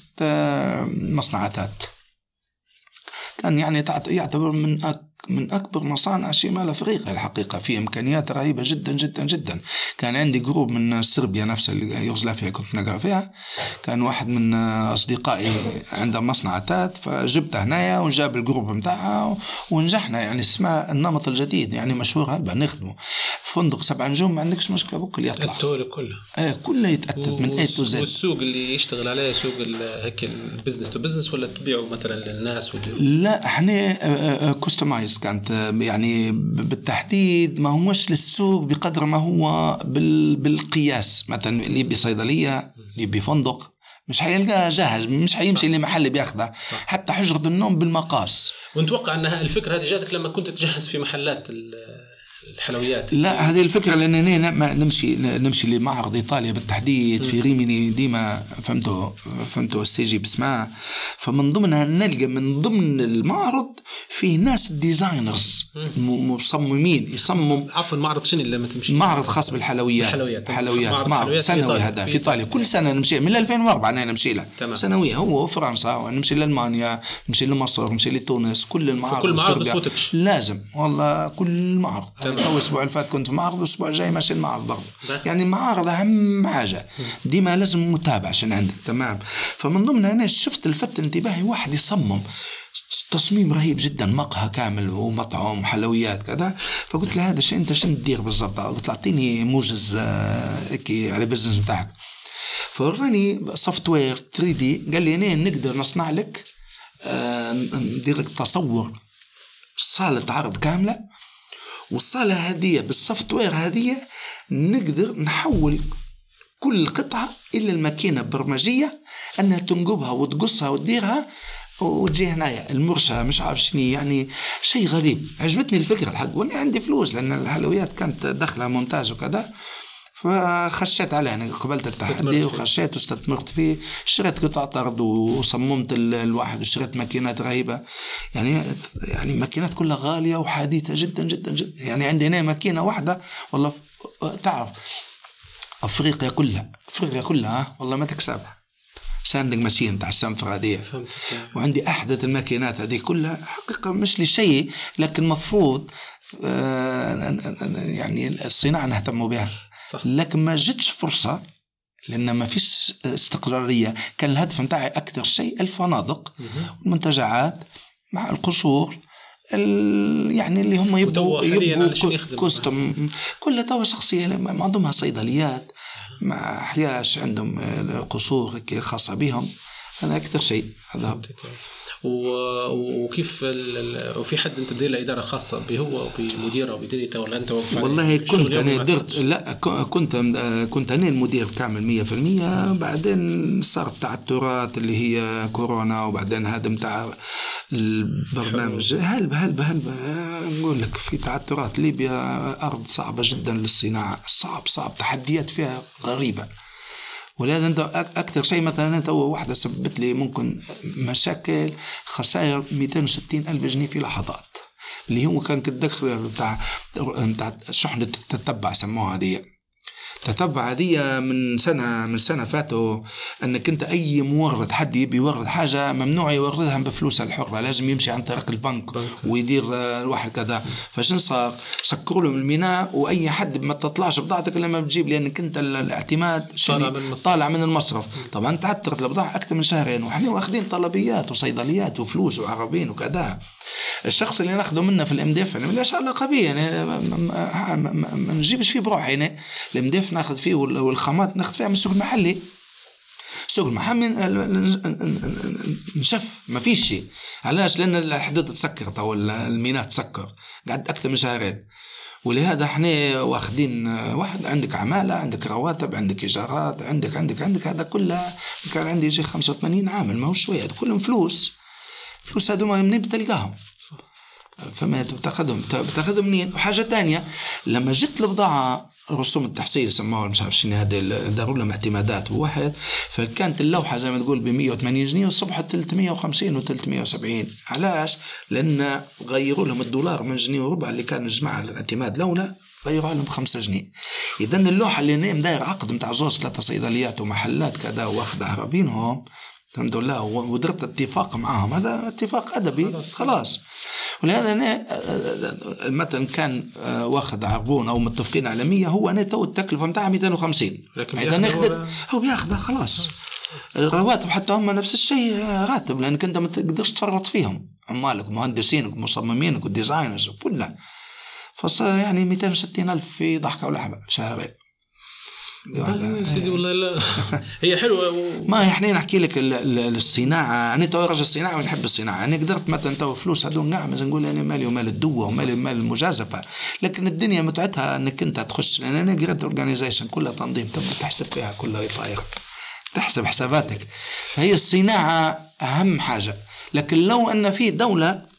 Speaker 2: مصنعات كان يعني يعتبر من أك من أكبر مصانع شمال أفريقيا الحقيقة في إمكانيات رهيبة جدا جدا جدا. كان عندي جروب من صربيا نفسها اللي يوغوسلافيا كنت نقرأ فيها. كان واحد من أصدقائي عنده مصنعات فجبته هنايا وجاب الجروب متاعها ونجحنا يعني اسمها النمط الجديد يعني مشهور هلبا نخدمه. فندق سبع نجوم ما عندكش مشكلة بكل يطلع
Speaker 1: التوري كله
Speaker 2: ايه كله يتأكد من A to Z.
Speaker 1: والسوق اللي يشتغل عليه سوق هيك البزنس تو بزنس ولا تبيعه مثلا للناس ولا
Speaker 2: لا احنا كوستمايز كانت يعني بالتحديد ما همش للسوق بقدر ما هو بالقياس. مثلا اللي بصيدلية اللي بفندق مش هيلقى جاهز مش هيمشي اللي محل بياخده حتى حجرة النوم بالمقاس.
Speaker 1: ونتوقع أن الفكرة هذه جاتك لما كنت تجهز في محلات الحلويات.
Speaker 2: لا هذه الفكرة، لأننا ما نمشي نمشي لمعرض إيطاليا بالتحديد في ريميني ديما، فهمتوا فهمتوا السيجي بسماء، فمن ضمنها نلقى من ضمن المعرض في ناس ديزاينرز مصممين يصمم.
Speaker 1: عفوا معرض شنو اللي ما تمشي؟
Speaker 2: معرض خاص بالحلويات.
Speaker 1: الحلويات.
Speaker 2: حلويات معرض, معرض سنوي هذا في إيطاليا، كل سنة نمشي من ألفين وأربعة أنا نمشي له سنوية، هو فرنسا ونمشي لألمانيا، نمشي لمصر، نمشي لتونس، كل المعارض
Speaker 1: كل معرض
Speaker 2: لازم والله كل معرض. أنا الأسبوع اللي فات كنت في معرض، والأسبوع الجاي ماشي المعرض برضه. يعني المعارض أهم حاجة ديما لازم متابعة عشان عندك تمام. فمن ضمنها أنا شفت الفت انتباهي واحد يصمم تصميم رهيب جدا، مقهى كامل ومطعم حلويات كذا. فقلت له هذا شيء انت شنو تدير بالضبط؟ قلت له اعطيني موجز هيك على بزنس بتاعك. فوراني سوفت وير ثري دي، قال لي انا نقدر نصنع لك ندير لك تصور صالة عرض كاملة، والصالة هذه بالسوفت وير هذه نقدر نحول كل قطعة إلى الماكينة البرمجية أنها تنقبها وتقصها وتديرها وتجي هنايا المرشة مش عارف شنو. يعني شيء غريب، عجبتني الفكرة الحق، وأنا عندي فلوس لأن الحلويات كانت دخلها مونتاج وكذا. فخشيت عليه، أنا قبلت التحدي وخشيت واستثمرت فيه، اشتريت قطعة أرض وصممت الواحد، واشتريت ماكينات رهيبة. يعني يعني ماكينات كلها غالية وحديثة جدا جدا جدا. يعني عندي هنا ماكينة واحدة والله تعرف أفريقيا كلها أفريقيا كلها والله ما تكسبها، ساندنج ماشين تاع السنفر هذه. وعندي أحدث الماكينات هذه كلها حقيقة مش لشيء، لكن مفروض يعني الصناعة نهتم بها صح. لكن ما جتش فرصة لأن ما فيش استقرارية. كان الهدف متاعي أكثر شيء الفنادق والمنتجعات مع القصور يعني اللي هم يبقوا يبقوا كوستم كلها توا شخصية، معظمها صيدليات مع حياش عندهم قصور خاصة بهم. أنا أكثر شيء هذا.
Speaker 1: وكيف وفي حد انت تدير له اداره خاصه به هو وبمديره وبدنيته ولا انت واقف؟
Speaker 2: والله كنت انا درت لا كنت كنت انا المدير كامل مية في المية. بعدين صارت تعثرات اللي هي كورونا، وبعدين هذا متاع البرنامج هل هل هل نقول لك في تعثرات. ليبيا ارض صعبه جدا للصناعه، صعب صعب تحديات فيها غريبه. ولهذا انت اكثر شيء مثلا انت واحده سببت لي ممكن مشاكل خسائر مئتين وستين الف جنيه في لحظات، اللي هو كان كالدخل بتاع بتاع شحنه التتبع سموها هذه. تتبع هذه من سنة من سنة فاتوا أنك أنت أي مورد حد يبي يورد حاجة ممنوع يوردها بفلوسها الحرة، لازم يمشي عن طريق البنك ويدير الواحد كذا. فشن صار سكروا لهم الميناء، وأي حد ما تطلعش بضاعتك لما بتجيب، لأنك أنت الاعتماد طالع من, طالع من المصرف. طبعا تعثرت البضاعة أكثر من شهرين، وإحنا واخدين طلبيات وصيدليات وفلوس وعربين وكذا. الشخص اللي ناخده منا في الام دي اف انا ملاش علاقه بيه، يعني ما نجيبش فيه بروحي. يعني الام دي اف ناخذ فيه والخامات ناخذ فيها من السوق المحلي. السوق المحلي نشف ما فيش شيء. علاش؟ لان الحدود تسكرت او الميناء تسكر قعد اكثر من شهرين. ولهذا احنا واخدين واحد، عندك عماله، عندك رواتب، عندك ايجارات، عندك عندك عندك هذا كله. كان عندي شيء خمسة وثمانين عامل، ما هو شويه، كلهم فلوس. فلوس هذو ما منين بتلقاهم؟ فما بتاخذهم بتاخذهم منين؟ وحاجه تانية، لما جت البضاعه رسوم التحصيل سموها مش عارف شنو هذا، داروا لهم اعتمادات بواحد، فكانت اللوحه زي ما تقول ب مية وثمانين جنيه والصبح ثلاثمية وخمسين و ثلاثمية وسبعين. علاش؟ لان غيروا لهم الدولار من جنيه وربع اللي كان الجماعه الاعتماد لولا غيروا لهم بخمسة جنيه. اذا اللوحه اللي نايم داير عقد نتاع زوج ثلاثه صيدليات ومحلات كذا واخذ عربينهم الحمد لله ودرت اتفاق معهم، هذا اتفاق أدبي خلاص. ولهذا أنا مثلا كان واخد عربون أو متفقين على مية، هو أنا تو التكلفة متاعها مئتين وخمسين، إذا ناخد هو بياخدها خلاص. الرواتب حتى هم نفس الشيء راتب، لأنك أنت ما تقدرش تفرط فيهم، عمالك مهندسينك ومصممينك وديزاينرز وكلها. فصار يعني مئتين وستين ألف في ضحكة ولحمة شهرين.
Speaker 1: سيدي والله لا هي حلوة و...
Speaker 2: ما احنا نحكي لك الصناعة. أنا تو رجل الصناعة ونحب الصناعة. أنا قدرت مثلا تو فلوس هذول نعم نقول أنا مالي ومال الدوة ومالي ومال المجازفة، لكن الدنيا متعتها أنك أنت تخش، لأن أنا قرأت أورجانيزيشن كلها تنظيم تبدأ تحسب فيها كلها طائرة، تحسب حساباتك. فهي الصناعة أهم حاجة. لكن لو أن في دولة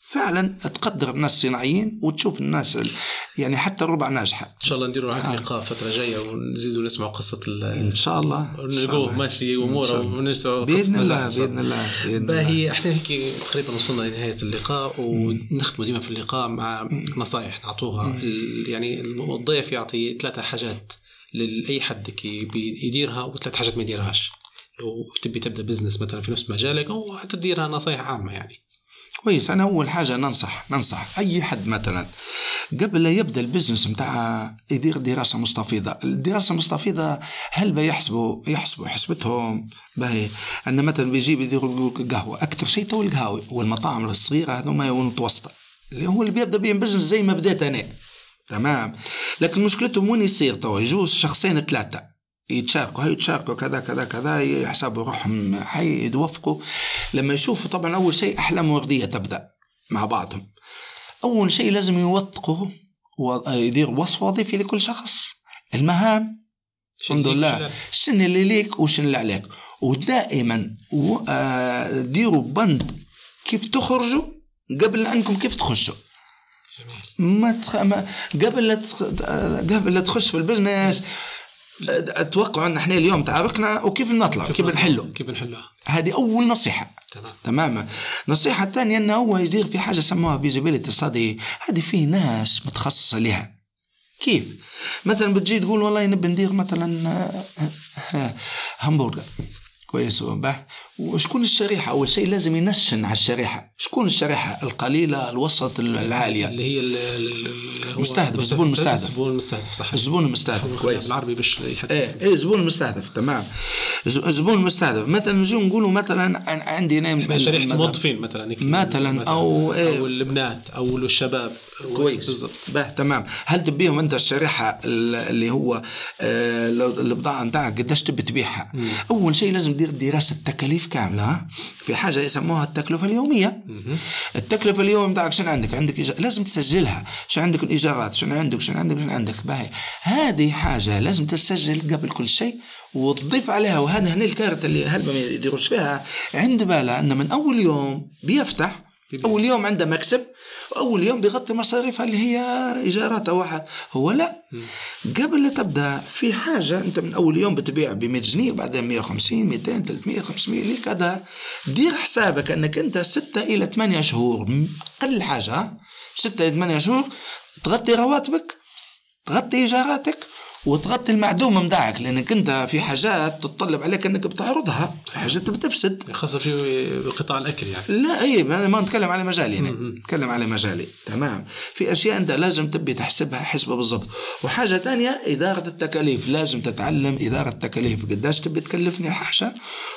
Speaker 2: فعلا تقدر الناس الصناعيين وتشوف الناس يعني حتى الربع ناجحة.
Speaker 1: إن شاء الله نديروا معك آه. لقاء فترة جاية ونزيدوا نسمع قصة
Speaker 2: إن شاء الله
Speaker 1: نلقوه ماشي أموره ونسمع
Speaker 2: بإذن الله بإذن الله
Speaker 1: باهي. إحنا هيك تقريبا وصلنا لنهاية اللقاء ونختم ديما في اللقاء مع نصائح نعطوها. يعني الضيف يعطي ثلاثة حاجات لأي حد كي بيديرها وثلاث حاجات ما يديرهاش. لو تبي تبدأ بزنس مثلا في نفس مجالك أو هتديرها نصائح عامة يعني.
Speaker 2: كويس. أنا أول حاجة ننصح ننصح أي حد مثلا قبل لا يبدأ البزنس متاعه يدير دراسة مستفيضة. الدراسة المستفيضة هل بيحسبوا يحسبوا حسبتهم باهي أن مثلا بيجيب يديروا قهوة أكثر شيء تو القهوة والمطاعم الصغيرة هذوما متوسطة اللي هو اللي بيبدأ بين بزنس زي ما بديت أنا تمام. لكن مشكلتهم وين يصير تو يجوز شخصين ثلاثة يتشاركوا هاي يتشاركوا كذا كذا كذا يحسبوا روحهم حي يتوفقوا لما يشوفوا. طبعا أول شيء أحلام وردية تبدأ مع بعضهم. أول شيء لازم يوثقوا ويدير وصف وظيفي لكل شخص المهام الحمد لله السن اللي ليك وشن اللي عليك. ودائما ديروا بند كيف تخرجوا قبل أنكم كيف تخشوا. ما, تخ... ما قبل لا تخ... قبل لا تخش في البزنس اتوقع ان احنا اليوم تعاركنا وكيف نطلع كيف نحله
Speaker 1: كيف نحلها.
Speaker 2: هذه اول نصيحه.
Speaker 1: تمام.
Speaker 2: تماما. نصيحه الثانيه انه هو يدير في حاجه سموها فيزيبيليتي ستادي. هذه في ناس متخصصه لها. كيف مثلا بتجي تقول والله نبي ندير مثلا همبرجر كويس وباه وشكون الشريحة. أول شيء لازم ينشن على الشريحة. شكون الشريحة القليلة الوسط العالية
Speaker 1: اللي هي
Speaker 2: المستهدف الزبون المستهدف
Speaker 1: الزبون المستهدف صح
Speaker 2: الزبون المستهدف كويس
Speaker 1: بالعربي باش
Speaker 2: ايه ايه الزبون المستهدف تمام. الزبون المستهدف مثلا نجي نقولوا مثلا عندي نايم
Speaker 1: شريحة موظفين مثلا
Speaker 2: مثلا أو إيه
Speaker 1: أو البنات أو الشباب
Speaker 2: كويس باه تمام. هل تبيهم أنت الشريحة اللي هو آه البضاعة نتاعك قديش تبي تبيعها. أول شيء لازم دير دراسة تكاليف كاملة. في حاجة يسموها التكلفة اليومية. التكلفة اليوم نتاعك شنو عندك عندك إيجار. لازم تسجلها شنو عندك الإيجارات شنو عندك شنو عندك شنو عندك باهي. هذه حاجة لازم تسجل قبل كل شيء وتضيف عليها. وهذا هنا الكارت اللي هل ما يديروش فيها عند باله أن من أول يوم بيفتح أول يوم عنده مكسب وأول يوم بيغطي مصاريفها اللي هي إيجاراتها واحد. هو لا قبل لا تبدأ في حاجة أنت من أول يوم بتبيع بمية جنيه وبعدين مية وخمسين ميتين ثلاثمية خمسمية ليه كذا. دير حسابك أنك أنت ستة إلى ثمانية شهور أقل حاجة ستة إلى ثمانية شهور تغطي رواتبك تغطي إيجاراتك وتغطي المعدومة مداعك. لأنك أنت في حاجات تتطلب عليك أنك بتعرضها في حاجات بتفسد
Speaker 1: خاصة في قطاع الأكل يعني.
Speaker 2: لا أي أنا ما نتكلم على مجالي هنا نتكلم على مجالي تمام. في أشياء أنت لازم تبي تحسبها حسبة بالضبط. وحاجة تانية إدارة التكاليف. لازم تتعلم إدارة التكاليف. قداش تبي تكلفني حاجة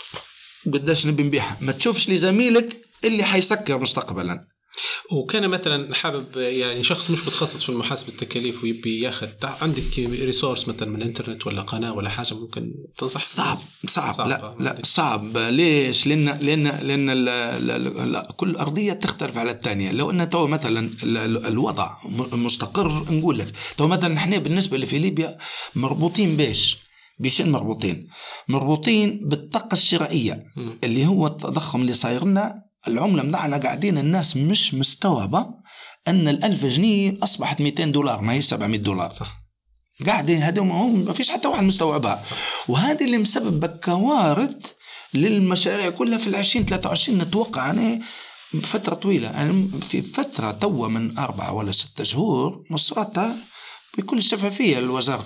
Speaker 2: قداش نبي نبيعها. ما تشوفش لزميلك اللي حيسكر مستقبلا.
Speaker 1: وكان مثلا حابب يعني شخص مش متخصص في محاسبة التكاليف ويبي ياخد عندك ريسورس مثلا من الانترنت ولا قناة ولا حاجة ممكن تنصح.
Speaker 2: صعب صعب, صعب لا لا صعب. ليش لأن لأن لأن ال ال كل أرضية تختلف على الثانية. لو أن تو مثلا الوضع مستقر نقول لك تو مثلا نحن بالنسبة لفي ليبيا مربوطين بيش بيشن مربوطين مربوطين بالطاقة الشرائية اللي هو التضخم اللي صاير لنا. العملة مدعنا قاعدين الناس مش مستوعبة أن الألف جنيه أصبحت مئتين دولار ما هي سبعمية دولار صح. قاعدين هذا ما فيش حتى واحد مستوعبها. وهذا اللي مسبب بكوارث للمشاريع كلها في العشرين ثلاثة وعشرين. نتوقع أنا فترة طويلة أنا في فترة توا من أربعة ولا ستة شهور نصرتها بكل شفافية الوزارة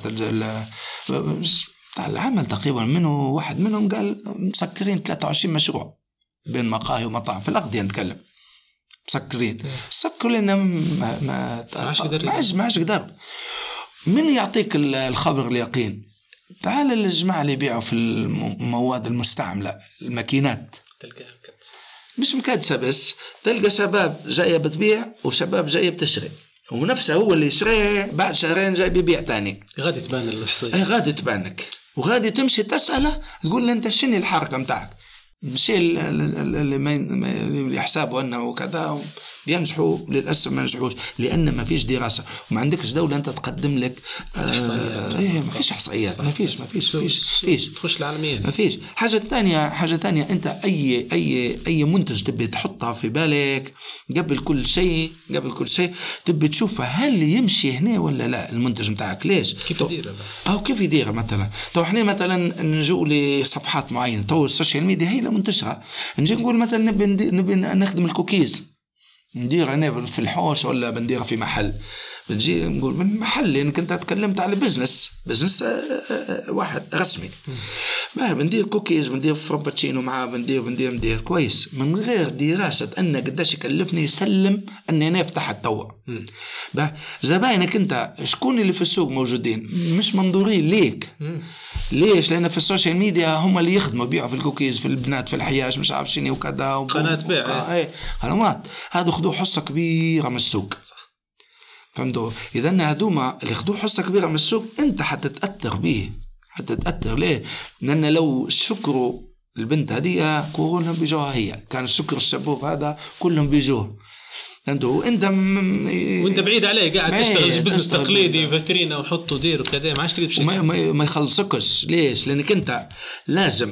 Speaker 2: العمل تقريبا منه واحد منهم قال مسكرين ثلاثة وعشرين مشروع بين مقاهي ومطاعم في الأغذية نتكلم مسكرين سكروا لنا ما ما معاش معاش قدر. من يعطيك الخبر اليقين تعال الجماعة اللي يبيعوا في المواد المستعملة الماكينات
Speaker 1: تلقاها مكدسة
Speaker 2: مش مكدسة بس تلقى شباب جاية بتبيع وشباب جاية بتشتري ونفسه هو اللي يشتري بعد شهرين جاي بيبيع تاني.
Speaker 1: غادي تبان الحصية
Speaker 2: غادي تبانك وغادي تمشي تسأله تقول له أنت شنو الحركة متاعك. مشي اللي ما اللي يحسبوا أنه كذا ينجحوا للأسف ما ينجحوش لأن ما فيش دراسة وما عندكش دولة أنت تقدم لك
Speaker 1: إحصائيات.
Speaker 2: آه إيه ما فيش إحصائيات ما فيش ما فيش فيش فيش
Speaker 1: تخش العالمية
Speaker 2: ما فيش حاجة تانية. حاجة تانية أنت أي أي أي منتج تبي تحطها في بالك قبل كل شيء قبل كل شيء تبي تشوف هل يمشي هنا ولا لا المنتج متاعك ليش
Speaker 1: كيف يدير
Speaker 2: أو كيف يدير مثلا. تو إحنا مثلا نجو لصفحات معينة تو السوشيال ميديا هي لا منتشرة نجي نقول مثلا نبي نبي نخدم الكوكيز ندير أنا في الحوش ولا بنديرها في محل بنجي نقول من محل لأنك أنت تكلمت على بزنس بزنس واحد رسمي ما بندير كوكيز بندير فرابتشينو معاه بندير بندير بندير كويس من غير دراسة أن قداش يكلفني يسلم أني أنا أفتح التوع زباينك أنت شكون اللي في السوق موجودين مش منظورين ليك ليش لأن في السوشيال ميديا هم اللي يخدموا بيعوا في الكوكيز في البنات في الحياش مش عارف شنو وكذا
Speaker 1: قناة بيع
Speaker 2: ايه قنوات هذا خدوا حصة كبيرة من السوق فهمتوا إذا هدوما اللي خدوا حصة كبيرة من السوق أنت حتتأثر به حتتأثر ليه لأن لو شكروا البنت هذه كلهم بيجوها هي كان الشكر الشباب هذا كلهم بيجوه انتوا انت م...
Speaker 1: وانت بعيد عليه قاعد تشتغل بزنس تقليدي فاترينا وحطوا دير وكذا ما عادش تقدر بشيء
Speaker 2: ما, ما, ما يخلصكش ليش لانك انت لازم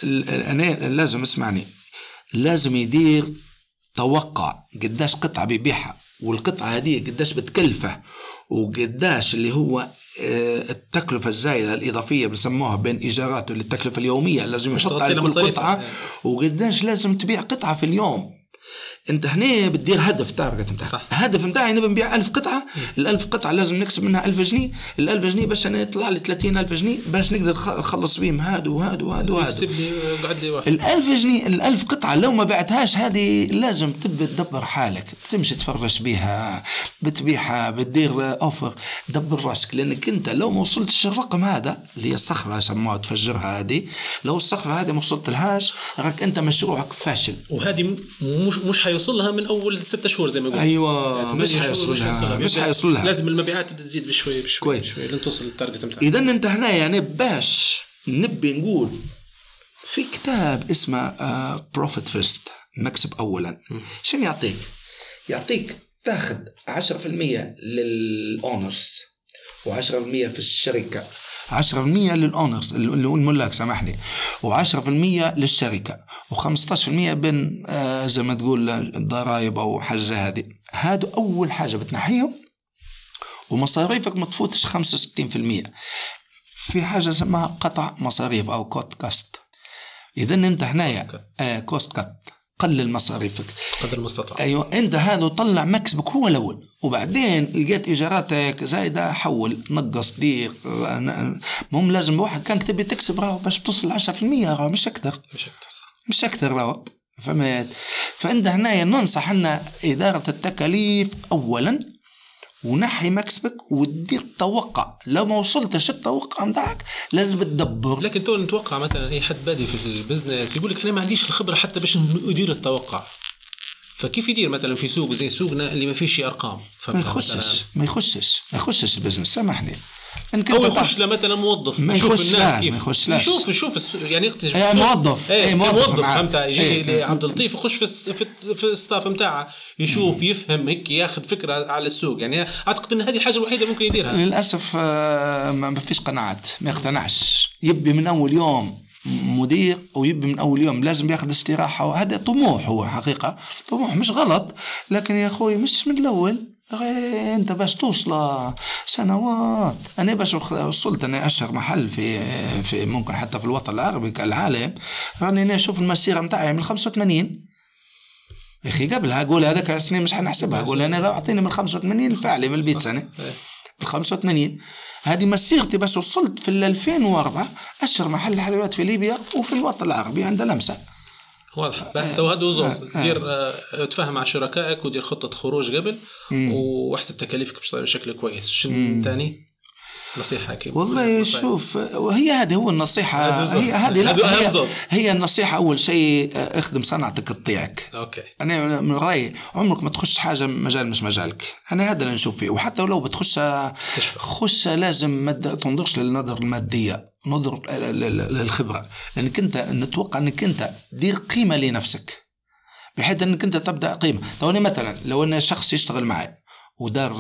Speaker 2: انا لازم اسمعني لازم يدير توقع قداش قطعه بيبيعها والقطعه هذه قداش بتكلفه وقداش اللي هو التكلفة الزايدة الإضافية بنسموها بين إيجاراته للتكلفة اليومية لازم يحط على كل قطعة وقداش لازم تبيع قطعة في اليوم. انت هنا بتدير هدف تارجت متاعك الهدف متاعي انا بنبيع ألف قطعة الألف قطعة لازم نكسب منها ألف جنيه الألف جنيه باش انا يطلع لي ثلاثين ألف جنيه باش نقدر نخلص بيهم هادو وهادو وهادو وهادو الألف جنيه الألف قطعة لو ما بعتهاش هذه لازم تبي تدبر حالك بتمشي تفرش بيها بتبيعها بتدير اوفر دبر راسك لانك انت لو ما وصلتش الرقم هذا اللي هي الصخرة يسموها تفجرها هذه لو الصخرة هذه ما وصلت لهاش راك انت مشروعك فاشل
Speaker 1: وهذه مش مش حيوصل لها من اول ستة شهور زي ما قلت
Speaker 2: ايوه يعني مش حيوصل لها مش حيوصل لها
Speaker 1: لازم المبيعات تزيد بشوي بشوي بشوي لين توصل للتارجت نتاعك.
Speaker 2: اذا انت هنا يعني باش نبي نقول في كتاب اسمه بروفيت فيرست مكسب اولا شنو يعطيك يعطيك تاخذ عشرة بالمية للاونرز وعشرة بالمية في الشركه عشرة بالمية للأونرز اللي هو الملاك سامحني وعشرة بالمية للشركة وخمسطاش بالمية بين آه زي ما تقول الضرائب أو حاجة هذه هادو أول حاجة بتنحيهم ومصاريفك ما تفوتش خمسة وستين بالمية في حاجة اسمها قطع مصاريف أو كوست كاست إذا أنت هنايا آه كوست كات قلل مصاريفك
Speaker 1: قدر المستطاع
Speaker 2: أيوة أنت هذا طلع مكسبك هو الأول وبعدين لقيت إيجاراتك زايدة حول نقص دير مهم لازم واحد كان تبي تكسب راهو باش توصل عشرة في المية راهو مش أكثر
Speaker 1: مش أكثر صح
Speaker 2: مش أكثر راهو فهمت. فأنت هنا ننصح أن إدارة التكاليف أولا ونحي مكسبك وتدير توقع لو ما وصلتش التوقع متاعك لازم تدبر.
Speaker 1: لكن تو نتوقع مثلا اي حد بادي في البزنس يقول لك انا ما عنديش الخبره حتى باش ادير التوقع فكيف يدير مثلا في سوق زي سوقنا اللي ما فيش ارقام
Speaker 2: ما يخشش ما يخشش ما يخشش البزنس سامحني
Speaker 1: او يخش له مثلا موظف يشوف الناس كيف يشوف يشوف الس... يعني يكتشف
Speaker 2: ايه موظف
Speaker 1: ايه موظف فهمت
Speaker 2: يجي
Speaker 1: ايه عبد اللطيف يخش في الس... في, في الستاف نتاعه يشوف مم. يفهم هيك ياخذ فكره على السوق يعني اعتقد ان هذه الحاجه الوحيده ممكن يديرها.
Speaker 2: للاسف ما فيش قناعات ما يقتنعش يبي من اول يوم مدير ويبي من أول يوم لازم ياخذ استراحة وهذا طموح هو حقيقة طموح مش غلط لكن يا أخوي مش من الأول أنت باش توصل سنوات. أنا باش وصلت أنا أشهر محل في في ممكن حتى في الوطن العربي كالعالم راني أنا أشوف المسيرة متاعي من خمسة وثمانين يا أخي قبلها أقول هذاك السنين مش حنحسبها أقول أنا أعطيني من خمسة وثمانين الفعلي من البيت سنة من خمسة وثمانين هذه مسيرتي بس وصلت في ألفين وأربعة أشهر محل حلويات في ليبيا وفي الوطن العربي عند لمسة
Speaker 1: واضح. تو هذا وزوز دير اه تفهم مع شركائك ودير خطة خروج قبل مم. واحسب تكاليفك بشكل كويس. شنو تاني نصيحة كيف
Speaker 2: والله شوف وهي هذه هو النصيحة هي هذه هي, هي النصيحة أول شيء اخدم صنعتك تطيعك.
Speaker 1: أوكي.
Speaker 2: أنا من رأيي عمرك ما تخش حاجة مجال مش مجالك أنا هذا اللي نشوف فيه وحتى لو بتخش خش لازم ما تنظرش للنظر المادية نظر للخبرة لأنك أنت نتوقع أنك أنت دير قيمة لنفسك بحيث انك انت تبدا قيمه. توني مثلا لو ان شخص يشتغل معي ودار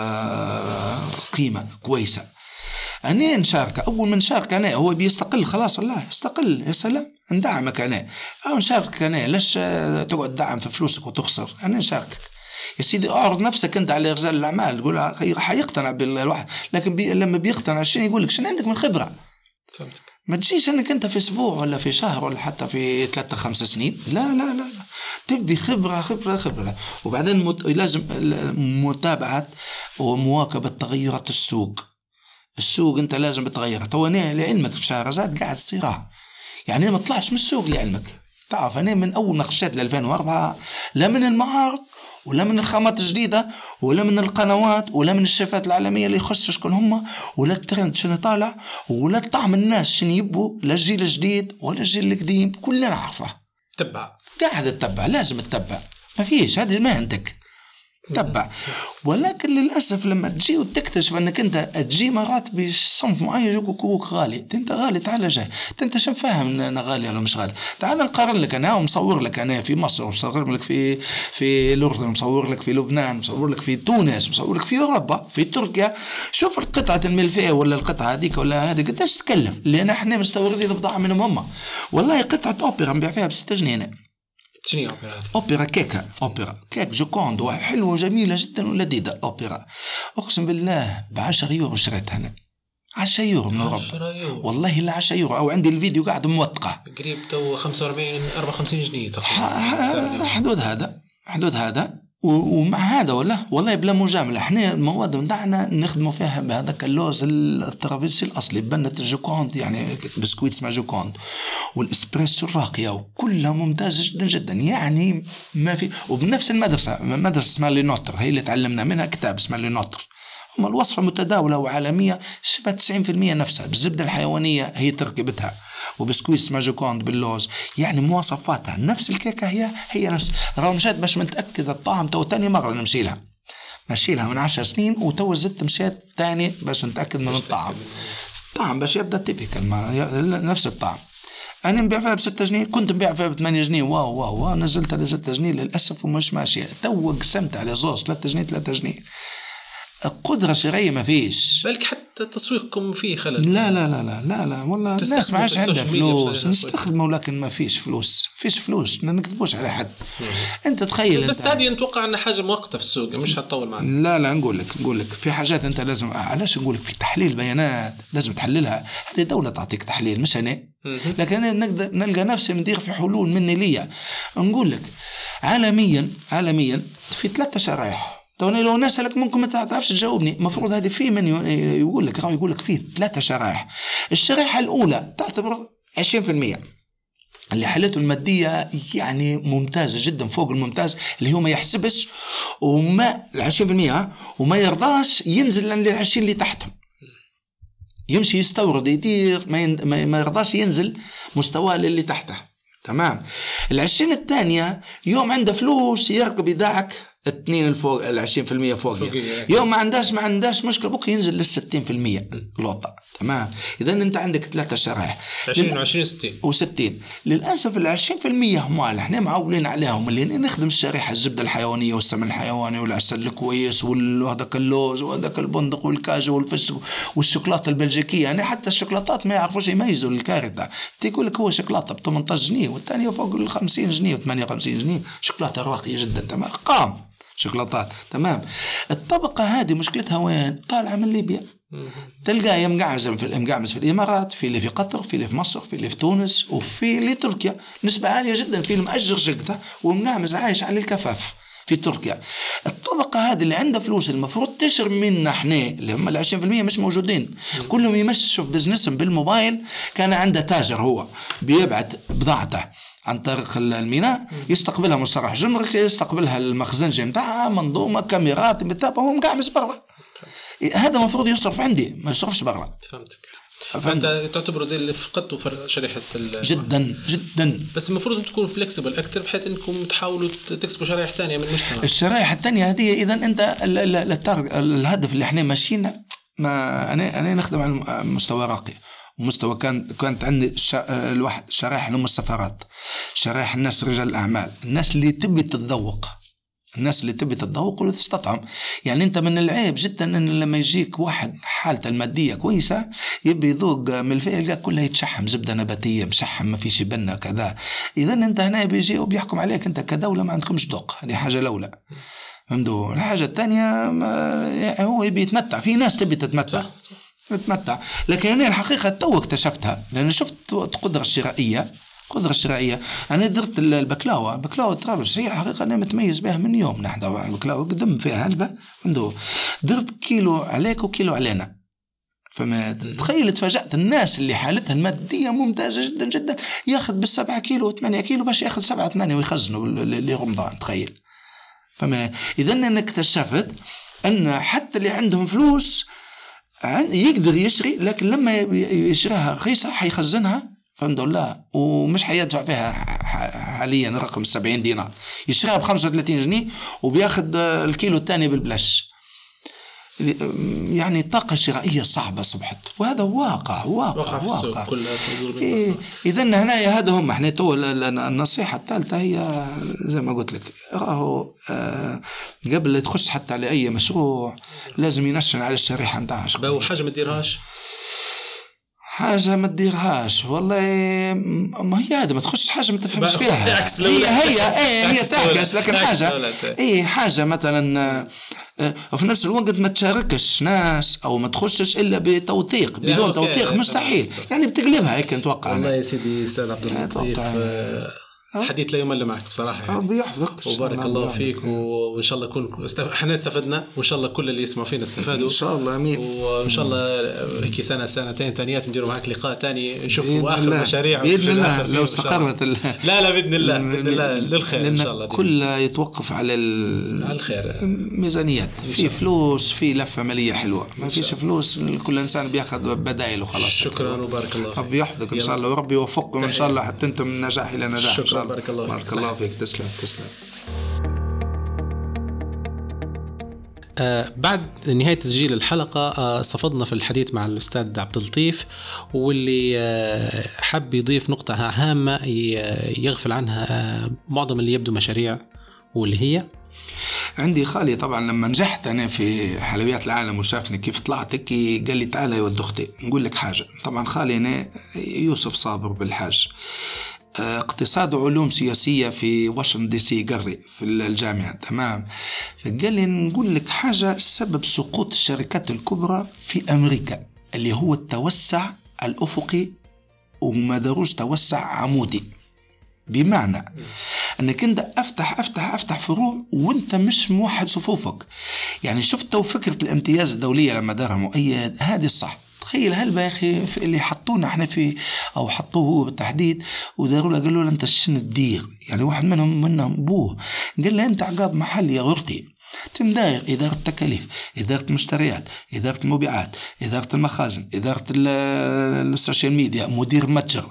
Speaker 2: قيمه كويسه، أنا نشارك. أول من شارك أنا هو بيستقل خلاص، الله يستقل يا سلام، ندعمك أنا أو نشارك أنا. ليش تقعد تدعم في فلوسك وتخسر؟ أنا نشاركك يا سيدي. أعرض نفسك أنت على رجال الأعمال، تقول حيقتنع بالواحد، لكن بي لما بيقتنع شنو يقول لك؟ شنو عندك من خبرة؟
Speaker 1: فهمتك.
Speaker 2: ما تجيش انك انت في اسبوع ولا في شهر ولا حتى في ثلاثة خمس سنين، لا لا لا, لا. تبي خبرة خبرة خبرة. وبعدين مت... لازم متابعة ومواكبة تغيرات السوق. السوق انت لازم تغيره. تو انا لعلمك في شهرزاد قاعد صراع، يعني ما طلعش من السوق لعلمك. تعرف انا من اول ما خشيت ل ألفين وأربعة لا من المعارض ولا من الخامات الجديدة ولا من القنوات ولا من الشفات العالمية اللي يخش شكون هم ولا الترند شنو طالع ولا طعم الناس شنو يبوا، لا الجيل الجديد ولا الجيل القديم، كلنا عارفه.
Speaker 1: تبع
Speaker 2: قاعد تتبع، لازم تتبع، ما فيش، هذه ما عندك تبع. ولكن للأسف لما تجي وتكتشف أنك أنت تجي مرات بصنف معين يجوك كوك غالي، أنت غالي تعال جاي، أنت شو فاهم أنا غالي ولا مش غالي؟ تعال نقارن لك أنا ومصور لك أنا في مصر، ومصور لك في في الأردن، مصور لك في لبنان، مصور لك في تونس، مصور لك في أوروبا، في تركيا. شوف القطعة الملفية ولا القطعة هذيك ولا هذه قديش تكلف، لأن إحنا مستوردين البضاعة منهم هم. والله قطعة أوبرا نبيع فيها بستة جنيه.
Speaker 1: شنو أوبرا؟
Speaker 2: أوبرا كيكة، أوبرا كيك جوكوند حلوة وجميلة جدا ولذيذة. أوبرا أقسم بالله بعشر يورو شريتها أنا، عشرة يورو من أوروبا والله، لا عشرة يورو. أو عندي الفيديو قاعد موثقة
Speaker 1: قريب تو خمسة وأربعين أربعة وخمسين جنيه تقريبا،
Speaker 2: حدود هذا حدود هذا. ومع هذا والله والله بلا مجاملة احنا المواد متاعنا نخدموا فيها بهذاك اللوز الترابيزي الأصلي، بنة الجوكوند يعني بسكويت اسمها جوكوند، والإسبريسو الراقية، وكلها ممتازة جدا جدا يعني ما في. وبنفس المدرسة مدرسة اسمها لي نوتر هي اللي تعلمنا منها كتاب اسمها لي نوتر. هم الوصفة متداولة وعالمية شبه تسعين بالمئة نفسها، بالزبدة الحيوانية هي تركبتها، وبسكويت اسمها جوكوند باللوز، يعني مواصفاتها نفس الكيكة هي هي نفس. راهو مشيت باش متأكد الطعم، تو تاني مرة نمشي لها، مشي لها من عشر سنين وتو زدت مشيت تاني باش نتأكد من الطعم. طعم باش يبدأ تيبيكال نفس الطعم. أنا نبيع فيها بستة جنيه، كنت نبيع فيها بثمانية جنيه، واو واو واو نزلتها لستة جنيه للأسف ومش ماشية. تو قسمت على زوز ثلاثة جنيه ثلاثة جنيه. قدرة شرائية ما فيش،
Speaker 1: بلك حتى تسويقكم فيه خلل.
Speaker 2: لا لا لا لا لا لا والله الناس ما عادش عندها فلوس، نستخدمه لكن ما فيش فلوس، فيش فلوس ما نكتبوش على حد. انت تخيل
Speaker 1: بس هذه نتوقع ان حاجه مؤقته في السوق مش هتطول معنا.
Speaker 2: لا لا نقول لك نقول لك في حاجات انت لازم، علاش نقول لك في تحليل بيانات لازم تحللها. هذه دولة تعطيك تحليل مش انا، لكن انا نقدر نلقى نفسي ندير في حلول مني ليا. نقول لك عالميا عالميا في ثلاثة شرائح. توني لو نسألك ممكن ما تعرفش تجاوبني، مفروض هذه في من يقول لك، راهو يقول لك فيه ثلاثة شرائح. الشريحة الأولى تعتبر عشرين بالمئة اللي حالته المادية يعني ممتازة جدا فوق الممتاز، اللي هو ما يحسبش وما العشرين بالمئة وما يرضاش ينزل للعشرين اللي تحتهم، يمشي يستورد يدير ما, ين... ما يرضاش ينزل مستوى اللي تحته. تمام. العشرين الثانية يوم عنده فلوس يركب يدعك اثنين الفوق العشرين في المية فوق، يوم ما عنداش ما عنداش مشكلة بك ينزل للستين في المية لوطة. تمام. إذا أنت عندك ثلاثة شرائح
Speaker 1: عشرين وعشرين وستين
Speaker 2: وستين. للأسف العشرين في المية هم اللي احنا معولين عليهم، اللي نخدم الشريحة الزبدة الحيوانية والسمن الحيواني والعسل الكويس وهذاك اللوز وهذاك البندق والكاجو والفستق والشوكولاتة البلجيكية. يعني حتى الشوكولاتات ما يعرفوش يميزوا الكارثة. تقول لك هو شوكولاتة ب ثمانية عشر جنيه والثانية فوق ال خمسين جنيه و ثمانية وخمسين جنيه، شوكولاتة راقية جدا. تمام. قام شوكولاتات. تمام. الطبقة هذه مشكلتها وين؟ طالعة من ليبيا، تلقاه مقعمز في مقعمز في الإمارات، في اللي في قطر، في اللي في مصر، في اللي في تونس، وفي اللي تركيا نسبة عالية جدا، في المأجر شقته ومقعمز عايش على الكفاف في تركيا. الطبقة هذه اللي عندها فلوس المفروض تشر منا احنا اللي هم العشرين في المية مش موجودين، كلهم يمشوا في بزنسهم بالموبايل. كان عنده تاجر هو بيبعت بضاعته عن طريق الميناء، يستقبلها مصرح جمركي، يستقبلها المخزنجي متاعها منظومة كاميرات متابعة، وهم قاعد برا. هذا مفروض يصرف عندي ما يصرفش برا.
Speaker 1: فهمتك. فانت تعتبره زي اللي فقدتوا في شريحه
Speaker 2: جدا جدا.
Speaker 1: بس المفروض ان تكونوا فليكسبل اكثر بحيث انكم تحاولوا تكسبوا شرائح ثانيه من المجتمع.
Speaker 2: الشرائح الثانيه هذه اذا انت الهدف اللي احنا ماشيين ما أنا أنا نخدم على مستوى راقي، ومستوى كان كانت عندي الواحد شرائح هم السفارات، شرائح الناس رجال الأعمال، الناس اللي تبي تتذوق، الناس اللي تبي تتذوق وتستطعم. يعني أنت من العيب جدا أن لما يجيك واحد حالته المادية كويسة يبي يذوق من الفئة يلقى كلها يتشحم زبدة نباتية مشحم ما فيش بنا كذا. إذا أنت هنا بيجي وبيحكم عليك أنت كدولة ما عندكمش ذوق، هذه حاجة الأولى. فهمتوا؟ الحاجة الثانية هو يبي يتمتع، في ناس تبي تتمتع تتمتع، لكن أنا الحقيقة تو اكتشفتها لأن شفت القدرة الشرائية. قدرة الشرائية أنا درت البكلاوة بكلاوة طرابلس، هي الحقيقة أنا متميز بها من يوم نحن البكلاوة قدم فيها هلبة. عنده درت كيلو عليك وكيلو علينا، فما تخيل تفاجأت الناس اللي حالتها المادية ممتازة جدا جدا ياخذ بالسبعة كيلو وثمانية كيلو باش ياخذ سبعة ثمانية ويخزنوا لرمضان. تخيل. فما إذا أنا اكتشفت أن حتى اللي عندهم فلوس يقدر يشري، لكن لما يشريها رخيصة حيخزنها. فهمت الله؟ ومش حيدفع فيها حاليا رقم سبعين دينار، يشتريها بخمسة وثلاثين جنيه وبياخد الكيلو الثاني بالبلاش. يعني طاقة شرائية صعبة صبحت، وهذا واقع واقع واقع, واقع. إيه إذا هنا هذا هم احنا تو النصيحة الثالثة هي زي ما قلت لك، راهو آه قبل لا تخش حتى على أي مشروع لازم ينشن على الشريحة نتاعها.
Speaker 1: باو حاجة ما تديرهاش
Speaker 2: حاجة ما تديرهاش والله، ما هي هذا ما تخش حاجة ما تفهمش فيها. هي هي ايه هي تعكس، لكن حاجة ايه حاجة مثلا وفي نفس الوقت ما تشاركش ناس او ما تخشش الا بتوثيق، بدون توثيق مستحيل. يعني بتقلبها هيك نتوقع.
Speaker 1: والله يا سيدي استاذ عبد اللطيف حديث لا يمل معك بصراحة.
Speaker 2: ربي يحفظك
Speaker 1: وبارك الله فيك، وإن شاء الله كون استف... احنا استفدنا، وإن شاء الله كل اللي يسمعوا فينا استفادوا
Speaker 2: إن شاء الله. أمين.
Speaker 1: وإن شاء الله هيك سنة سنتين تانيات نديروا معك لقاء تاني نشوفوا آخر مشاريع
Speaker 2: بإذن الله لو استقرت ال...
Speaker 1: لا لا بإذن الله بإذن الله للخير إن شاء الله.
Speaker 2: كل يتوقف على ال...
Speaker 1: على الخير.
Speaker 2: ميزانيات في فلوس، في لفة مالية حلوة، ما فيش فلوس كل إنسان بياخد بدائل وخلاص.
Speaker 1: شكرا وبارك الله فيك.
Speaker 2: ربي يحفظك إن شاء الله، وربي يوفقكم إن شاء الله حتى أنت من نجاح إلى نجاح.
Speaker 1: شكرا بارك الله
Speaker 2: بارك الله فيك. تسلم تسلم.
Speaker 1: آه بعد نهاية تسجيل الحلقة آه استفضنا في الحديث مع الأستاذ عبد اللطيف، واللي آه حب يضيف نقطة هامة يغفل عنها آه معظم اللي يبدو مشاريع، واللي هي
Speaker 2: عندي خالي. طبعا لما نجحت أنا في حلويات العالم وشافني كيف طلعت كي قال لي تعالى يا ولد أختي نقول لك حاجة. طبعا خالي أنا يوسف صابر بالحاج، اقتصاد وعلوم سياسية في واشنطن دي سي قري في الجامعة. تمام. فقال لي نقول لك حاجة، سبب سقوط الشركات الكبرى في أمريكا اللي هو التوسع الأفقي وما داروش توسع عمودي، بمعنى أنك أنت أفتح أفتح أفتح فروع وأنت مش موحد صفوفك. يعني شفتوا فكرة الامتياز الدولية لما دارها مؤيد، هذه الصح. تخيل هل يا أخي اللي حطونا احنا في أو حطوه هو بالتحديد وداروا له قالوا له أنت شنو تدير. يعني واحد منهم منهم بوه قال له أنت عقاب محل يا غرتي، تمداير إدارة التكاليف، إدارة المشتريات، إدارة المبيعات، إدارة المخازن، إدارة السوشيال ميديا، مدير متجر،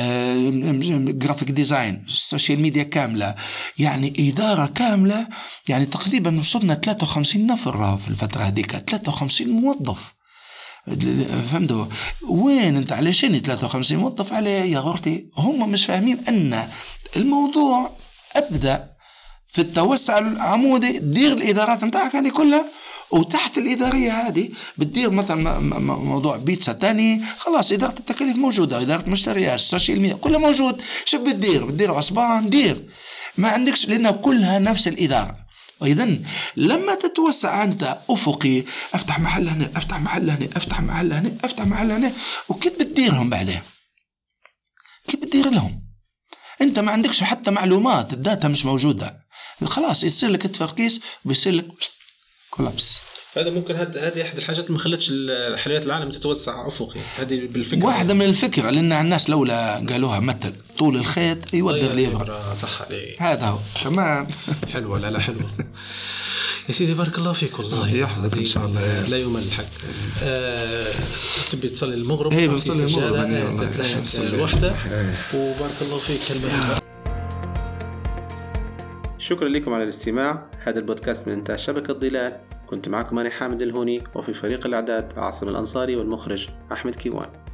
Speaker 2: جرافيك ديزاين، السوشيال ميديا كاملة. يعني إدارة كاملة. يعني تقريبا وصلنا ثلاثة وخمسين نفر في الفترة هذيك، ثلاثة وخمسين موظف. فهمتوا وين انت علشان ثلاثة وخمسين موظف عليه يا غرتي؟ هم مش فاهمين ان الموضوع ابدا في التوسع العمودي. دير الادارات نتاعك هذه كلها، وتحت الاداريه هذه بتدير مثلا موضوع بيتزا تاني، خلاص اداره التكاليف موجوده، اداره المشتريات، السوشيال ميديا كلها موجود. شو بتدير؟ بتدير عصبان دير، ما عندكش لانها كلها نفس الاداره. وإذن لما تتوسع أنت أفقي، أفتح محل هنا أفتح محل هنا أفتح محل هنا أفتح محل هنا، وكيف بتديرهم بعدين؟ كيف بتدير لهم؟ أنت ما عندكش حتى معلومات، الداتا مش موجودة، خلاص يصير لك تفركيس وبيصير لك كولابس.
Speaker 1: فهذا ممكن هذه أحد الحاجات اللي ما خلتش الحلويات العالم تتوسع أفقي. هذه بالفكرة
Speaker 2: واحدة من الفكرة، لأن الناس لولا قالوها مثل طول الخيط يودر الإبرة.
Speaker 1: صح عليه.
Speaker 2: هذا هو. تمام.
Speaker 1: حلوة. لا لا حلوة يا سيدي بارك الله فيك. والله
Speaker 2: يحفظك إن شاء الله.
Speaker 1: لا يمل الحق. أه... تبي تصلي المغرب؟
Speaker 2: إيه بصلي المغرب.
Speaker 1: الوحدة. وبارك الله فيك. كلمة. شكرا لكم على الاستماع. هذا البودكاست من إنتاج شبكة ظلال. كنت معكم أنا حامد الهوني، وفي فريق الإعداد عاصم الأنصاري والمخرج أحمد كيوان.